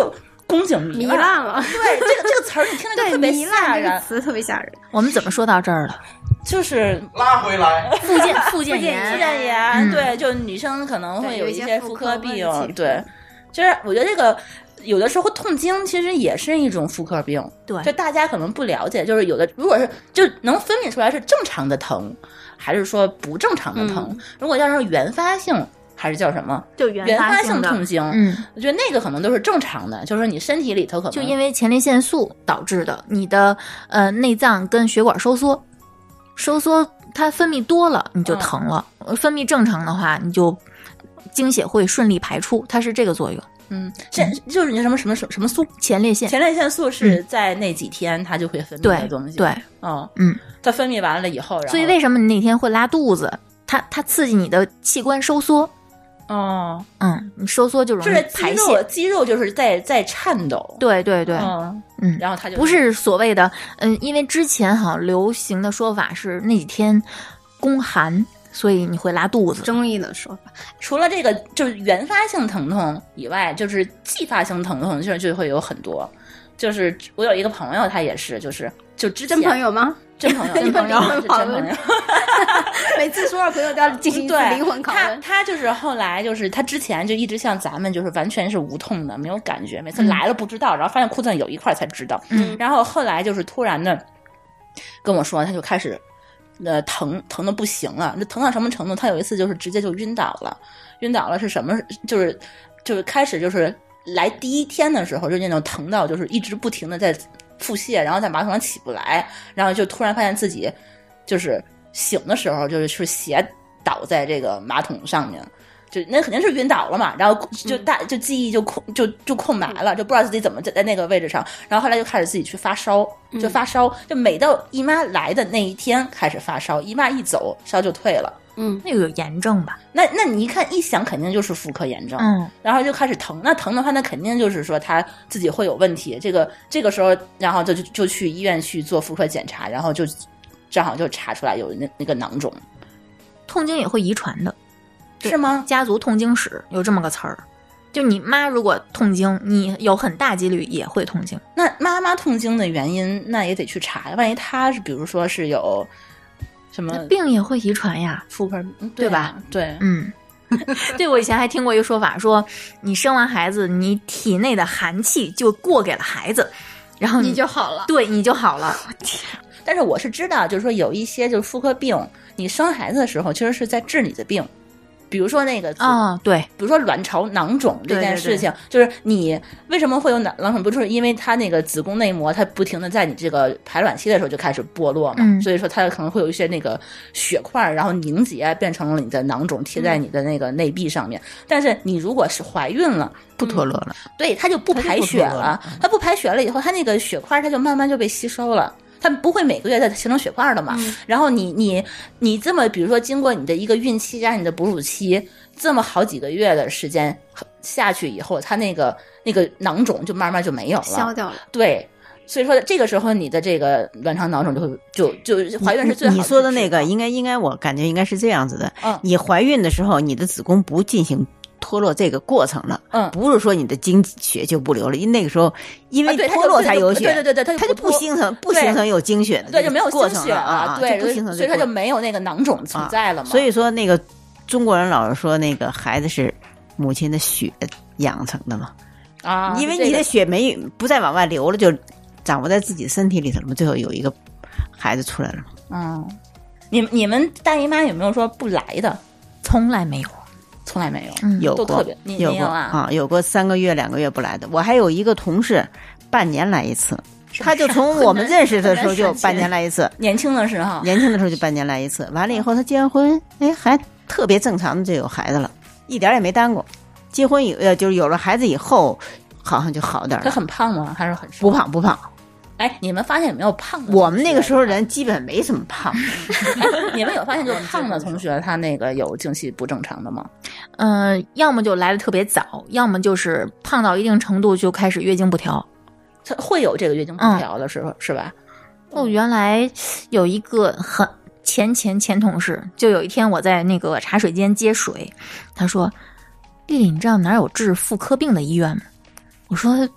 宫颈糜烂。 糜烂了， 对，这个词儿你听着就对， 特别糜吓人烂这个。词特别吓人。 我们怎么说到这儿了？ 就是拉回来， 附件附件炎，对，就女生可能会有一些妇科病对有一些妇科问题， 对，就是我觉得这个有的时候痛经其实也是一种妇科病， 对就大家可能不了解，就是有的如果是就能分辨出来是正常的疼，还是说不正常的疼，如果要是原发性。还是叫什么？ 就原发性痛经，我觉得那个可能都是正常的，就是你身体里头可能就因为前列腺素导致的，你的内脏跟血管收缩，它分泌多了你就疼了，分泌正常的话你就经血会顺利排出，它是这个作用。 就是你什么素， 前列腺素是在那几天它就会分泌的东西， 对， 它分泌完了以后， 所以为什么你那天会拉肚子？它刺激你的器官收缩。你收缩就容易排泄， 肌肉就是在颤抖， 对， 然后它就不是所谓的因为之前好像流行的说法是那几天宫寒，所以你会拉肚子。 中医的说法， 除了这个就是原发性疼痛以外，就是继发性疼痛，就会有很多。就是我有一个朋友，他也是，就之前真朋友吗？ 真朋友，真朋友，是真朋友。 每次说到朋友都要进行一次灵魂拷问。 他就是后来就是他之前就一直像咱们，就是完全是无痛的，没有感觉，每次来了不知道，然后发现裤子上有一块才知道。然后后来就是突然的跟我说，他就开始疼的不行了，那疼到什么程度？他有一次就是直接就晕倒了是什么？就是开始就是来第一天的时候就那种疼到就是一直不停的在腹泻，然后在马桶上起不来，然后就突然发现自己就是醒的时候就是斜倒在这个马桶上面，就那肯定是晕倒了嘛，然后就记忆就空白了，就不知道自己怎么在那个位置上，然后后来就开始自己去发烧，就每到姨妈来的那一天开始发烧，姨妈一走烧就退了。 那个有炎症吧？ 那你一想肯定就是妇科炎症，然后就开始疼。那疼的话，那肯定就是说他自己会有问题。这个时候，然后就去医院去做妇科检查，然后就正好就查出来有那个囊肿。 痛经也会遗传的， 是吗？ 家族痛经史有这么个词儿，就你妈如果痛经，你有很大几率也会痛经。 那妈妈痛经的原因，那也得去查，万一她是比如说是有。什么病也会遗传呀， 妇科对吧？ 对， 对，我以前还听过一个说法，说你生完孩子，你体内的寒气就过给了孩子，然后你就好了， 对，你就好了。 但是我是知道，就是说有一些就是妇科病，你生孩子的时候其实是在治你的病。比如说那个对， 比如说卵巢囊肿这件事情，就是你为什么会有囊肿，不就是因为它那个子宫内膜它不停的在你这个排卵期的时候就开始剥落嘛，所以说它可能会有一些那个血块，然后凝结变成了你的囊肿，贴在你的那个内壁上面。但是你如果是怀孕了， 不脱落了， 对，它就不排血了，它不排血了以后，它那个血块它就慢慢就被吸收了。它不会每个月再形成血块的嘛？然后你这么，比如说经过你的一个孕期加你的哺乳期，这么好几个月的时间下去以后，它那个囊肿就慢慢就没有了， 消掉了。 对，所以说这个时候你的这个卵巢囊肿就怀孕是最好的。 你说的那个应该我感觉应该是这样子的。你怀孕的时候，你的子宫不进行脱落这个过程了，不是说你的经血就不流了，因为那个时候因为脱落才有血， 对， 它就不形成有经血的， 对，就没有过程血了， 对， 不形成， 所以它就没有那个囊肿存在了嘛。 所以说那个中国人老是说那个孩子是母亲的血养成的嘛，因为你的血不再往外流了，就掌握在自己身体里头了嘛，最后有一个孩子出来了。 你们大姨妈有没有说不来的？ 从来没有。 从来没有， 有过， 有过啊，有过3个月、2个月不来的。我还有一个同事，半年来一次，他就从我们认识的时候就半年来一次， 年轻的时候就半年来一次。完了以后，他结完婚，还特别正常的就有孩子了，一点也没耽误。结婚就是有了孩子以后，好像就好点了。 他很胖吗？还是很瘦？ 不胖。 哎，你们发现有没有胖的？ 我们那个时候人基本没什么胖。 你们有发现就是胖的同学他那个有经期不正常的吗？ 要么就来的特别早，要么就是胖到一定程度就开始月经不调。 他会有这个月经不调的时候，是吧？ 我原来有一个前同事，就有一天我在那个茶水间接水，他说：“丽丽，你知道哪有治妇科病的医院吗？”我说：“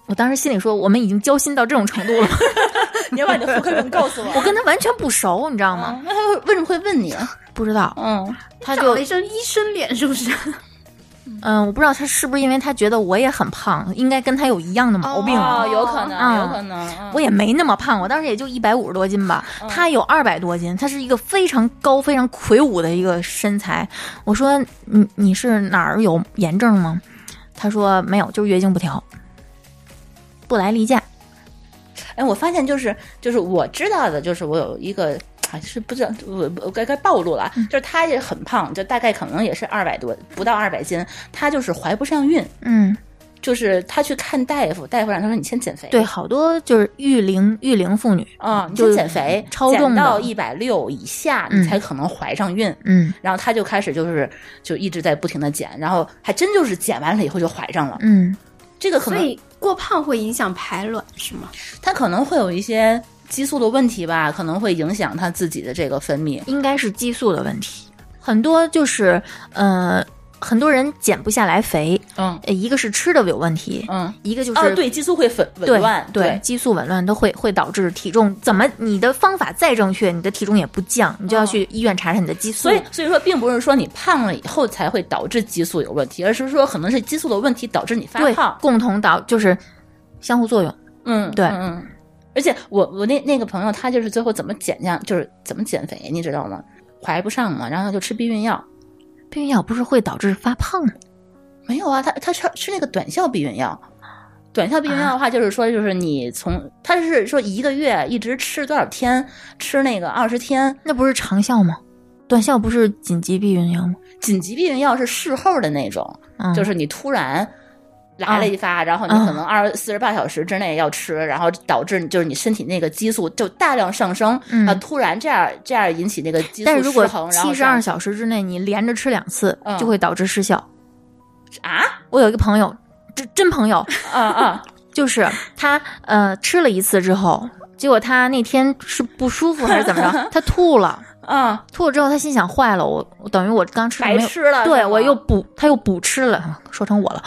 我当时心里说，我们已经交心到这种程度了吗？ 你要把你的妇科病告诉我。 我跟他完全不熟，你知道吗？ 那他为什么会问你？ 不知道，他就长了一身医生脸，是不是？ 我不知道他是不是因为他觉得我也很胖，应该跟他有一样的毛病。 哦，有可能，有可能。 我也没那么胖，我当时也就150多斤吧，他有200多斤，他是一个非常高、非常魁梧的一个身材。我说你是哪儿有炎症吗？他说没有，就是月经不调，不来例假。 哎，我发现就是我知道的，就是我有一个。是不知道我该暴露了，就是他也很胖，就大概可能也是200多，不到200斤，他就是怀不上孕。就是他去看大夫，大夫让他说你先减肥。 对，好多就是育龄妇女你先减肥， 超重的， 减到160以下，你才可能怀上孕。然后他就开始就一直在不停的减，然后还真就是减完了以后就怀上了。这个可能所以过胖会影响排卵是吗？ 他可能会有一些激素的问题吧，可能会影响他自己的这个分泌， 应该是激素的问题。很多就是很多人减不下来肥，一个是吃的有问题，一个就是对激素会紊乱， 对激素紊乱都会导致体重怎么你的方法再正确，你的体重也不降，你就要去医院查查你的激素。 所以说，并不是说你胖了以后才会导致激素有问题，而是说可能是激素的问题导致你发胖， 共同就是相互作用。对。 而且我那个朋友，他就是最后怎么减就是怎么减肥，你知道吗？怀不上嘛，然后就吃避孕药。 避孕药不是会导致发胖吗？ 没有啊，他吃那个短效避孕药。短效避孕药的话，就是说，就是你他是说1个月一直吃多少天，吃那个20天， 那不是长效吗？短效不是紧急避孕药吗？ 紧急避孕药是事后的那种，就是你突然来了一发，然后你可能48小时之内要吃，然后导致就是你身体那个激素就大量上升，突然这样引起那个激素失衡。 但是如果72小时之内你连着吃2次，就会导致失效。我有一个朋友，真朋友就是他吃了1次之后，结果他那天是不舒服还是怎么着，他吐了。吐了之后，他心想坏了，我等于我刚吃白吃了， 对我他又补吃了，说成我了，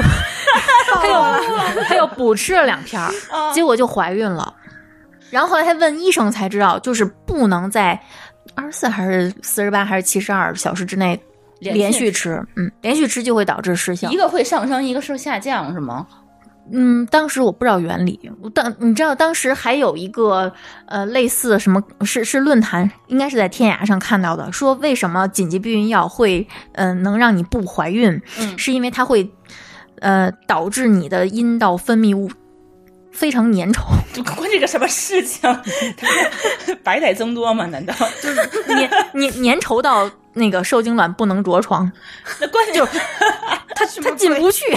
他又补吃了2片，结果就怀孕了。然后后来他问医生才知道，就是不能在24还是48还是72小时之内连续吃，连续吃就会导致失效。 一个会上升，一个是下降，是吗？ 当时我不知道原理，你知道当时还有一个类似什么是论坛，应该是在天涯上看到的，说为什么紧急避孕药会能让你不怀孕，是因为它会导致你的阴道分泌物非常粘稠。 关这个什么事情？白带增多吗？难道就是粘稠到那个受精卵不能着床？ 那关键就是它进不去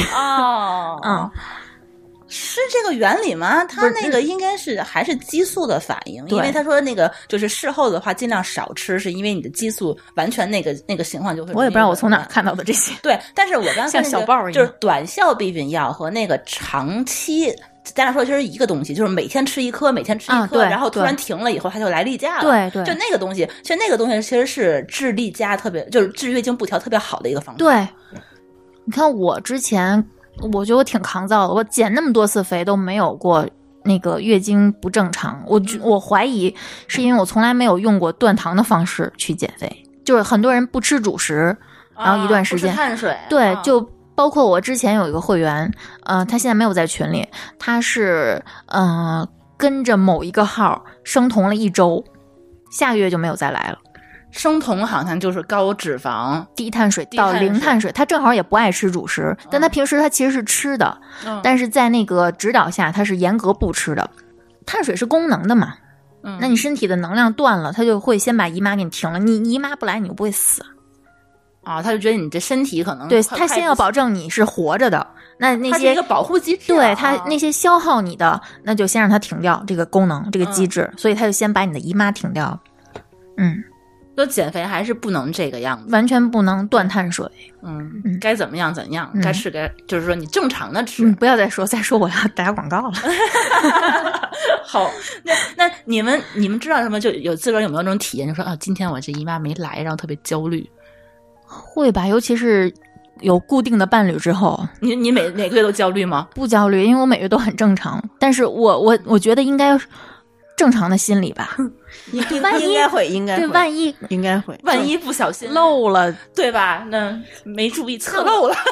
是这个原理吗？它那个应该是还是激素的反应，因为他说那个就是事后的话尽量少吃，是因为你的激素完全那个情况就会。 我也不知道我从哪儿看到的这些。 对，但是我刚才像小报一样， 就是短效避孕药和那个长期。咱俩说其实一个东西，就是每天吃1颗，每天吃1颗，然后突然停了以后，它就来例假了。 对， 就那个东西，其实那个东西其实是治例假就是治月经不调特别好的一个方法。 对，你看我之前。我觉得我挺抗造的，我减那么多次肥都没有过那个月经不正常。我怀疑是因为我从来没有用过断糖的方式去减肥，就是很多人不吃主食，然后一段时间不吃碳水， 对，就包括我之前有一个会员，他现在没有在群里，他是跟着某一个号生酮了1周，下个月就没有再来了。 生酮好像就是高脂肪、 低碳水到零碳水，他正好也不爱吃主食，但他平时他其实是吃的，但是在那个指导下，他是严格不吃的。碳水是功能的嘛，那你身体的能量断了，他就会先把姨妈给你停了，你姨妈不来你就不会死他就觉得你这身体可能对他先要保证你是活着的，那些是一个保护机制， 对他那些消耗你的，那就先让它停掉这个功能这个机制，所以他就先把你的姨妈停掉。 说减肥还是不能这个样子， 完全不能断碳水。 该怎么样怎样，该吃就是说你正常的吃。 不要再说我要打广告了。 好，那你们知道什么？就自个儿有没有这种体验？就说今天我这姨妈没来，然后特别焦虑。 会吧，尤其是有固定的伴侣之后， 你每个月都焦虑吗？ 不焦虑，因为我每月都很正常。但是我觉得应该正常的心理吧。万一应该会，应该对， 会， 万一万一不小心漏了， 对吧？那没注意侧漏了，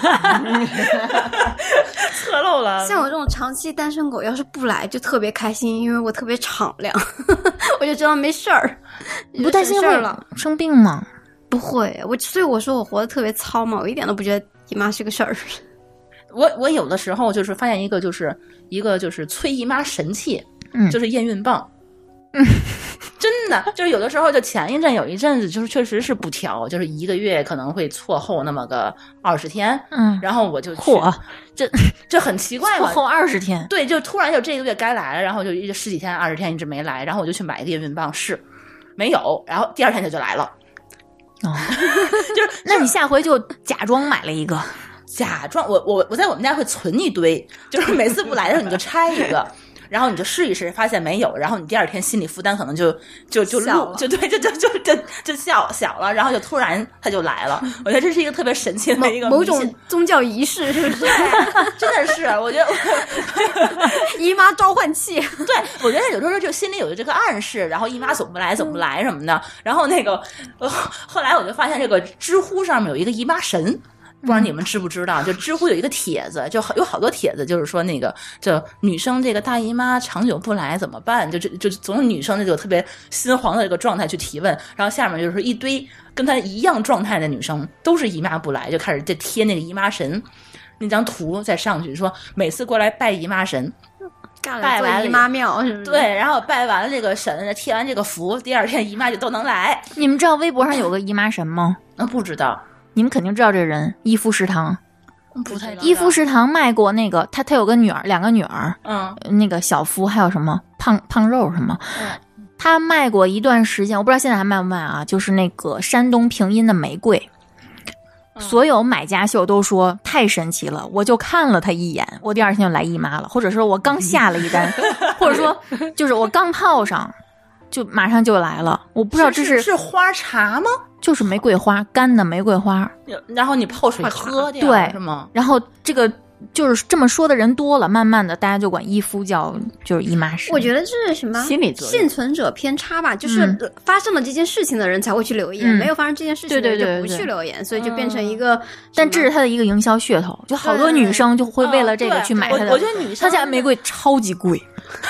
侧漏了。 像我这种长期单身狗，要是不来就特别开心，因为我特别敞亮，我就知道没事儿。 你不担心会事儿了？ 生病吗？ 不会，所以我说我活得特别糙嘛，我一点都不觉得姨妈是个事儿。 我有的时候就是发现一个就是催姨妈神器，就是验孕棒。真的就是有的时候就有一阵子就是确实是不调，就是1个月可能会错后那么个20天，然后我就嚯， 这很奇怪嘛， 错后20天， 对，就突然就这个月该来了，然后就10几天20天一直没来，然后我就去买一个验孕棒试，没有，然后第2天就来了。 哦，就是那你下回就假装买了一个， 假装我在我们家会存一堆，就是每次不来的时候你就拆一个。然后你就试一试，发现没有，然后你第2天心理负担可能就小了，然后就突然它就来了。我觉得这是一个特别神奇的一个某种宗教仪式，是不是？ 真的是，我觉得姨妈召唤器。 对，我觉得有时候就心里有这个暗示，然后姨妈总不来什么的。然后那个后来我就发现这个知乎上面有一个姨妈神。不知道你们知不知道，就知乎有一个帖子，就有好多帖子，就是说那个就女生这个大姨妈长久不来怎么办？就总有女生那种特别心慌的这个状态去提问，然后下面就是一堆跟她一样状态的女生都是姨妈不来，就开始贴那个姨妈神那张图再上去，说每次过来拜姨妈神。拜完姨妈庙是不是？ 对，然后拜完了这个神，贴完这个符，第2天姨妈就都能来。 你们知道微博上有个姨妈神吗？ 不知道。 你们肯定知道这人，伊夫食堂。 不太知道。 伊夫食堂卖过那个，他有个女儿，2个女儿，那个小夫还有什么胖肉什么，他卖过一段时间，我不知道现在还卖不卖啊？就是那个山东平阴的玫瑰，所有买家秀都说太神奇了，我就看了他一眼，我第2天就来姨妈了，或者说我刚下了一单，或者说就是我刚泡上，就马上就来了。我不知道这是花茶吗？ 就是玫瑰花，干的玫瑰花， 然后你泡水喝掉， 对， 是吗？ 然后这个就是这么说的人多了，慢慢的大家就管伊夫就是姨妈神。 我觉得这是什么心理作用， 幸存者偏差吧，就是发生了这件事情的人才会去留言，没有发生这件事情的人就不去留言，所以就变成一个。 但这是他的一个营销噱头，就好多女生就会为了这个去买他的。 我觉得女生他家玫瑰超级贵。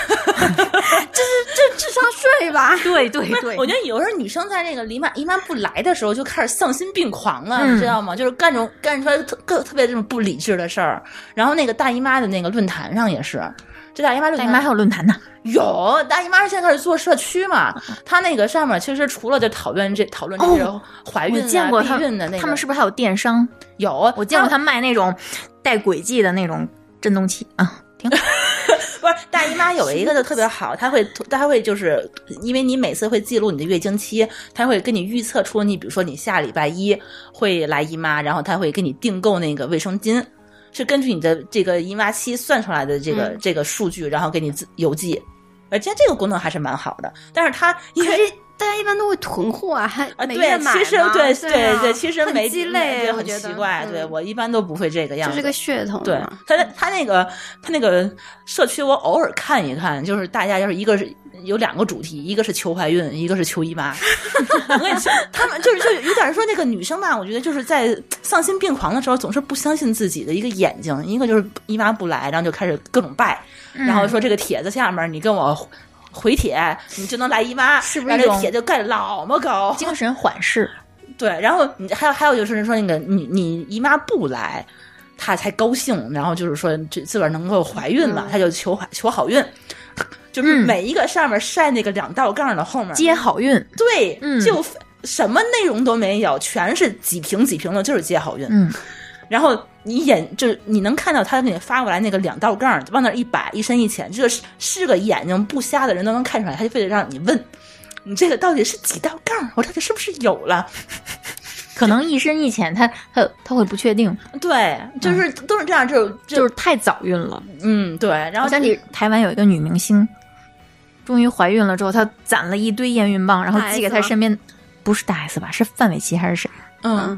这智商税吧？ 对， 我觉得有时候女生在那个姨妈不来的时候就开始丧心病狂了，你知道吗？就是干出来特别这种不理智的事儿。然后那个大姨妈的那个论坛上也是，这大姨妈还有论坛呢。 有大姨妈现在开始做社区嘛？他那个上面其实除了就讨论这个怀孕、避孕的那个， 他们是不是还有电商？ 有， 我见过他卖那种带轨迹的那种震动器啊。 不是大姨妈有一个就特别好，他会就是因为你每次会记录你的月经期，他会跟你预测出你比如说你下礼拜1会来姨妈，然后他会给你订购那个卫生巾，是根据你的这个姨妈期算出来的这个数据，然后给你邮寄。这个功能还是蛮好的，但是它因为大家一般都会囤货啊，还每月买其实对，其实很鸡肋， 很奇怪。对我一般都不会这个样子， 就是个噱头。 对他那个社区，我偶尔看一看，就是大家就是一个是有2个主题，一个是求怀孕，一个是求姨妈。我跟你说，他们就有点说那个女生吧，我觉得就是在丧心病狂的时候，总是不相信自己的一个眼睛，一个就是姨妈不来，然后就开始各种拜，然后说这个帖子下面你跟我回帖，你就能来姨妈， 是不是？ 这帖就盖老么高， 精神缓释。对， 然后你还有就是说那个你姨妈不来，她才高兴，然后就是说自个儿能够怀孕了，她就求好运。就是每一个上面晒那个2道杠的后面接好运， 对，就什么内容都没有，全是几瓶的，就是接好运。然后就是你能看到他给你发过来那个2道杠往那一摆，一深一浅，这是个眼睛不瞎的人都能看出来，他就非得让你问你这个到底是几道杠，我到底是不是有了。 可能一深一浅，他会不确定。 对，就是都是这样， 就是太早孕了。 对。然后我想起台湾有一个女明星，终于怀孕了之后，她攒了一堆验孕棒，然后寄给她身边，不是大 S 吧？是范玮琪还是谁？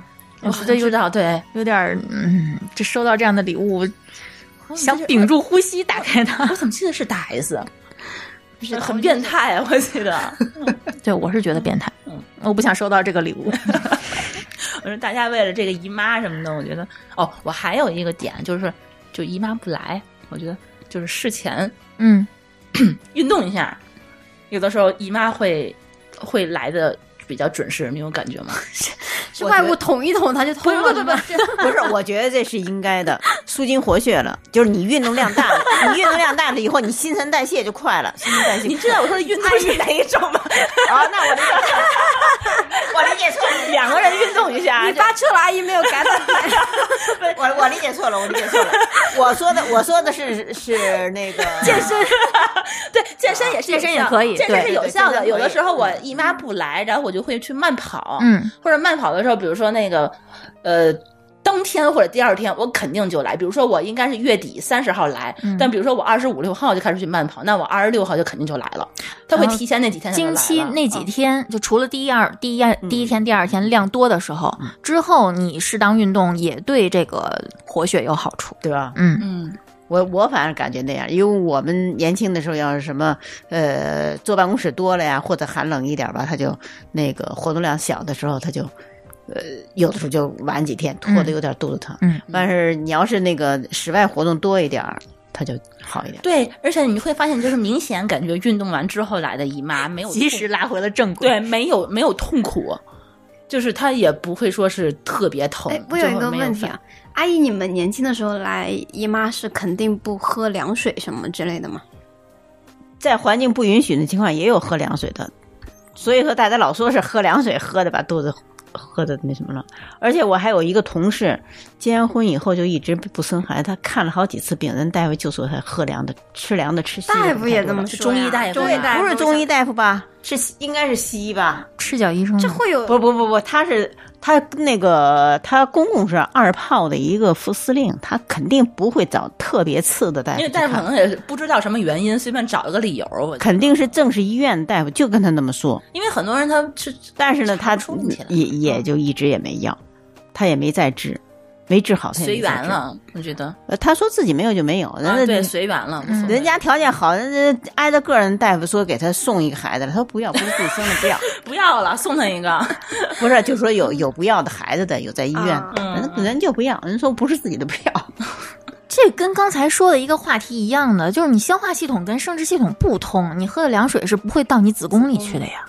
我觉得知道，对， 有点这收到这样的礼物，想屏住呼吸打开它。 我怎么记得是大 S？很变态啊！我记得， 对，我是觉得变态。我不想收到这个礼物。 我说大家为了这个姨妈什么的，我觉得我还有一个点就姨妈不来，我觉得就是事前运动一下，有的时候姨妈会来的比较准时，你有感觉吗？ 是外物捅一捅它就通了？ 不是，我觉得这是应该的，舒筋活血了。就是你运动量大了，你运动量大了以后，你新陈代谢就快了。新陈代谢， 你知道我说的运动是哪一种吗？ 那我理解错了，我理解错了， 两个人运动一下。 你发车了，阿姨没有改到点。 我理解错了，我理解错了。我说的是那个健身，对，健身也是健身也可以， 健身是有效的。有的时候我姨妈不来，然后我就会去慢跑，或者慢跑的时候，比如说那个当天或者第二天我肯定就来，比如说我应该是月底30号来，但比如说我25、26号就开始去慢跑，那我26号就肯定就来了。他会提前那几天经期那几天，就除了第一天、第二天量多的时候，之后你适当运动也对这个活血有好处， 对吧？我反正感觉那样，因为我们年轻的时候要是什么坐办公室多了呀，或者寒冷一点吧，他就那个活动量小的时候他就有的时候就晚几天，拖得有点肚子疼。但是你要是那个室外活动多一点，它就好一点。 对，而且你会发现，就是明显感觉运动完之后来的姨妈没有及时拉回了正轨， 对，没有痛苦，就是它也不会说是特别疼。 我有一个问题啊，阿姨，你们年轻的时候来姨妈是肯定不喝凉水什么之类的吗？ 在环境不允许的情况也有喝凉水的，所以说大家老说是喝凉水喝的把肚子喝的那什么了。而且我还有一个同事结完婚以后就一直不生孩子，他看了好几次病人，大夫就说他喝凉的吃凉的吃西的。 大夫也这么说， 中医大夫， 不是中医大夫吧？是应该是西医吧？ 赤脚医生这会有不，他那个他公公是2炮的一个副司令，他肯定不会找特别次的大夫， 因为大夫可能也是不知道什么原因，随便找一个理由。 肯定是正式医院大夫就跟他那么说。 因为很多人他是， 但是呢，他也就一直也没要，他也没再治。没治好， 随缘了，我觉得。 他说自己没有就没有， 对，随缘了。 人家条件好，人家挨着个人大夫说给他送一个孩子了，他说不要，不是自己生的，不要， 不要了，送他一个。 不是，就说有不要的孩子的，有在医院，人就不要，人说不是自己的不要。 这跟刚才说的一个话题一样的，就是你消化系统跟生殖系统不通，你喝的凉水是不会到你子宫里去的呀。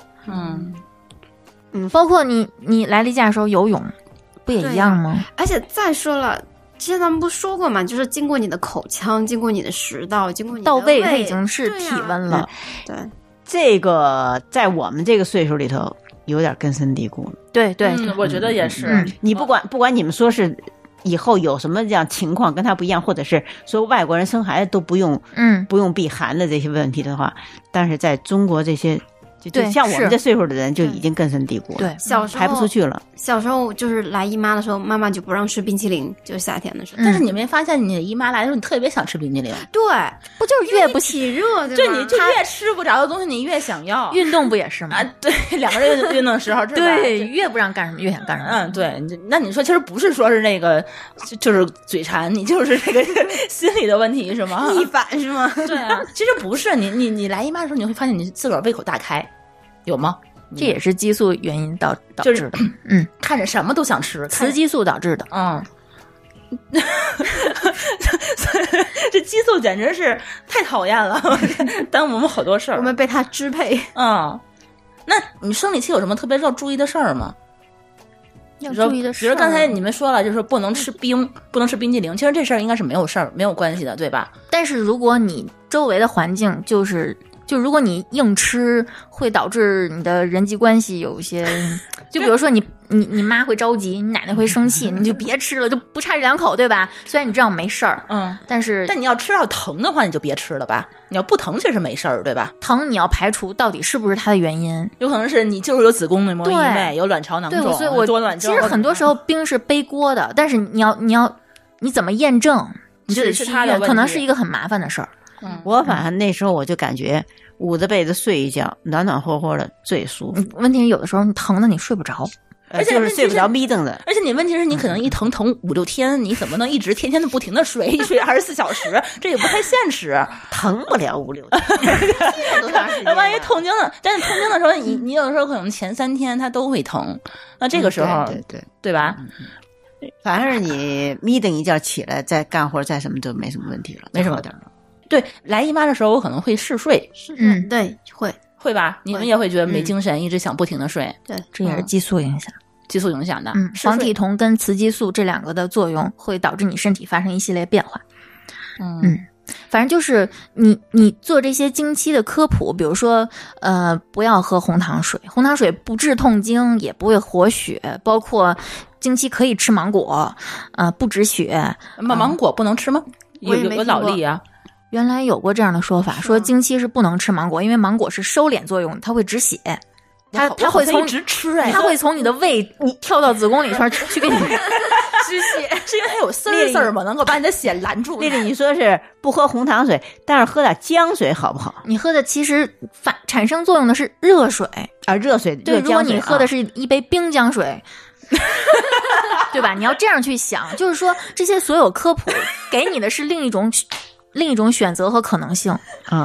包括你来例假的时候游泳。不也一样吗？ 而且再说了，之前咱们不说过嘛，就是经过你的口腔，经过你的食道，经过你的到胃，它已经是体温了。 对， 这个在我们这个岁数里头有点根深蒂固了。 对， 我觉得也是。 你不管你们说是以后有什么这样情况跟他不一样，或者是说外国人生孩子都不用避寒的这些问题的话，但是在中国这些。就像我们这岁数的人就已经根深蒂固了， 对， 小时候排不出去了。 小时候就是来姨妈的时候，妈妈就不让吃冰淇淋，就是夏天的时候。 但是你没发现，你的姨妈来的时候，你特别想吃冰淇淋？ 对， 不就是越不起热， 对，你就越吃不着的东西，你越想要。 运动不也是吗？ 对，两个人运动的时候， 对，越不让干什么越想干什么。 对。那你说，其实不是说是那个，就是嘴馋，你就是这个心理的问题是吗？ 逆反是吗？ 对啊，其实不是，你来姨妈的时候，你会发现你自个儿胃口大开。有吗？ 这也是激素原因导致的。 看着什么都想吃， 雌激素导致的。 这激素简直是太讨厌了，耽误我们好多事儿。 我们被它支配。 那你生理期有什么特别要注意的事儿吗？ 要注意的事儿， 比如刚才你们说了，就是不能吃冰，不能吃冰激凌。其实这事儿应该是没有事儿、没有关系的，对吧？ 但是如果你周围的环境就如果你硬吃，会导致你的人际关系有一些，就比如说你妈会着急，你奶奶会生气，你就别吃了，就不差这2口，对吧？虽然你这样没事儿，但你要吃到疼的话，你就别吃了吧。你要不疼，确实没事儿，对吧？ 疼你要排除到底是不是它的原因， 有可能是你就是有子宫内膜异位，有卵巢囊肿， 对，所以我多卵症。 其实很多时候冰是背锅的，但是你怎么验证？你就得去医院，可能是一个很麻烦的事儿。 我反正那时候我就感觉捂着被子睡一觉，暖暖和和的最舒服。 问题是有的时候你疼的你睡不着。 就是睡不着眯瞪的。 而且你问题是你可能一疼5-6天，你怎么能一直天天的不停的睡24小时？这也不太现实， 疼不了5-6天，多长时间？ 万一痛经了，但是痛经的时候，你有的时候可能前3天它都会疼，那这个时候，对吧？ 反正你眯瞪一觉起来，再干活再什么都没什么问题了， 没什么。对，来姨妈的时候我可能会嗜睡， 对，会吧？你们也会觉得没精神，一直想不停的睡， 对， 这也是激素影响。 激素影响的， 黄体酮跟雌激素这2个的作用会导致你身体发生一系列变化。反正就是你做这些经期的科普，比如说不要喝红糖水，红糖水不治痛经，也不会活血，包括经期可以吃芒果，不止血。 芒果不能吃吗？有老例啊。 原来有过这样的说法，说经期是不能吃芒果，因为芒果是收敛作用，它会止血。它会从直吃哎， 它会从你的胃跳到子宫里边去给你止血， 是因为它有丝儿吗？能够把你的血拦住。 丽丽，你说是不喝红糖水，但是喝点姜水好不好？ 你喝的其实产生作用的是热水啊，热水。 对，如果你喝的是一杯冰姜水。对吧？你要这样去想，就是说这些所有科普给你的是另一种选择和可能性。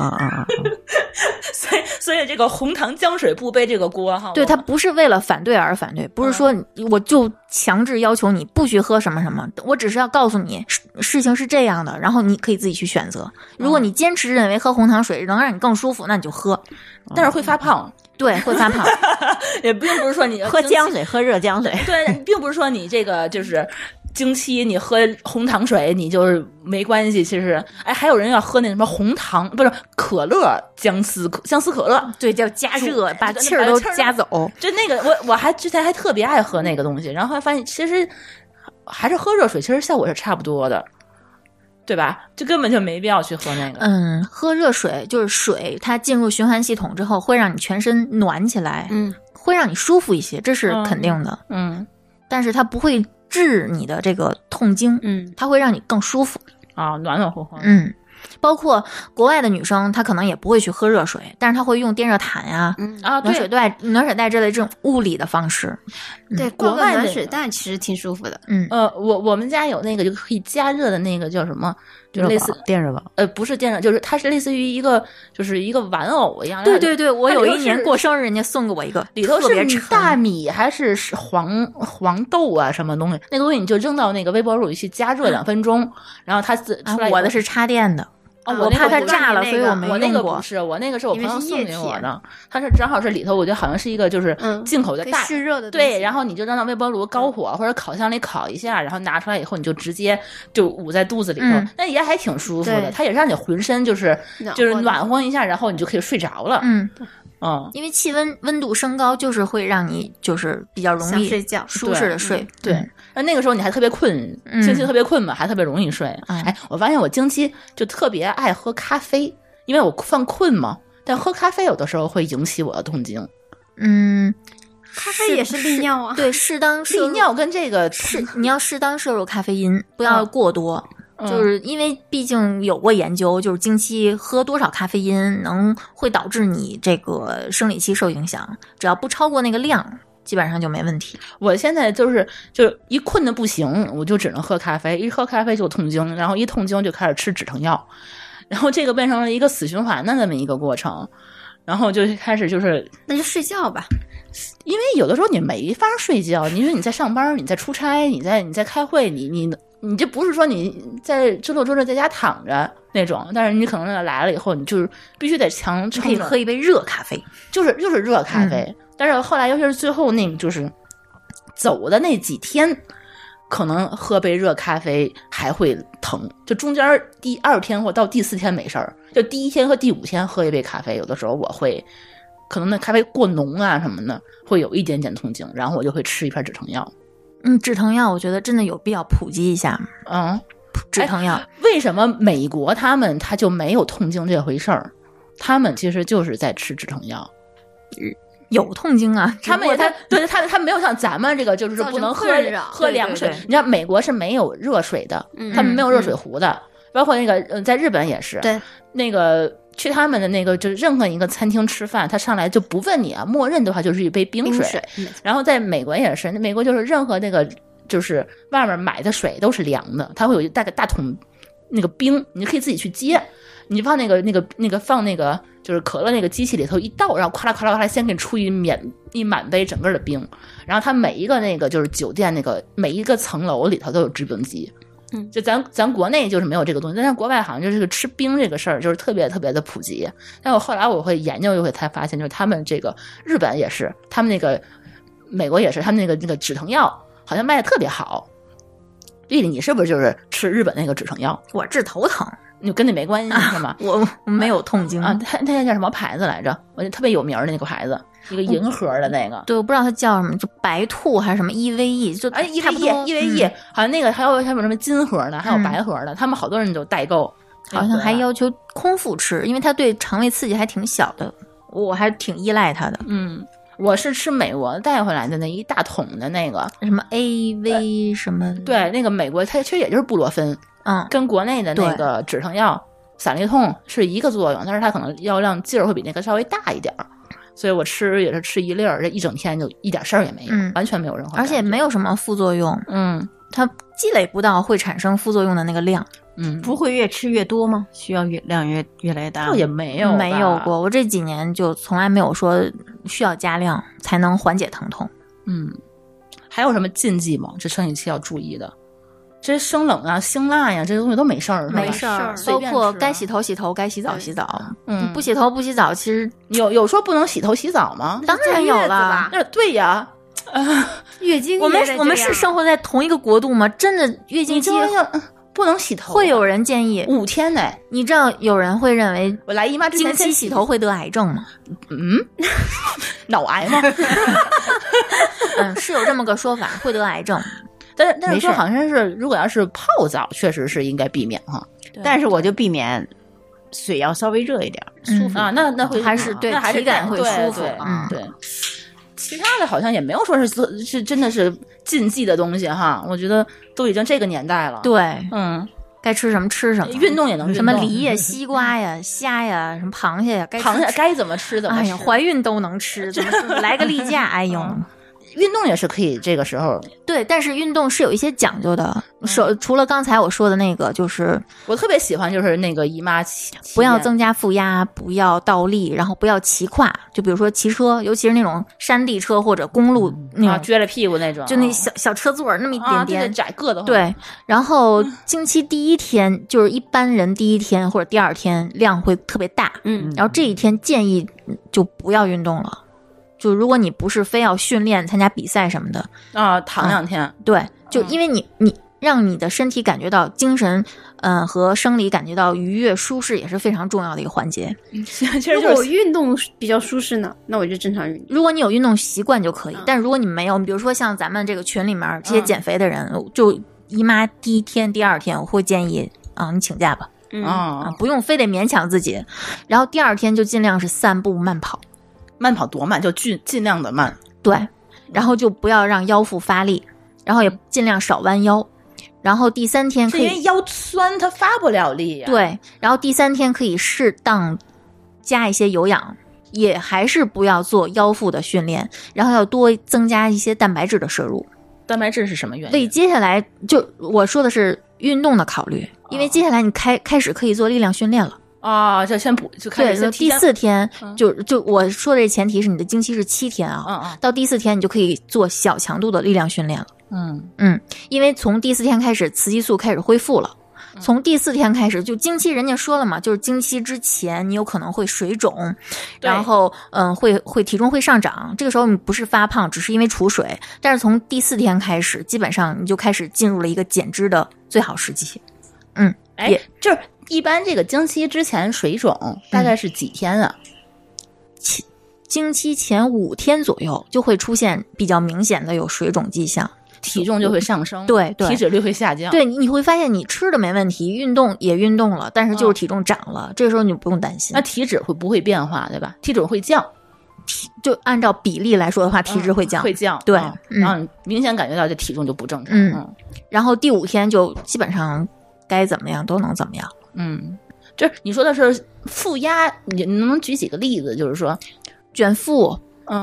所以这个红糖姜水不背这个锅哈。 对，它不是为了反对而反对，不是说我就强制要求你不许喝什么什么，我只是要告诉你事情是这样的，然后你可以自己去选择。如果你坚持认为喝红糖水能让你更舒服，那你就喝， 但是会发胖。 对，会发胖。 也并不是说你喝姜水，喝热姜水。 对，并不是说你这个就是经期你喝红糖水你就是没关系。其实，还有人要喝那什么红糖，不是可乐姜丝可乐， 对，叫加热，把气儿都加走。 就那个，我还之前还特别爱喝那个东西，然后还发现其实还是喝热水，其实效果是差不多的。对吧？就根本就没必要去喝那个。 喝热水就是水，它进入循环系统之后，会让你全身暖起来，会让你舒服一些，这是肯定的。但是它不会治你的这个痛经，它会让你更舒服啊，暖暖和和。 包括国外的女生，她可能也不会去喝热水，但是她会用电热毯呀、暖水袋之类这种物理的方式。 对，国外的暖水袋其实挺舒服的。 我们家有那个就可以加热的那个叫什么，就类似电热宝。 不是电热，就是它是类似于一个玩偶一样。 对，我有一年过生日，人家送给我一个， 里头是大米还是黄豆啊什么东西？那个东西你就扔到那个微波炉里去加热2分钟，然后它出来。 我的是插电的。我怕它炸了，所以我没用过。 我那个不是，我那个是我朋友送给我的，它是正好是里头，我觉得好像是一个就是进口的大湿热的。 对，然后你就扔到微波炉高火或者烤箱里烤一下，然后拿出来以后，你就直接就捂在肚子里头，那也还挺舒服的。它也让你浑身就是暖和一下，然后你就可以睡着了。 因为气温度升高，就是会让你就是比较容易睡觉， 舒适的睡。 对。那个时候你还特别困，经期特别困嘛，还特别容易睡。我发现我经期就特别爱喝咖啡，因为我犯困嘛。但喝咖啡有的时候会引起我的痛经。 咖啡也是利尿啊。 对，适当利尿跟这个你要适当摄入咖啡因，不要过多。就是因为毕竟有过研究，就是经期喝多少咖啡因会导致你这个生理期受影响，只要不超过那个量。基本上就没问题。 我现在就一困的不行，我就只能喝咖啡，一喝咖啡就痛经，然后一痛经就开始吃止疼药，然后这个变成了一个死循环的这么一个过程，然后就开始那就睡觉吧。 因为有的时候你没法睡觉，你说你在上班，你在出差，你在开会，你这不是说你在周六周日在家躺着那种，但是你可能来了以后，你就是必须得强撑着， 可以喝一杯热咖啡， 就是热咖啡。但是后来尤其是最后那个就是走的那几天，可能喝杯热咖啡还会疼，就中间第2天或到第4天没事儿，就第1天和第5天喝一杯咖啡，有的时候我会可能那咖啡过浓啊什么的，会有一点点痛经，然后我就会吃一片止疼药。 止疼药我觉得真的有必要普及一下。止疼药为什么美国他就没有痛经这回事儿？他们其实就是在吃止疼药。 有痛经啊， 他没有像咱们这个就是不能喝凉水。你知道美国是没有热水的，他们没有热水壶的，包括那个在日本也是。 对， 那个去他们的那个就是任何一个餐厅吃饭，他上来就不问你啊，默认的话就是一杯冰水。然后在美国也是，美国就是任何那个就是外面买的水都是凉的，它会有大概大桶那个冰，你可以自己去接，你放那个放那个就是可乐那个机器里头一倒，然后咔啦咔啦咔啦先给你出一满杯整个的冰。然后它每一个那个就是酒店那个每一个层楼里头都有制冰机。就咱国内就是没有这个东西，但是国外好像就是吃冰这个事儿就是特别特别的普及。但我后来我会研究，才发现就是他们这个日本也是，他们那个美国也是，他们那个止疼药好像卖的特别好。丽丽，你是不是就是吃日本那个止疼药？ 我治头疼， 你跟你没关系是吗？ 我没有痛经啊。它叫什么牌子来着？我觉得特别有名的那个牌子，一个银盒的那个。 对，我不知道它叫什么，就白兔还是什么 EVE， 就 EVE，好像那个还有什么金盒的，还有白盒的，他们好多人都代购。 好像还要求空腹吃，因为它对肠胃刺激还挺小的，我还挺依赖它的。 我是吃美国带回来的那一大桶的那个什么 AV 什么， 对，那个美国它其实也就是布洛芬，跟国内的那个止疼药散利痛是一个作用，但是它可能药量劲儿会比那个稍微大一点儿，所以我吃也是吃一粒儿，这一整天就一点事儿也没有，完全没有任何， 而且没有什么副作用，它积累不到会产生副作用的那个量。 不会越吃越多吗？需要量越来越大？ 倒也没有过，我这几年就从来没有说需要加量才能缓解疼痛。 还有什么禁忌吗？这生理期要注意的？这生冷啊、辛辣呀，这些东西都没事儿， 没事儿，包括该洗头洗头，该洗澡洗澡。不洗头不洗澡，其实有说不能洗头洗澡吗？ 当然有了， 那对呀。 月经我们是生活在同一个国度吗？真的月经期不能洗头， 会有人建议 5天呢。 你知道有人会认为我来姨妈之前经期洗头会得癌症吗？ 脑癌吗？ 是有这么个说法，会得癌症。 但是说好像是，如果要是泡澡，确实是应该避免哈。 但是我就避免水要稍微热一点，舒服啊。那会还是对体感会舒服啊。对。其他的好像也没有说是真的是禁忌的东西哈，我觉得都已经这个年代了。 对，该吃什么吃什么， 运动也能什么梨呀、西瓜呀、虾呀、什么螃蟹呀， 螃蟹该怎么吃怎么吃。 哎呀，怀孕都能吃，怎么来个例假？哎呦。 运动也是可以，这个时候对，但是运动是有一些讲究的。除了刚才我说的那个，就是我特别喜欢，就是那个姨妈期不要增加负压，不要倒立，然后不要骑跨。就比如说骑车，尤其是那种山地车或者公路那种撅着屁股那种， 就那小车座那么一点点窄个的。 对，然后经期第一天，就是一般人第一天或者第二天量会特别大，然后这一天建议就不要运动了。就如果你不是非要训练参加比赛什么的躺2天。对， 就因为你让你的身体感觉到精神和生理感觉到愉悦舒适也是非常重要的一个环节。 如果我运动比较舒适呢，那我就正常运动。 如果你有运动习惯就可以，但如果你没有，比如说像咱们这个群里面这些减肥的人，就姨妈第一天第二天我会建议你请假吧，不用非得勉强自己，然后第二天就尽量是散步慢跑。 慢跑多慢就尽量的慢， 对，然后就不要让腰腹发力，然后也尽量少弯腰，然后第3天可以， 因为腰酸它发不了力对，然后第3天可以适当加一些有氧，也还是不要做腰腹的训练，然后要多增加一些蛋白质的摄入。 蛋白质是什么原因？ 为接下来就我说的是运动的考虑，因为接下来你开始可以做力量训练了。 就先补，就开始对，第4天就我说的这前提是你的经期是7天啊，到第4天你就可以做小强度的力量训练了。因为从第4天开始雌激素开始恢复了，从第4天开始就经期，人家说了嘛，就是经期之前你有可能会水肿，然后会体重会上涨，这个时候你不是发胖，只是因为储水，但是从第4天开始，基本上你就开始进入了一个减脂的最好时期。 就是一般这个经期之前水肿大概是几天啊？ 经期前5天左右就会出现比较明显的有水肿迹象， 体重就会上升， 对， 体脂率会下降。 对，你会发现你吃的没问题，运动也运动了，但是就是体重涨了，这个时候你不用担心。 那体脂会不会变化，对吧？体脂会降。 就按照比例来说的话，体脂会降， 会降， 对， 然后明显感觉到这体重就不正常。 然后第5天就基本上该怎么样都能怎么样。 就是你说的是负压，你能不能举几个例子？就是说， 卷腹，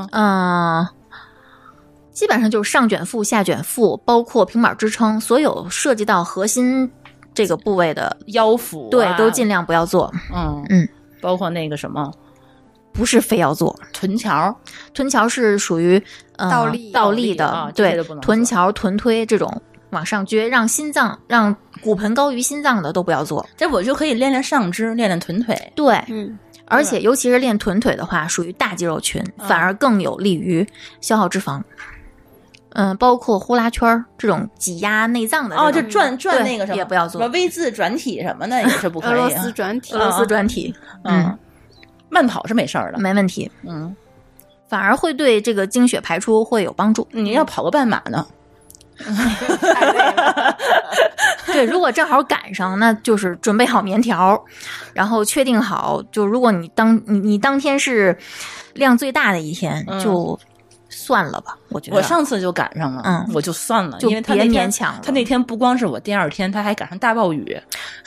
基本上就是上卷腹、下卷腹，包括平板支撑，所有涉及到核心这个部位的腰腹、 对，都尽量不要做。 包括那个什么， 不是非要做臀桥， 臀桥是属于倒立的，对啊这些都不能，做臀桥、臀推这种往上撅，让骨盆高于心脏的都不要做。 这我就可以练练上肢，练练臀腿。 对， 嗯， 而且尤其是练臀腿的话，属于大肌肉群，反而更有利于消耗脂肪。包括呼啦圈这种挤压内脏的就转对那个什么也不要做什么 V 字转体什么的也是不可以。 俄罗斯转体俄，罗斯转体， 慢跑是没事儿的。 没问题， 嗯， 反而会对这个经血排出会有帮助。 你要跑个半马呢， 太累了。 对，如果正好赶上，那就是准备好棉条，然后确定好，就如果你当天是量最大的一天，就算了吧。我觉得我上次就赶上了，我就算了， 就因为他别那天勉强了他那天不光是我第二天，他还赶上大暴雨。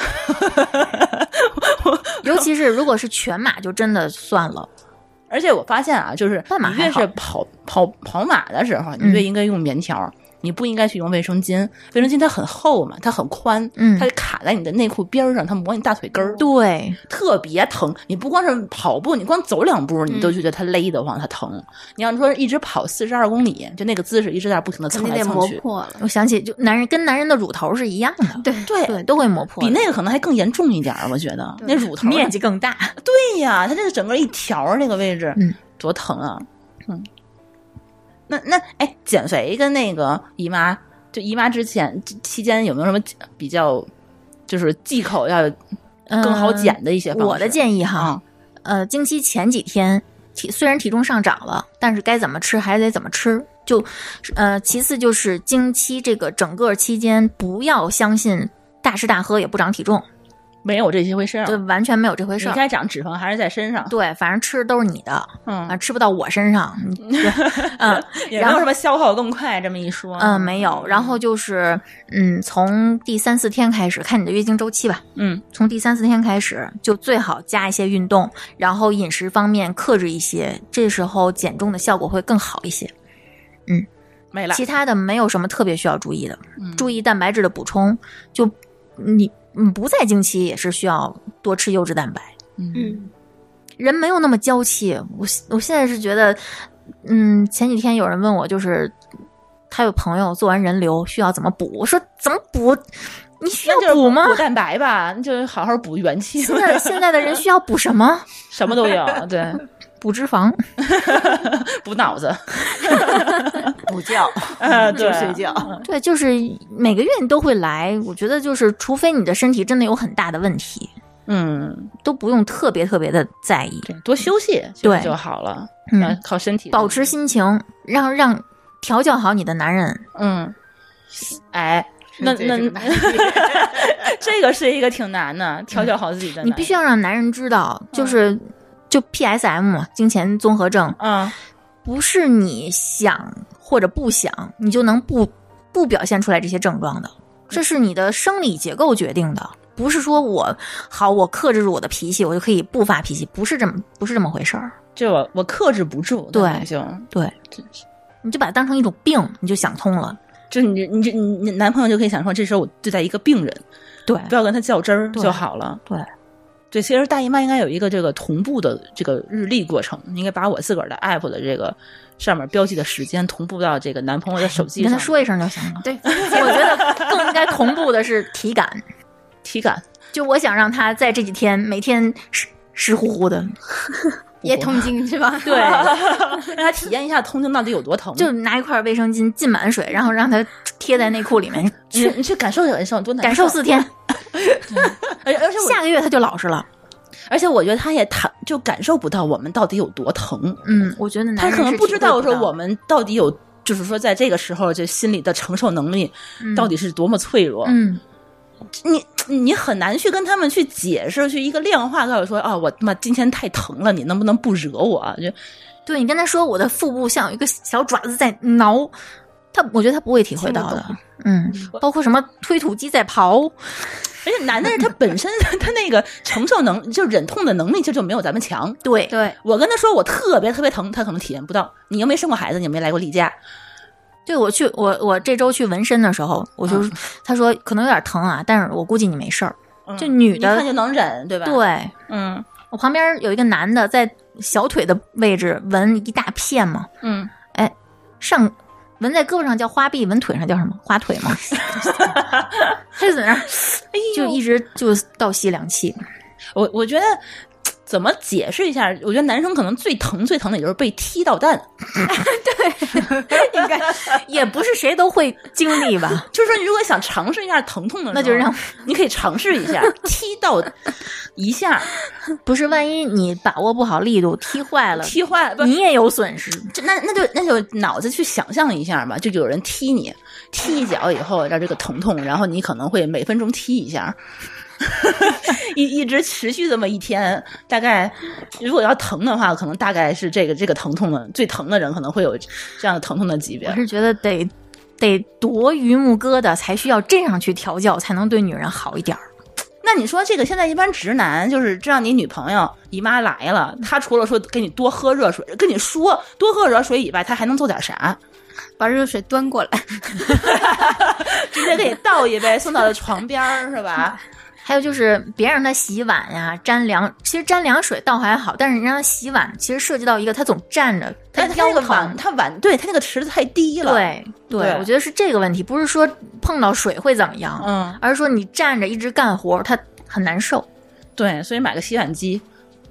尤其是如果是全马，就真的算了。 而且我发现啊，就是半马还好你越是跑马的时候，你越应该用棉条。你不应该去用卫生巾，卫生巾它很厚嘛，它很宽，它就卡在你的内裤边上，它磨你大腿根儿， 对， 特别疼。你不光是跑步，你光走2步，你都觉得它勒得慌，它疼。你要说一直跑42公里，就那个姿势一直在不停的蹭来蹭去， 磨破了。 我想起就跟男人的乳头是一样的，对，都会磨破， 比那个可能还更严重一点，我觉得那乳头面积更大。 对呀，它这是整个一条那个位置，多疼啊，那哎，减肥跟那个姨妈，就姨妈期间有没有什么比较，就是忌口要更好减的一些方式？ 我的建议哈，经期前几天虽然体重上涨了，但是该怎么吃还得怎么吃。就其次就是经期这个整个期间，不要相信大吃大喝也不长体重。 没有这些回事儿， 对，完全没有这回事儿。 你该长脂肪还是在身上？ 对，反正吃的都是你的，吃不到我身上， 也没有什么消耗更快这么一说， 没有。然后就是，从第3、4天开始，看你的月经周期吧，从第3、4天开始，就最好加一些运动，然后饮食方面克制一些，这时候减重的效果会更好一些。 没了。 其他的没有什么特别需要注意的，注意蛋白质的补充，就你不在经期也是需要多吃优质蛋白。人没有那么娇气。我现在是觉得，前几天有人问我，就是他有朋友做完人流需要怎么补，我说怎么补？你需要补吗？ 补蛋白吧，你就好好补元气。 现在的人需要补什么？ 什么都有，对， 补脂肪， 补脑子， 补觉， 对， 睡觉， 对，就是每个月你都会来。我觉得就是，除非你的身体真的有很大的问题，都不用特别的在意， 多休息， 对就好了。靠身体保持心情，让调教好你的男人。 哎。那这个是一个挺难的，调教好自己的男人。 你必须要让男人知道，就 PSM 经前综合症，不是你想或者不想，你就能不表现出来这些症状的，这是你的生理结构决定的，不是说我克制住我的脾气，我就可以不发脾气，不是这么回事儿。 就我克制不住， 对， 对， 你就把它当成一种病，你就想通了。 就你男朋友就可以想说，这时候我对待一个病人， 对， 不要跟他较真儿就好了。对，其实大姨妈应该有一个这个同步的这个日历过程，你应该把我自个儿的 app 的这个上面标记的时间同步到这个男朋友的手机上， 跟他说一声就行了。 对， 我觉得更应该同步的是体感，就我想让他在这几天每天湿乎乎的。 也痛经是吧？ 对， 让他体验一下痛经到底有多疼。 就拿一块卫生巾浸满水，然后让他贴在内裤里面， 你去感受多难受， 感受4天， 而且下个月他就老实了。 而且我觉得他也就感受不到我们到底有多疼。 我觉得男人他可能不知道说我们到底有，就是说在这个时候，这心理的承受能力到底是多么脆弱。你很难去跟他们去解释，去一个量化告诉说我他妈今天太疼了，你能不能不惹我？ 对，你跟他说我的腹部像有一个小爪子在挠，我觉得他不会体会到的。包括什么推土机在刨， 而且男的他本身他那个承受就忍痛的能力就没有咱们强。 对， 对， 我跟他说我特别特别疼，他可能体验不到。你又没生过孩子，你又没来过例假。 对，我这周去纹身的时候，我就他说可能有点疼啊，但是我估计你没事儿。就女的一看就能忍，对吧？ 对，我旁边有一个男的在小腿的位置纹一大片嘛，纹在胳膊上叫花臂，纹腿上叫什么花腿嘛？他就在那儿，就一直就倒吸凉气。 我觉得怎么解释一下？我觉得男生可能最疼的也就是被踢到蛋。 对，应该也不是谁都会经历吧。 就是说，你如果想尝试一下疼痛的时候， 那就让你可以尝试一下踢到一下。 不是，万一你把握不好力度，踢坏了，你也有损失。 那就脑子去想象一下嘛，就有人踢你，踢一脚以后让这个疼痛，然后你可能会每分钟踢一下。一直持续这么一天，大概如果要疼的话，可能大概是这个疼痛的最疼的人可能会有这样的疼痛的级别。 我是觉得得多榆木疙瘩才需要这样去调教，才能对女人好一点。 那你说这个现在一般直男就是知道你女朋友姨妈来了，他除了说给你多喝热水，跟你说多喝热水以外，他还能做点啥？ 把热水端过来， 直接给你倒一杯送到了床边是吧？ 还有就是别让他洗碗呀，沾凉。其实沾凉水倒还好，但是你让他洗碗，其实涉及到一个他总站着，他腰疼， 他碗对他那个池子太低了。 对，我觉得是这个问题，不是说碰到水会怎么样，而是说你站着一直干活，他很难受。 对，所以买个洗碗机，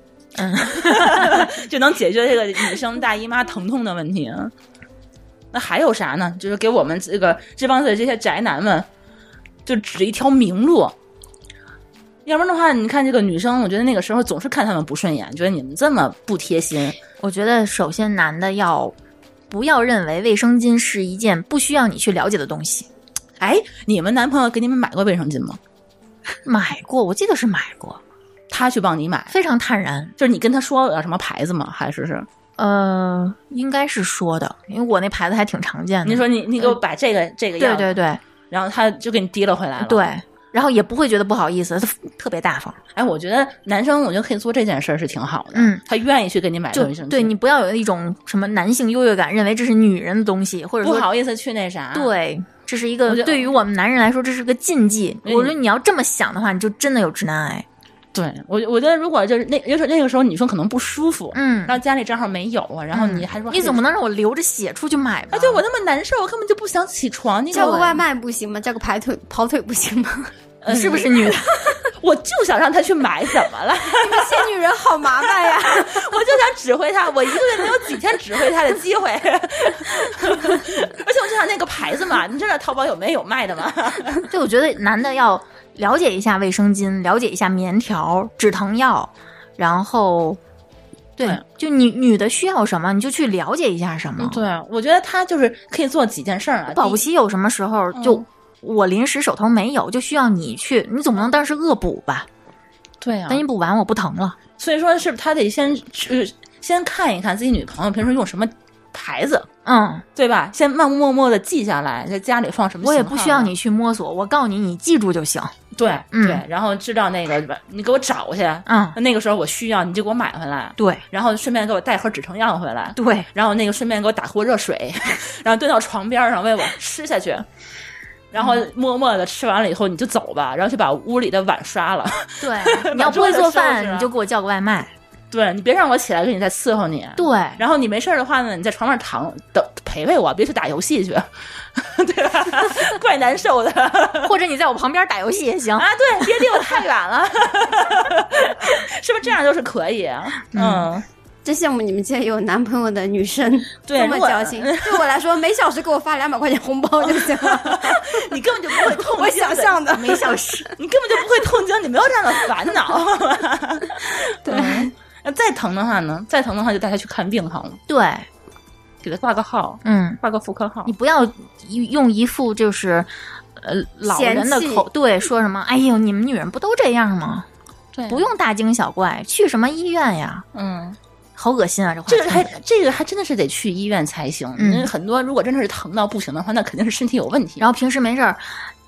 就能解决这个女生大姨妈疼痛的问题。那还有啥呢？就是给我们这帮子这些宅男们就指一条明路。要不然的话，你看这个女生，我觉得那个时候总是看他们不顺眼，觉得你们这么不贴心。 我觉得首先男的不要认为卫生巾是一件不需要你去了解的东西。 哎，你们男朋友给你们买过卫生巾吗？ 买过，我记得是买过。 他去帮你买， 非常坦然。 就是你跟他说什么牌子吗？还是应该是说的，因为我那牌子还挺常见的。 你说你给我摆这个样子， 对， 然后他就给你提了回来了。 对。然后也不会觉得不好意思，他特别大方。 哎，我觉得男生我觉得可以做这件事是挺好的。他愿意去给你买卫生巾。 对，你不要有一种什么男性优越感，认为这是女人的东西，或者说不好意思去那啥。 对，这是一个对于我们男人来说这是个禁忌。我觉得你要这么想的话，你就真的有直男癌。 对，我觉得如果就是那个时候女生可能不舒服，然后家里正好没有啊，然后你还说你总不能让我流着血出去买吧？ 就我那么难受，我根本就不想起床。你叫个外卖不行吗？叫个跑腿不行吗？ 你是不是女的？ 我就想让他去买，怎么了？ 你们些女人好麻烦呀！ 我就想指挥他，我一个月能有几天指挥他的机会？而且我就想那个牌子嘛，你知道淘宝有没有卖的吗？ 对，我觉得男的要了解一下卫生巾，了解一下棉条、止疼药，然后对，就女的需要什么，你就去了解一下什么。 对，我觉得他就是可以做几件事啊。 保不齐有什么时候就。我临时手头没有，就需要你去，你总不能当是恶补吧？ 对啊， 等你补完我不疼了。 所以说，是不是他得先看一看自己女朋友平时用什么牌子，对吧？先默默的记下来，在家里放什么。 我也不需要你去摸索，我告诉你，你记住就行。 对，对，然后知道那个你给我找去，那个时候我需要，你就给我买回来。 对， 然后顺便给我带盒止疼药回来。 对， 然后那个顺便给我打壶热水，然后蹲到床边上喂我吃下去。然后默默的吃完了以后你就走吧，然后去把屋里的碗刷了。 对，你要不会做饭你就给我叫个外卖。 对，你别让我起来给你再伺候你。 对， 然后你没事的话呢，你在床上躺等陪我，别去打游戏去，对吧？怪难受的。 或者你在我旁边打游戏也行啊，对，别离我太远了，是不是这样就是可以？ 真羡慕你们现在有男朋友的女生， 对， 这么矫情。对我来说，每小时给我发200块钱红包就行了。 你根本就不会痛经， 我想象的每小时， 你根本就不会痛经，你没有这样的烦恼。 对， 那再疼的话呢？再疼的话就带他去看病好了。 对， 给他挂个号，挂个妇科号。 你不要用一副就是老人的口，对，说什么？哎呦，你们女人不都这样吗？ 对， 不用大惊小怪，去什么医院呀？好恶心啊！这个还真的是得去医院才行。很多如果真的是疼到不行的话，那肯定是身体有问题。 然后平时没事儿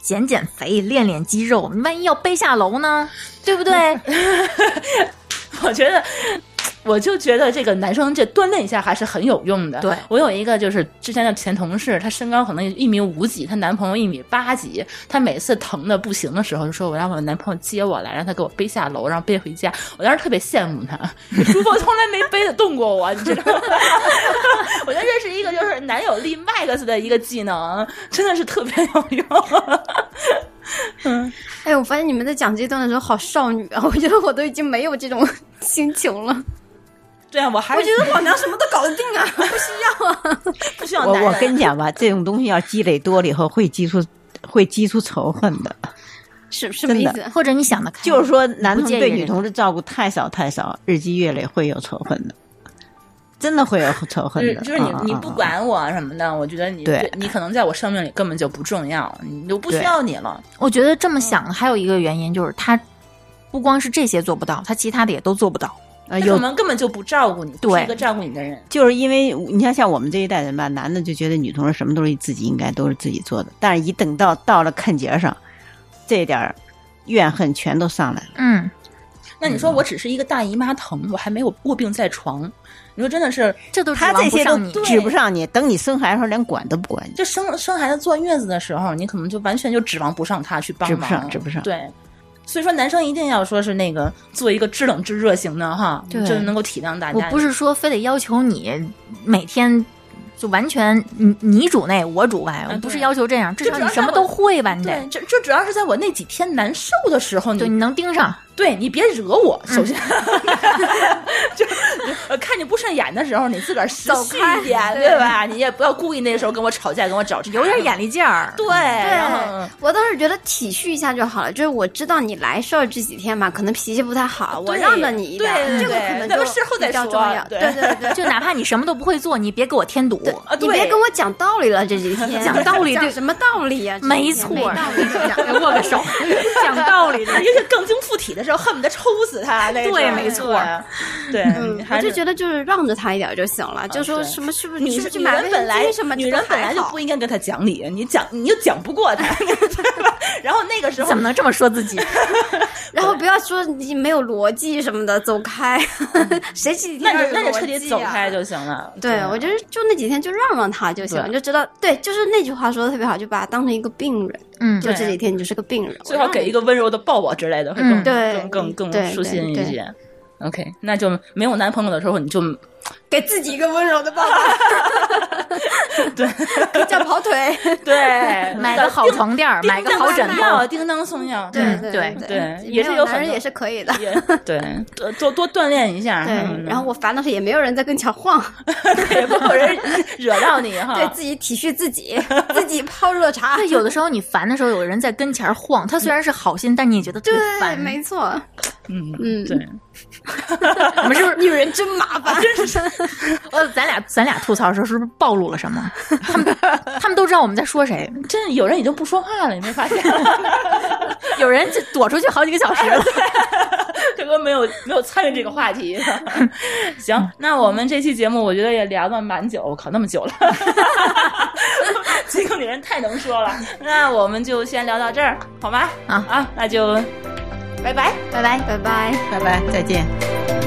减肥、练练肌肉，你万一要背下楼呢，对不对？ 我就觉得这个男生这锻炼一下还是很有用的。 对， 我有一个就是之前的前同事，她身高可能1.5米几，她男朋友1.8米几，她每次疼的不行的时候，就说我让我男朋友接我来，让他给我背下楼，然后背回家。我当时特别羡慕他，朱峰从来没背得动过我，你知道吗？我觉得这是一个就是男友力 max 的一个技能，真的是特别有用。 哎，我发现你们在讲这段的时候好少女啊！我觉得我都已经没有这种心情了。 对啊，我觉得老娘什么都搞得定啊，不需要啊， 不需要男人。 我跟你讲吧，这种东西要积累多了以后，会激出仇恨的。 什么意思？ 或者你想得开， 就是说男同对女同志照顾太少，日积月累会有仇恨的。真的会有仇恨的， 就是你不管我什么的，我觉得你可能在我生命里根本就不重要，你就不需要你了。 我觉得这么想还有一个原因，就是他不光是这些做不到，他其他的也都做不到。 我们根本就不照顾你，不是一个照顾你的人。 就是因为你看，像我们这一代人吧，男的就觉得女同志什么都是自己应该都是自己做的，但是一等到了坎节上，这点怨恨全都上来了。 那你说我只是一个大姨妈疼，我还没有卧病在床，你说真的是这都他这些都指不上你，等你生孩子的时候连管都不管你。 就生孩子坐月子的时候，你可能就完全就指望不上他去帮忙， 指不上。 对，所以说男生一定要说是那个做一个知冷知热型的哈，就是能够体谅大家。 我不是说非得要求你每天就完全你主内我主外，我不是要求这样，至少你什么都会吧？你得就主要是在我那几天难受的时候， 对，你能盯上。 对，你别惹我，首先就看你不顺眼的时候，你自个儿识趣一点，对吧？你也不要故意那时候跟我吵架，跟我找茬， 有点眼力劲儿。 对，然后我当时觉得体恤一下就好了，就是我知道你来事儿这几天嘛，可能脾气不太好，我让着你一点，这个可能就事后再说。 比较重要。对， 就哪怕你什么都不会做，你别给我添堵， 你别跟我讲道理了，这几天讲道理， 讲什么道理呀？ 没错， 没道理讲，握个手，讲道理， 而且更经附体的时候，恨不得抽死他。那对，没错， 对， 我就觉得就是让着他一点就行了，就说什么是不是女去买本来什么， 女人本来就不应该跟他讲理，你就讲不过他，然后那个时候怎么能这么说自己？ 然后不要说你没有逻辑什么的，走开，谁几天那就彻底走开就行了。 对，我觉得就那几天就让他就行，你就知道，对，就是那句话说的特别好，就把他当成一个病人，就这几天你就是个病人， 最好给一个温柔的抱抱之类的，会更舒心一些。OK， 那就没有男朋友的时候，你就给自己一个温柔的抱抱， 对， 叫跑腿， 对， 买个好床垫，买个好枕头， 叮当送药， 对， 也是有很多也是可以的， 对，多锻炼一下。 对，然后我烦的是也没有人在跟前晃， 也不会有人惹到你哈。 对自己体恤自己，自己泡热茶。 对，有的时候你烦的时候，有人在跟前晃，他虽然是好心，但你也觉得特别烦。 对，没错。 对。 我们是不是女人真麻烦？ 真是。 咱俩吐槽的时候是不是暴露了什么？他们都知道我们在说谁。 真有人已经不说话了，你没发现？ 有人就躲出去好几个小时了。 这个没有参与这个话题。行，那我们这期节目我觉得也聊了蛮久，我靠，那么久了。这个女人太能说了。那我们就先聊到这儿，好吧？啊，那就拜拜， 拜拜，拜拜， 拜拜，再见。